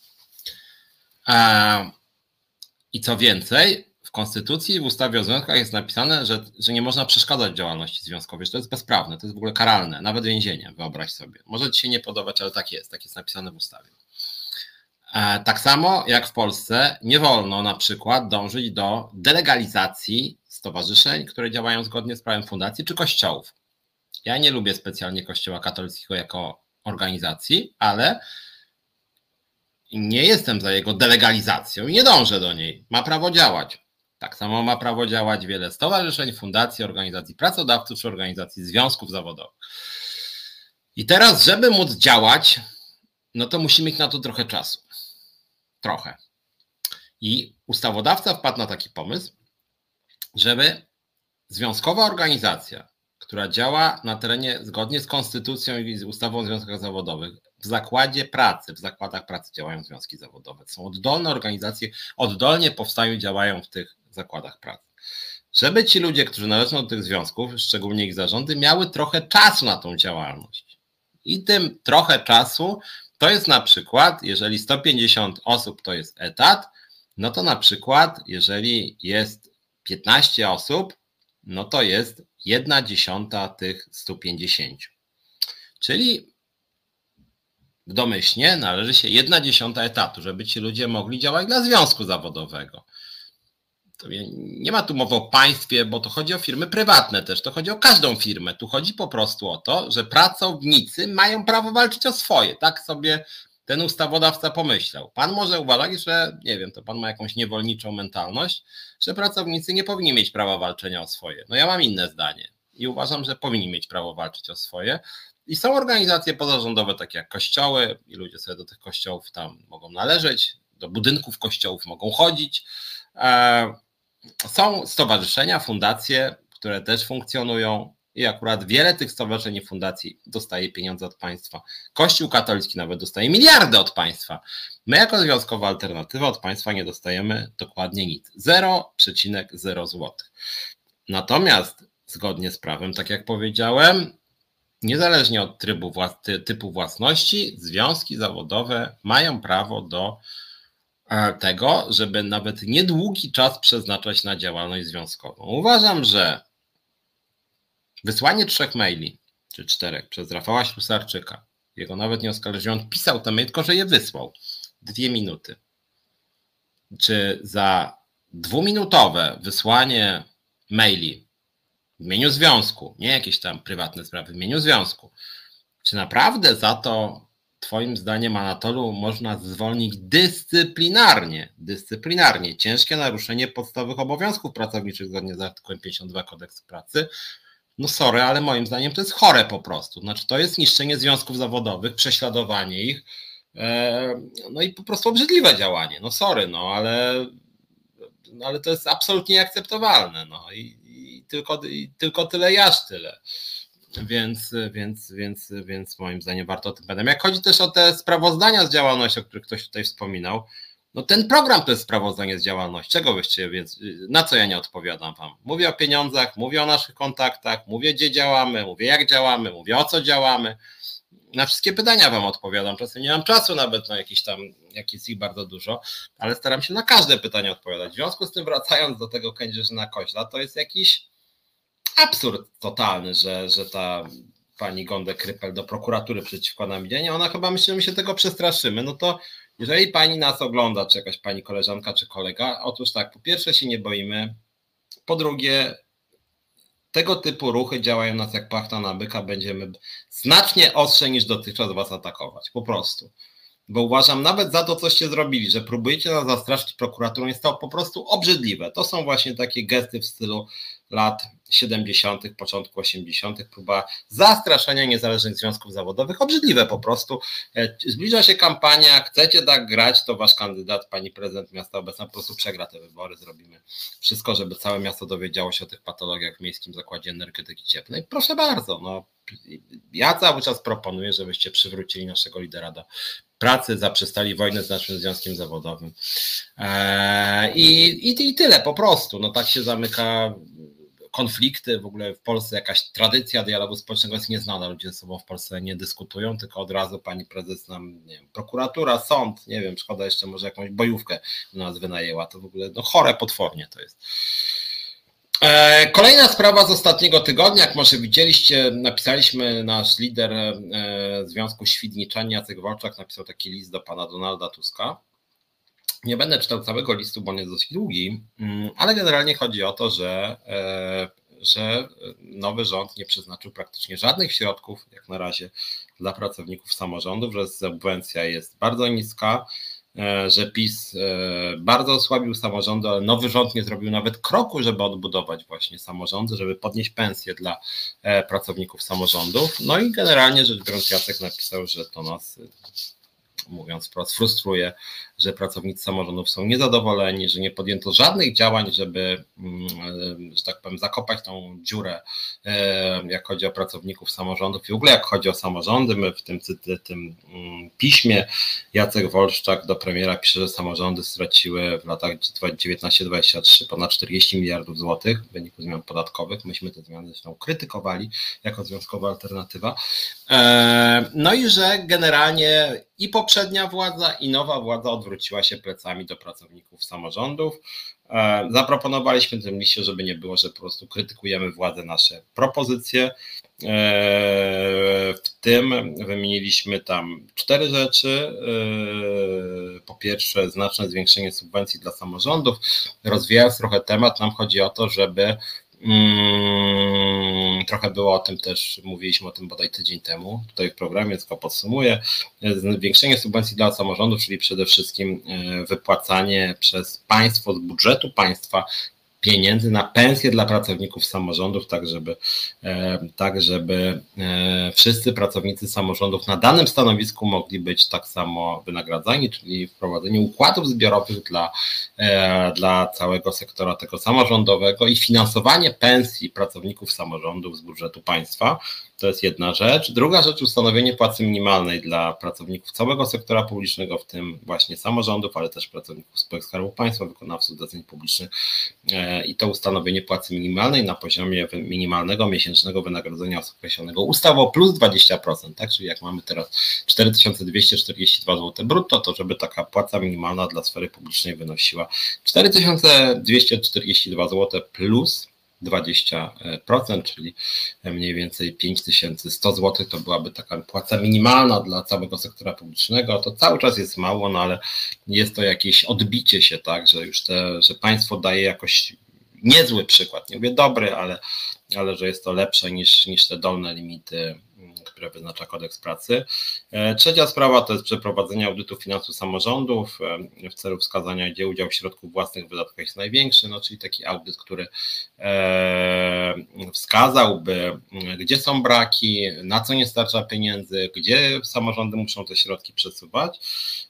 I co więcej, w Konstytucji i w ustawie o związkach jest napisane, że, że nie można przeszkadzać działalności związkowej, że to jest bezprawne, to jest w ogóle karalne, nawet więzieniem, wyobraź sobie. Może ci się nie podobać, ale tak jest, tak jest napisane w ustawie. Tak samo jak w Polsce nie wolno na przykład dążyć do delegalizacji stowarzyszeń, które działają zgodnie z prawem fundacji czy kościołów. Ja nie lubię specjalnie Kościoła katolickiego jako organizacji, ale nie jestem za jego delegalizacją i nie dążę do niej. Ma prawo działać. Tak samo ma prawo działać wiele stowarzyszeń, fundacji, organizacji pracodawców czy organizacji związków zawodowych. I teraz, żeby móc działać, no to musimy mieć na to trochę czasu. Trochę. I ustawodawca wpadł na taki pomysł, żeby związkowa organizacja, która działa na terenie zgodnie z konstytucją i z ustawą o związkach zawodowych, w zakładzie pracy, w zakładach pracy działają związki zawodowe. Są oddolne organizacje, oddolnie powstają i działają w tych zakładach pracy. Żeby ci ludzie, którzy należą do tych związków, szczególnie ich zarządy, miały trochę czasu na tą działalność. I tym trochę czasu to jest na przykład, jeżeli sto pięćdziesiąt osób to jest etat, no to na przykład, jeżeli jest piętnaście osób, no to jest jedna dziesiąta tych stu pięćdziesięciu. Czyli domyślnie należy się jedna dziesiąta etatu, żeby ci ludzie mogli działać dla związku zawodowego. To nie ma tu mowy o państwie, bo to chodzi o firmy prywatne też, to chodzi o każdą firmę. Tu chodzi po prostu o to, że pracownicy mają prawo walczyć o swoje. Tak sobie ten ustawodawca pomyślał. Pan może uważać, że nie wiem, to pan ma jakąś niewolniczą mentalność, że pracownicy nie powinni mieć prawa walczenia o swoje. No ja mam inne zdanie i uważam, że powinni mieć prawo walczyć o swoje, I są organizacje pozarządowe, takie jak kościoły, i ludzie sobie do tych kościołów tam mogą należeć, do budynków kościołów mogą chodzić. Są stowarzyszenia, fundacje, które też funkcjonują i akurat wiele tych stowarzyszeń i fundacji dostaje pieniądze od państwa. Kościół katolicki nawet dostaje miliardy od państwa. My jako Związkowa Alternatywa od państwa nie dostajemy dokładnie nic. zero przecinek zero złotych. Natomiast zgodnie z prawem, tak jak powiedziałem, niezależnie od trybu, typu własności, związki zawodowe mają prawo do tego, żeby nawet niedługi czas przeznaczać na działalność związkową. Uważam, że wysłanie trzech maili, czy czterech, przez Rafała Ślusarczyka, jego nawet nie oskarżyłem, on pisał te maile, tylko że je wysłał. Dwie minuty. Czy za dwuminutowe wysłanie maili w imieniu związku, nie jakieś tam prywatne sprawy, w imieniu związku, czy naprawdę za to twoim zdaniem, Anatolu, można zwolnić dyscyplinarnie, dyscyplinarnie, ciężkie naruszenie podstawowych obowiązków pracowniczych zgodnie z artykułem pięćdziesiątym drugim Kodeksu Pracy? No sorry, ale moim zdaniem to jest chore po prostu. Znaczy to jest niszczenie związków zawodowych, prześladowanie ich, no i po prostu obrzydliwe działanie. No sorry, no ale, no ale to jest absolutnie nieakceptowalne. No i, i, tylko, i tylko tyle i aż tyle. Więc, więc, więc, więc moim zdaniem warto o tym pamiętać. Jak chodzi też o te sprawozdania z działalności, o których ktoś tutaj wspominał, no ten program to jest sprawozdanie z działalności. Czego wyście, więc na co ja nie odpowiadam wam? Mówię o pieniądzach, mówię o naszych kontaktach, mówię gdzie działamy, mówię jak działamy, mówię o co działamy. Na wszystkie pytania wam odpowiadam. Czasem nie mam czasu nawet na jakieś tam, jak jest ich bardzo dużo, ale staram się na każde pytanie odpowiadać. W związku z tym, wracając do tego Kędzierzyna-Koźla, to jest jakiś absurd totalny, że, że ta pani Gądek-Krypel do prokuratury przeciwko nam idzie. Ona chyba myśli, że my się tego przestraszymy. No to jeżeli pani nas ogląda, czy jakaś pani koleżanka, czy kolega, otóż tak, po pierwsze się nie boimy, po drugie tego typu ruchy działają nas jak pachta na byka, będziemy znacznie ostrzej niż dotychczas was atakować, po prostu. Bo uważam, nawet za to, coście zrobili, że próbujecie nas zastraszyć prokuraturą, jest to po prostu obrzydliwe. To są właśnie takie gesty w stylu lat siedemdziesiątych, początku osiemdziesiątych, próba zastraszania niezależnych związków zawodowych, obrzydliwe po prostu. Zbliża się kampania, chcecie tak grać, to wasz kandydat, pani prezydent miasta obecna po prostu przegra te wybory, zrobimy wszystko, żeby całe miasto dowiedziało się o tych patologiach w Miejskim Zakładzie Energetyki Cieplnej. Proszę bardzo, no ja cały czas proponuję, żebyście przywrócili naszego lidera do pracy, zaprzestali wojnę z naszym związkiem zawodowym. Eee, i, i, I tyle po prostu. No tak się zamyka konflikty. W ogóle w Polsce jakaś tradycja dialogu społecznego jest nieznana. Ludzie ze sobą w Polsce nie dyskutują, tylko od razu pani prezes nam, nie wiem, prokuratura, sąd, nie wiem, szkoda jeszcze może jakąś bojówkę nas wynajęła. To w ogóle no, chore potwornie to jest. Kolejna sprawa z ostatniego tygodnia, jak może widzieliście, napisaliśmy, nasz lider Związku Świdniczani Jacek Wolczak napisał taki list do pana Donalda Tuska. Nie będę czytał całego listu, bo on jest dosyć długi, ale generalnie chodzi o to, że, że nowy rząd nie przeznaczył praktycznie żadnych środków, jak na razie, dla pracowników samorządów, że subwencja jest bardzo niska, że PiS bardzo osłabił samorządy, ale nowy rząd nie zrobił nawet kroku, żeby odbudować właśnie samorządy, żeby podnieść pensje dla pracowników samorządów. No i generalnie rzecz biorąc Jacek napisał, że to nas, mówiąc wprost, frustruje, że pracownicy samorządów są niezadowoleni, że nie podjęto żadnych działań, żeby, że tak powiem, zakopać tą dziurę, jak chodzi o pracowników samorządów i w ogóle jak chodzi o samorządy. My w tym, tym piśmie Jacek Wolszczak do premiera pisze, że samorządy straciły w latach dziewiętnaście dwadzieścia trzy ponad czterdzieści miliardów złotych w wyniku zmian podatkowych. Myśmy te zmiany zresztą krytykowali jako Związkowa Alternatywa. No i że generalnie i poprzednia władza, i nowa władza odwróciła się plecami do pracowników samorządów. Zaproponowaliśmy w tym liście, żeby nie było, że po prostu krytykujemy władzę, nasze propozycje. W tym wymieniliśmy tam cztery rzeczy. Po pierwsze, znaczne zwiększenie subwencji dla samorządów. Rozwijając trochę temat, nam chodzi o to, żeby Hmm, trochę było o tym też, mówiliśmy o tym bodaj tydzień temu tutaj w programie, więc go podsumuję. Zwiększenie subwencji dla samorządów, czyli przede wszystkim wypłacanie przez państwo, z budżetu państwa pieniędzy na pensje dla pracowników samorządów, tak żeby, tak żeby wszyscy pracownicy samorządów na danym stanowisku mogli być tak samo wynagradzani, czyli wprowadzenie układów zbiorowych dla, dla całego sektora tego samorządowego i finansowanie pensji pracowników samorządów z budżetu państwa. To jest jedna rzecz. Druga rzecz, ustanowienie płacy minimalnej dla pracowników całego sektora publicznego, w tym właśnie samorządów, ale też pracowników spółek Skarbu Państwa, wykonawców zleceń publicznych i to ustanowienie płacy minimalnej na poziomie minimalnego miesięcznego wynagrodzenia określonego ustawą plus dwadzieścia procent, tak? Czyli jak mamy teraz cztery tysiące dwieście czterdzieści dwa złote brutto, to żeby taka płaca minimalna dla sfery publicznej wynosiła cztery tysiące dwieście czterdzieści dwa złote plus dwadzieścia procent, czyli mniej więcej pięć tysięcy sto złotych to byłaby taka płaca minimalna dla całego sektora publicznego. To cały czas jest mało, no ale jest to jakieś odbicie się, tak, że już te, że państwo daje jakoś niezły przykład, nie mówię dobry, ale, ale że jest to lepsze niż, niż te dolne limity, które wyznacza kodeks pracy. Trzecia sprawa to jest przeprowadzenie audytu finansów samorządów w celu wskazania, gdzie udział środków własnych w wydatkach jest największy, no czyli taki audyt, który wskazałby, gdzie są braki, na co nie starcza pieniędzy, gdzie samorządy muszą te środki przesuwać.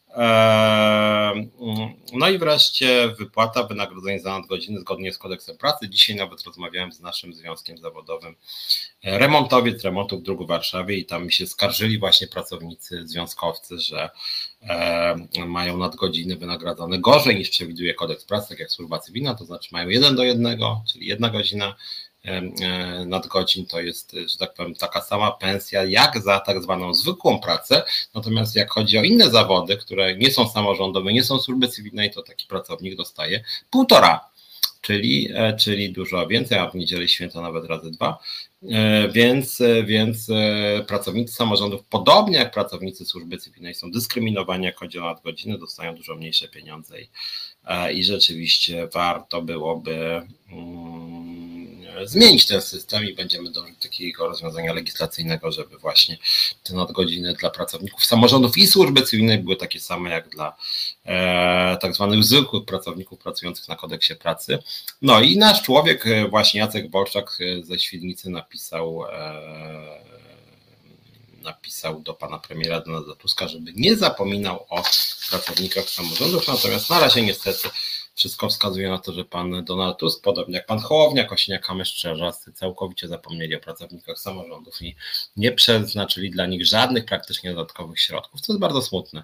No i wreszcie wypłata wynagrodzeń za nadgodziny zgodnie z kodeksem pracy. Dzisiaj nawet rozmawiałem z naszym związkiem zawodowym remontowiec remontów dróg w Warszawie i tam mi się skarżyli właśnie pracownicy, związkowcy, że mają nadgodziny wynagradzane gorzej niż przewiduje kodeks pracy, tak jak służba cywilna, to znaczy mają jeden do jednego, czyli jedna godzina nadgodzin to jest, że tak powiem, taka sama pensja jak za tak zwaną zwykłą pracę, natomiast jak chodzi o inne zawody, które nie są samorządowe, nie są służby cywilnej, to taki pracownik dostaje półtora, czyli, czyli dużo więcej, a w niedzielę i święta nawet razy dwa, więc, więc pracownicy samorządów, podobnie jak pracownicy służby cywilnej, są dyskryminowani, jak chodzi o nadgodziny, dostają dużo mniejsze pieniądze i, i rzeczywiście warto byłoby zmienić ten system i będziemy dążyć do takiego rozwiązania legislacyjnego, żeby właśnie te nadgodziny dla pracowników samorządów i służby cywilnej były takie same jak dla e, tak zwanych zwykłych pracowników pracujących na kodeksie pracy. No i nasz człowiek, właśnie Jacek Wolczak ze Świdnicy napisał e, napisał do pana premiera Donalda Tuska, żeby nie zapominał o pracownikach samorządów, natomiast na razie niestety wszystko wskazuje na to, że pan Donald Tusk, podobnie jak pan Hołownia, Kosiniak-Kamysz, Czarzasty, całkowicie zapomnieli o pracownikach samorządów i nie przeznaczyli dla nich żadnych praktycznie dodatkowych środków, co jest bardzo smutne.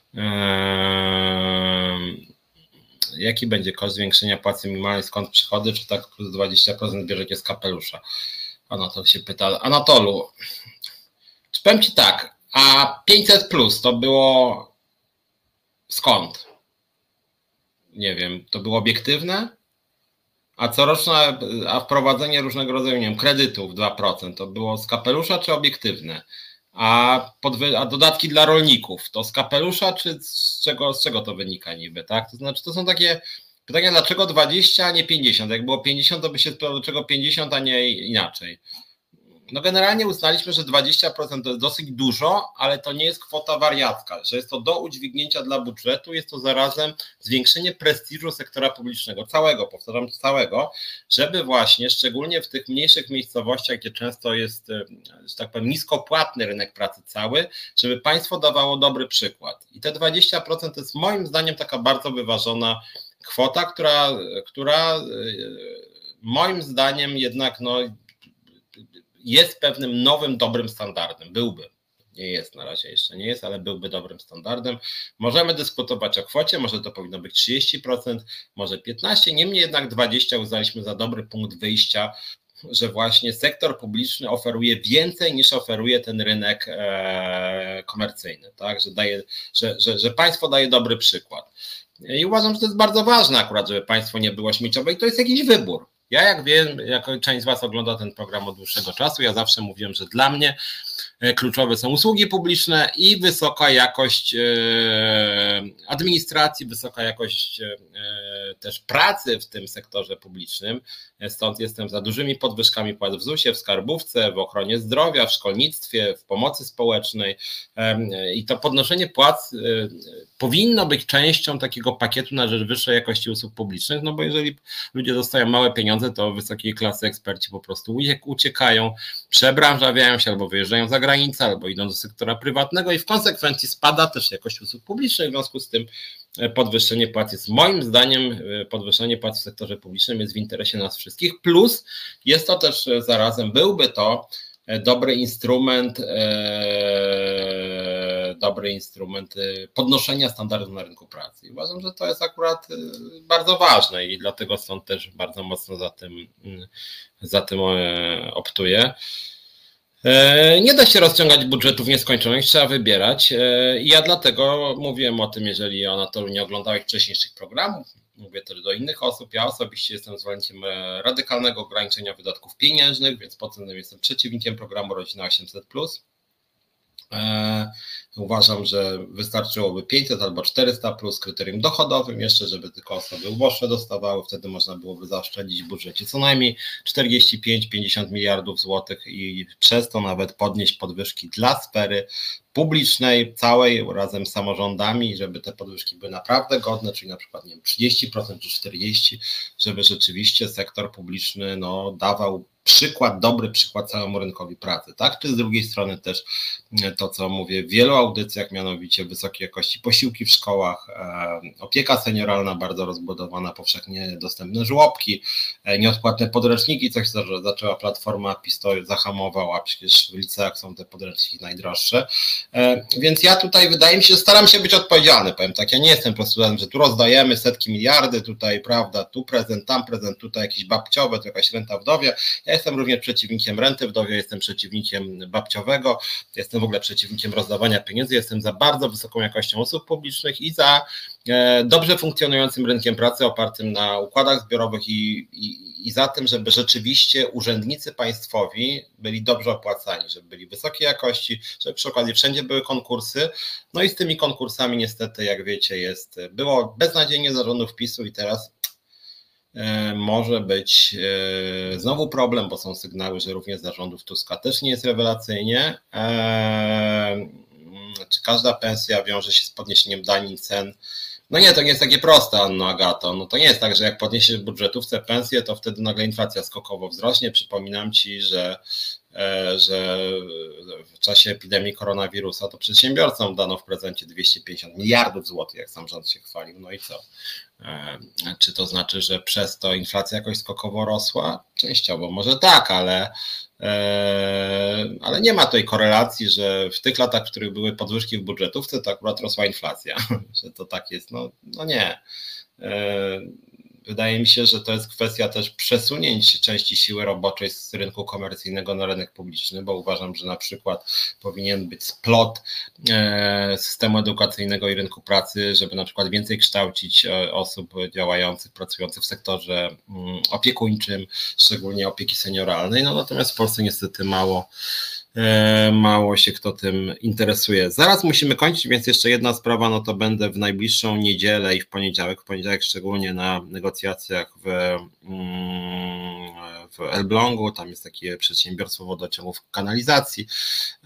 Eee, jaki będzie koszt zwiększenia płacy minimalnej, skąd przychody, czy tak plus dwadzieścia procent bierzecie z kapelusza? Anatol się pyta. Anatolu, czy powiem ci tak, a pięćset plus to było skąd? Nie wiem, to było obiektywne? A coroczne, a wprowadzenie różnego rodzaju, nie wiem, kredytów dwa procent to było z kapelusza czy obiektywne? A, podwy, a dodatki dla rolników to z kapelusza czy z czego, z czego to wynika niby, tak? To znaczy to są takie pytania, dlaczego dwadzieścia, a nie pięćdziesiąt? Jak było pięćdziesiąt, to by się spytał, dlaczego pięćdziesiąt, a nie inaczej? No generalnie uznaliśmy, że dwadzieścia procent to jest dosyć dużo, ale to nie jest kwota wariacka, że jest to do udźwignięcia dla budżetu, jest to zarazem zwiększenie prestiżu sektora publicznego, całego, powtarzam, całego, żeby właśnie, szczególnie w tych mniejszych miejscowościach, gdzie często jest, że tak powiem, niskopłatny rynek pracy cały, żeby państwo dawało dobry przykład. I te dwadzieścia procent to jest moim zdaniem taka bardzo wyważona kwota, która, która moim zdaniem jednak no, jest pewnym nowym, dobrym standardem. Byłby. Nie jest na razie, jeszcze nie jest, ale byłby dobrym standardem. Możemy dyskutować o kwocie, może to powinno być trzydzieści procent, może piętnaście procent, niemniej jednak dwadzieścia procent uznaliśmy za dobry punkt wyjścia, że właśnie sektor publiczny oferuje więcej niż oferuje ten rynek e, komercyjny, tak? Że, daje, że, że, że państwo daje dobry przykład. I uważam, że to jest bardzo ważne akurat, żeby państwo nie było śmieciowe i to jest jakiś wybór. Ja jak wiem, jako część z was ogląda ten program od dłuższego czasu, ja zawsze mówiłem, że dla mnie kluczowe są usługi publiczne i wysoka jakość administracji, wysoka jakość też pracy w tym sektorze publicznym, stąd jestem za dużymi podwyżkami płac w zusie, w skarbówce, w ochronie zdrowia, w szkolnictwie, w pomocy społecznej i to podnoszenie płac powinno być częścią takiego pakietu na rzecz wyższej jakości usług publicznych, no bo jeżeli ludzie dostają małe pieniądze, to wysokiej klasy eksperci po prostu uciekają, przebranżawiają się albo wyjeżdżają za granicę, albo idą do sektora prywatnego i w konsekwencji spada też jakość usług publicznych, w związku z tym podwyższenie płac jest moim zdaniem, podwyższenie płac w sektorze publicznym jest w interesie nas wszystkich, plus jest to też zarazem, byłby to dobry instrument, dobry instrument podnoszenia standardów na rynku pracy. I uważam, że to jest akurat bardzo ważne i dlatego stąd też bardzo mocno za tym, za tym optuję. Nie da się rozciągać budżetów nieskończonych, trzeba wybierać i ja dlatego mówiłem o tym, jeżeli Anatoliu nie oglądałeś wcześniejszych programów, mówię też do innych osób, ja osobiście jestem zwolennikiem radykalnego ograniczenia wydatków pieniężnych, więc pod tym względem jestem przeciwnikiem programu Rodzina osiemset plus. Uważam, że wystarczyłoby pięćset albo czterysta plus kryterium dochodowym jeszcze, żeby tylko osoby uboższe dostawały, wtedy można byłoby zaoszczędzić w budżecie co najmniej czterdzieści pięć do pięćdziesięciu miliardów złotych i przez to nawet podnieść podwyżki dla sfery publicznej, całej razem z samorządami, żeby te podwyżki były naprawdę godne, czyli na przykład nie wiem, trzydzieści procent czy czterdzieści procent, żeby rzeczywiście sektor publiczny no, dawał przykład, dobry przykład całemu rynkowi pracy, tak? Czy z drugiej strony też to, co mówię w wielu audycjach, mianowicie wysokiej jakości posiłki w szkołach, opieka senioralna bardzo rozbudowana, powszechnie dostępne żłobki, nieodpłatne podręczniki, coś co zaczęła Platforma, PiS to zahamował, a przecież w liceach są te podręczniki najdroższe, więc ja tutaj wydaje mi się, staram się być odpowiedzialny, powiem tak, ja nie jestem po prostu, że tu rozdajemy setki miliardy, tutaj prawda, tu prezent, tam prezent, tutaj jakieś babciowe, tu jakaś renta wdowie. Ja jestem również przeciwnikiem renty wdowie, jestem przeciwnikiem babciowego, jestem w ogóle przeciwnikiem rozdawania pieniędzy, jestem za bardzo wysoką jakością usług publicznych i za dobrze funkcjonującym rynkiem pracy opartym na układach zbiorowych i, i, i za tym, żeby rzeczywiście urzędnicy państwowi byli dobrze opłacani, żeby byli wysokiej jakości, żeby przy okazji wszędzie były konkursy. No i z tymi konkursami niestety, jak wiecie, jest, było beznadziejnie za rządów PiSu i teraz może być znowu problem, bo są sygnały, że również za rządów Tuska też nie jest rewelacyjnie. Czy każda pensja wiąże się z podniesieniem danin, cen? No nie, to nie jest takie proste, Anno Agato. No to nie jest tak, że jak podniesiesz w budżetówce pensję, to wtedy nagle inflacja skokowo wzrośnie. Przypominam Ci, że, że w czasie epidemii koronawirusa to przedsiębiorcom dano w prezencie dwieście pięćdziesiąt miliardów złotych, jak sam rząd się chwalił. No i co? Czy to znaczy, że przez to inflacja jakoś skokowo rosła? Częściowo może tak, ale, ale nie ma tej korelacji, że w tych latach, w których były podwyżki w budżetówce, to akurat rosła inflacja, że to tak jest. No, no nie. Wydaje mi się, że to jest kwestia też przesunięć części siły roboczej z rynku komercyjnego na rynek publiczny, bo uważam, że na przykład powinien być splot systemu edukacyjnego i rynku pracy, żeby na przykład więcej kształcić osób działających, pracujących w sektorze opiekuńczym, szczególnie opieki senioralnej. No natomiast w Polsce niestety mało Mało się kto tym interesuje. Zaraz musimy kończyć, więc jeszcze jedna sprawa, no to będę w najbliższą niedzielę i w poniedziałek, w poniedziałek szczególnie na negocjacjach w, w Elblągu, tam jest takie przedsiębiorstwo wodociągów kanalizacji, e,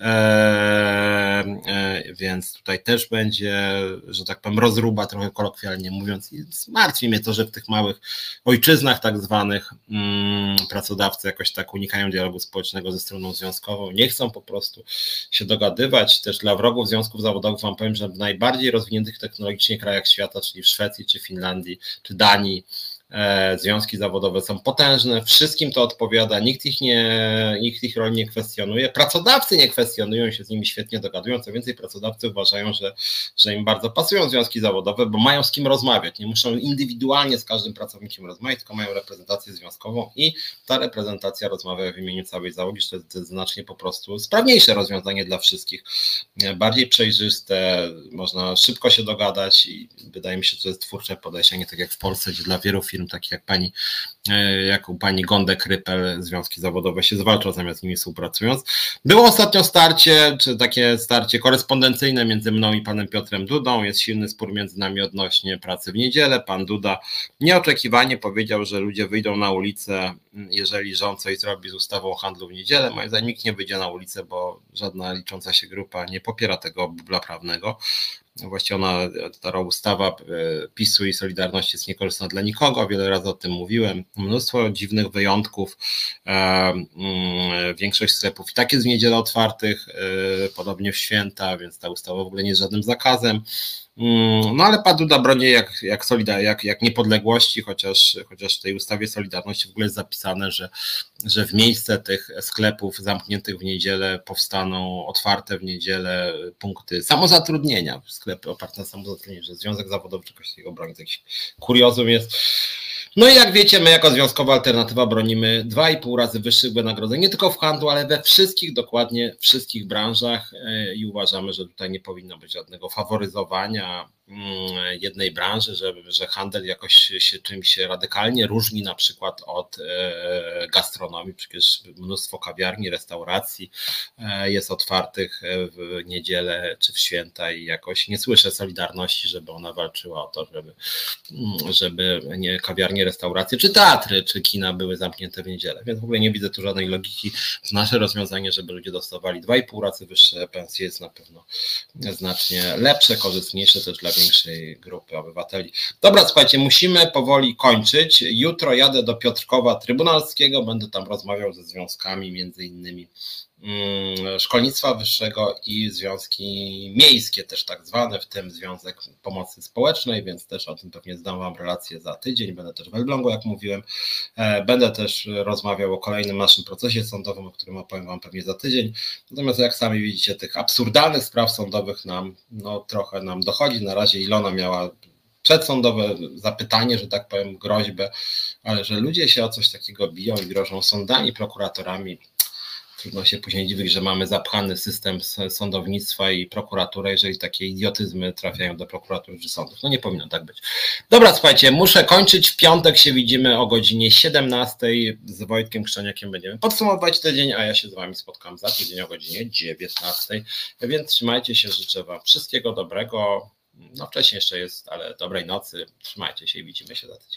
e, więc tutaj też będzie, że tak powiem, rozruba, trochę kolokwialnie mówiąc, i martwi mnie to, że w tych małych ojczyznach tak zwanych mm, pracodawcy jakoś tak unikają dialogu społecznego ze stroną związkową, nie chcą po prostu się dogadywać. Też dla wrogów związków zawodowych wam powiem, że w najbardziej rozwiniętych technologicznie krajach świata, czyli w Szwecji, czy Finlandii, czy Danii, e, związki zawodowe są potężne, wszystkim to odpowiada, nikt ich, nie, nikt ich roli nie kwestionuje, pracodawcy nie kwestionują, się z nimi świetnie dogadują, co więcej pracodawcy uważają, że, że im bardzo pasują związki zawodowe, bo mają z kim rozmawiać, nie muszą indywidualnie z każdym pracownikiem rozmawiać, tylko mają reprezentację związkową i ta reprezentacja rozmawia w imieniu całej załogi, że to jest znacznie po prostu sprawniejsze rozwiązanie dla wszystkich, bardziej przejrzyste, można szybko się dogadać i wydaje mi się, że to jest twórcze podejście, nie tak jak w Polsce, gdzie dla wielu firm firm, takich jak pani, jak u pani Gondek-Rypel, związki zawodowe się zwalcza zamiast z nimi współpracując. Było ostatnio starcie, czy takie starcie korespondencyjne między mną i panem Piotrem Dudą. Jest silny spór między nami odnośnie pracy w niedzielę. Pan Duda nieoczekiwanie powiedział, że ludzie wyjdą na ulicę, jeżeli rząd coś zrobi z ustawą o handlu w niedzielę. Moim zdaniem nikt nie wyjdzie na ulicę, bo żadna licząca się grupa nie popiera tego bubla prawnego. Właściwie ona, ta ustawa PiSu i Solidarności jest niekorzystna dla nikogo, wiele razy o tym mówiłem, mnóstwo dziwnych wyjątków, większość sklepów i tak jest w niedzielę otwartych, podobnie w święta, więc ta ustawa w ogóle nie jest żadnym zakazem. No ale pan Duda broni jak, jak, solidar, jak, jak niepodległości, chociaż, chociaż w tej ustawie Solidarności w ogóle jest zapisane, że, że w miejsce tych sklepów zamkniętych w niedzielę powstaną otwarte w niedzielę punkty samozatrudnienia, sklepy oparte na samozatrudnieniu, że Związek Zawodowy czegoś takiego broni, to jakiś kuriozum jest. No i jak wiecie, my jako Związkowa Alternatywa bronimy dwa i pół razy wyższych wynagrodzeń, nie tylko w handlu, ale we wszystkich, dokładnie wszystkich branżach i uważamy, że tutaj nie powinno być żadnego faworyzowania jednej branży, że, że handel jakoś się czymś radykalnie różni na przykład od gastronomii, przecież mnóstwo kawiarni, restauracji jest otwartych w niedzielę czy w święta i jakoś nie słyszę Solidarności, żeby ona walczyła o to, żeby, żeby nie kawiarnie, restauracje, czy teatry, czy kina były zamknięte w niedzielę, więc w ogóle nie widzę tu żadnej logiki. Nasze rozwiązanie, żeby ludzie dostawali dwa i pół razy wyższe pensje jest na pewno znacznie lepsze, korzystniejsze też dla większej grupy obywateli. Dobra, słuchajcie, musimy powoli kończyć. Jutro jadę do Piotrkowa Trybunalskiego, będę tam rozmawiał ze związkami, między innymi szkolnictwa wyższego i związki miejskie też tak zwane, w tym Związek Pomocy Społecznej, więc też o tym pewnie zdam wam relację za tydzień. Będę też w Elblągu, jak mówiłem. Będę też rozmawiał o kolejnym naszym procesie sądowym, o którym opowiem wam pewnie za tydzień. Natomiast jak sami widzicie, tych absurdalnych spraw sądowych nam, no trochę nam dochodzi. Na razie Ilona miała przedsądowe zapytanie, że tak powiem, groźbę, ale że ludzie się o coś takiego biją i grożą sądami, prokuratorami, trudno się później dziwić, że mamy zapchany system sądownictwa i prokuratury, jeżeli takie idiotyzmy trafiają do prokuratury czy sądów. No nie powinno tak być. Dobra, słuchajcie, muszę kończyć. W piątek się widzimy o godzinie siedemnastej. Z Wojtkiem Krzeniakiem będziemy podsumować tydzień, a ja się z wami spotkam za tydzień o godzinie dziewiętnastej. Więc trzymajcie się, życzę wam wszystkiego dobrego. No wcześniej jeszcze jest, ale dobrej nocy. Trzymajcie się i widzimy się za tydzień.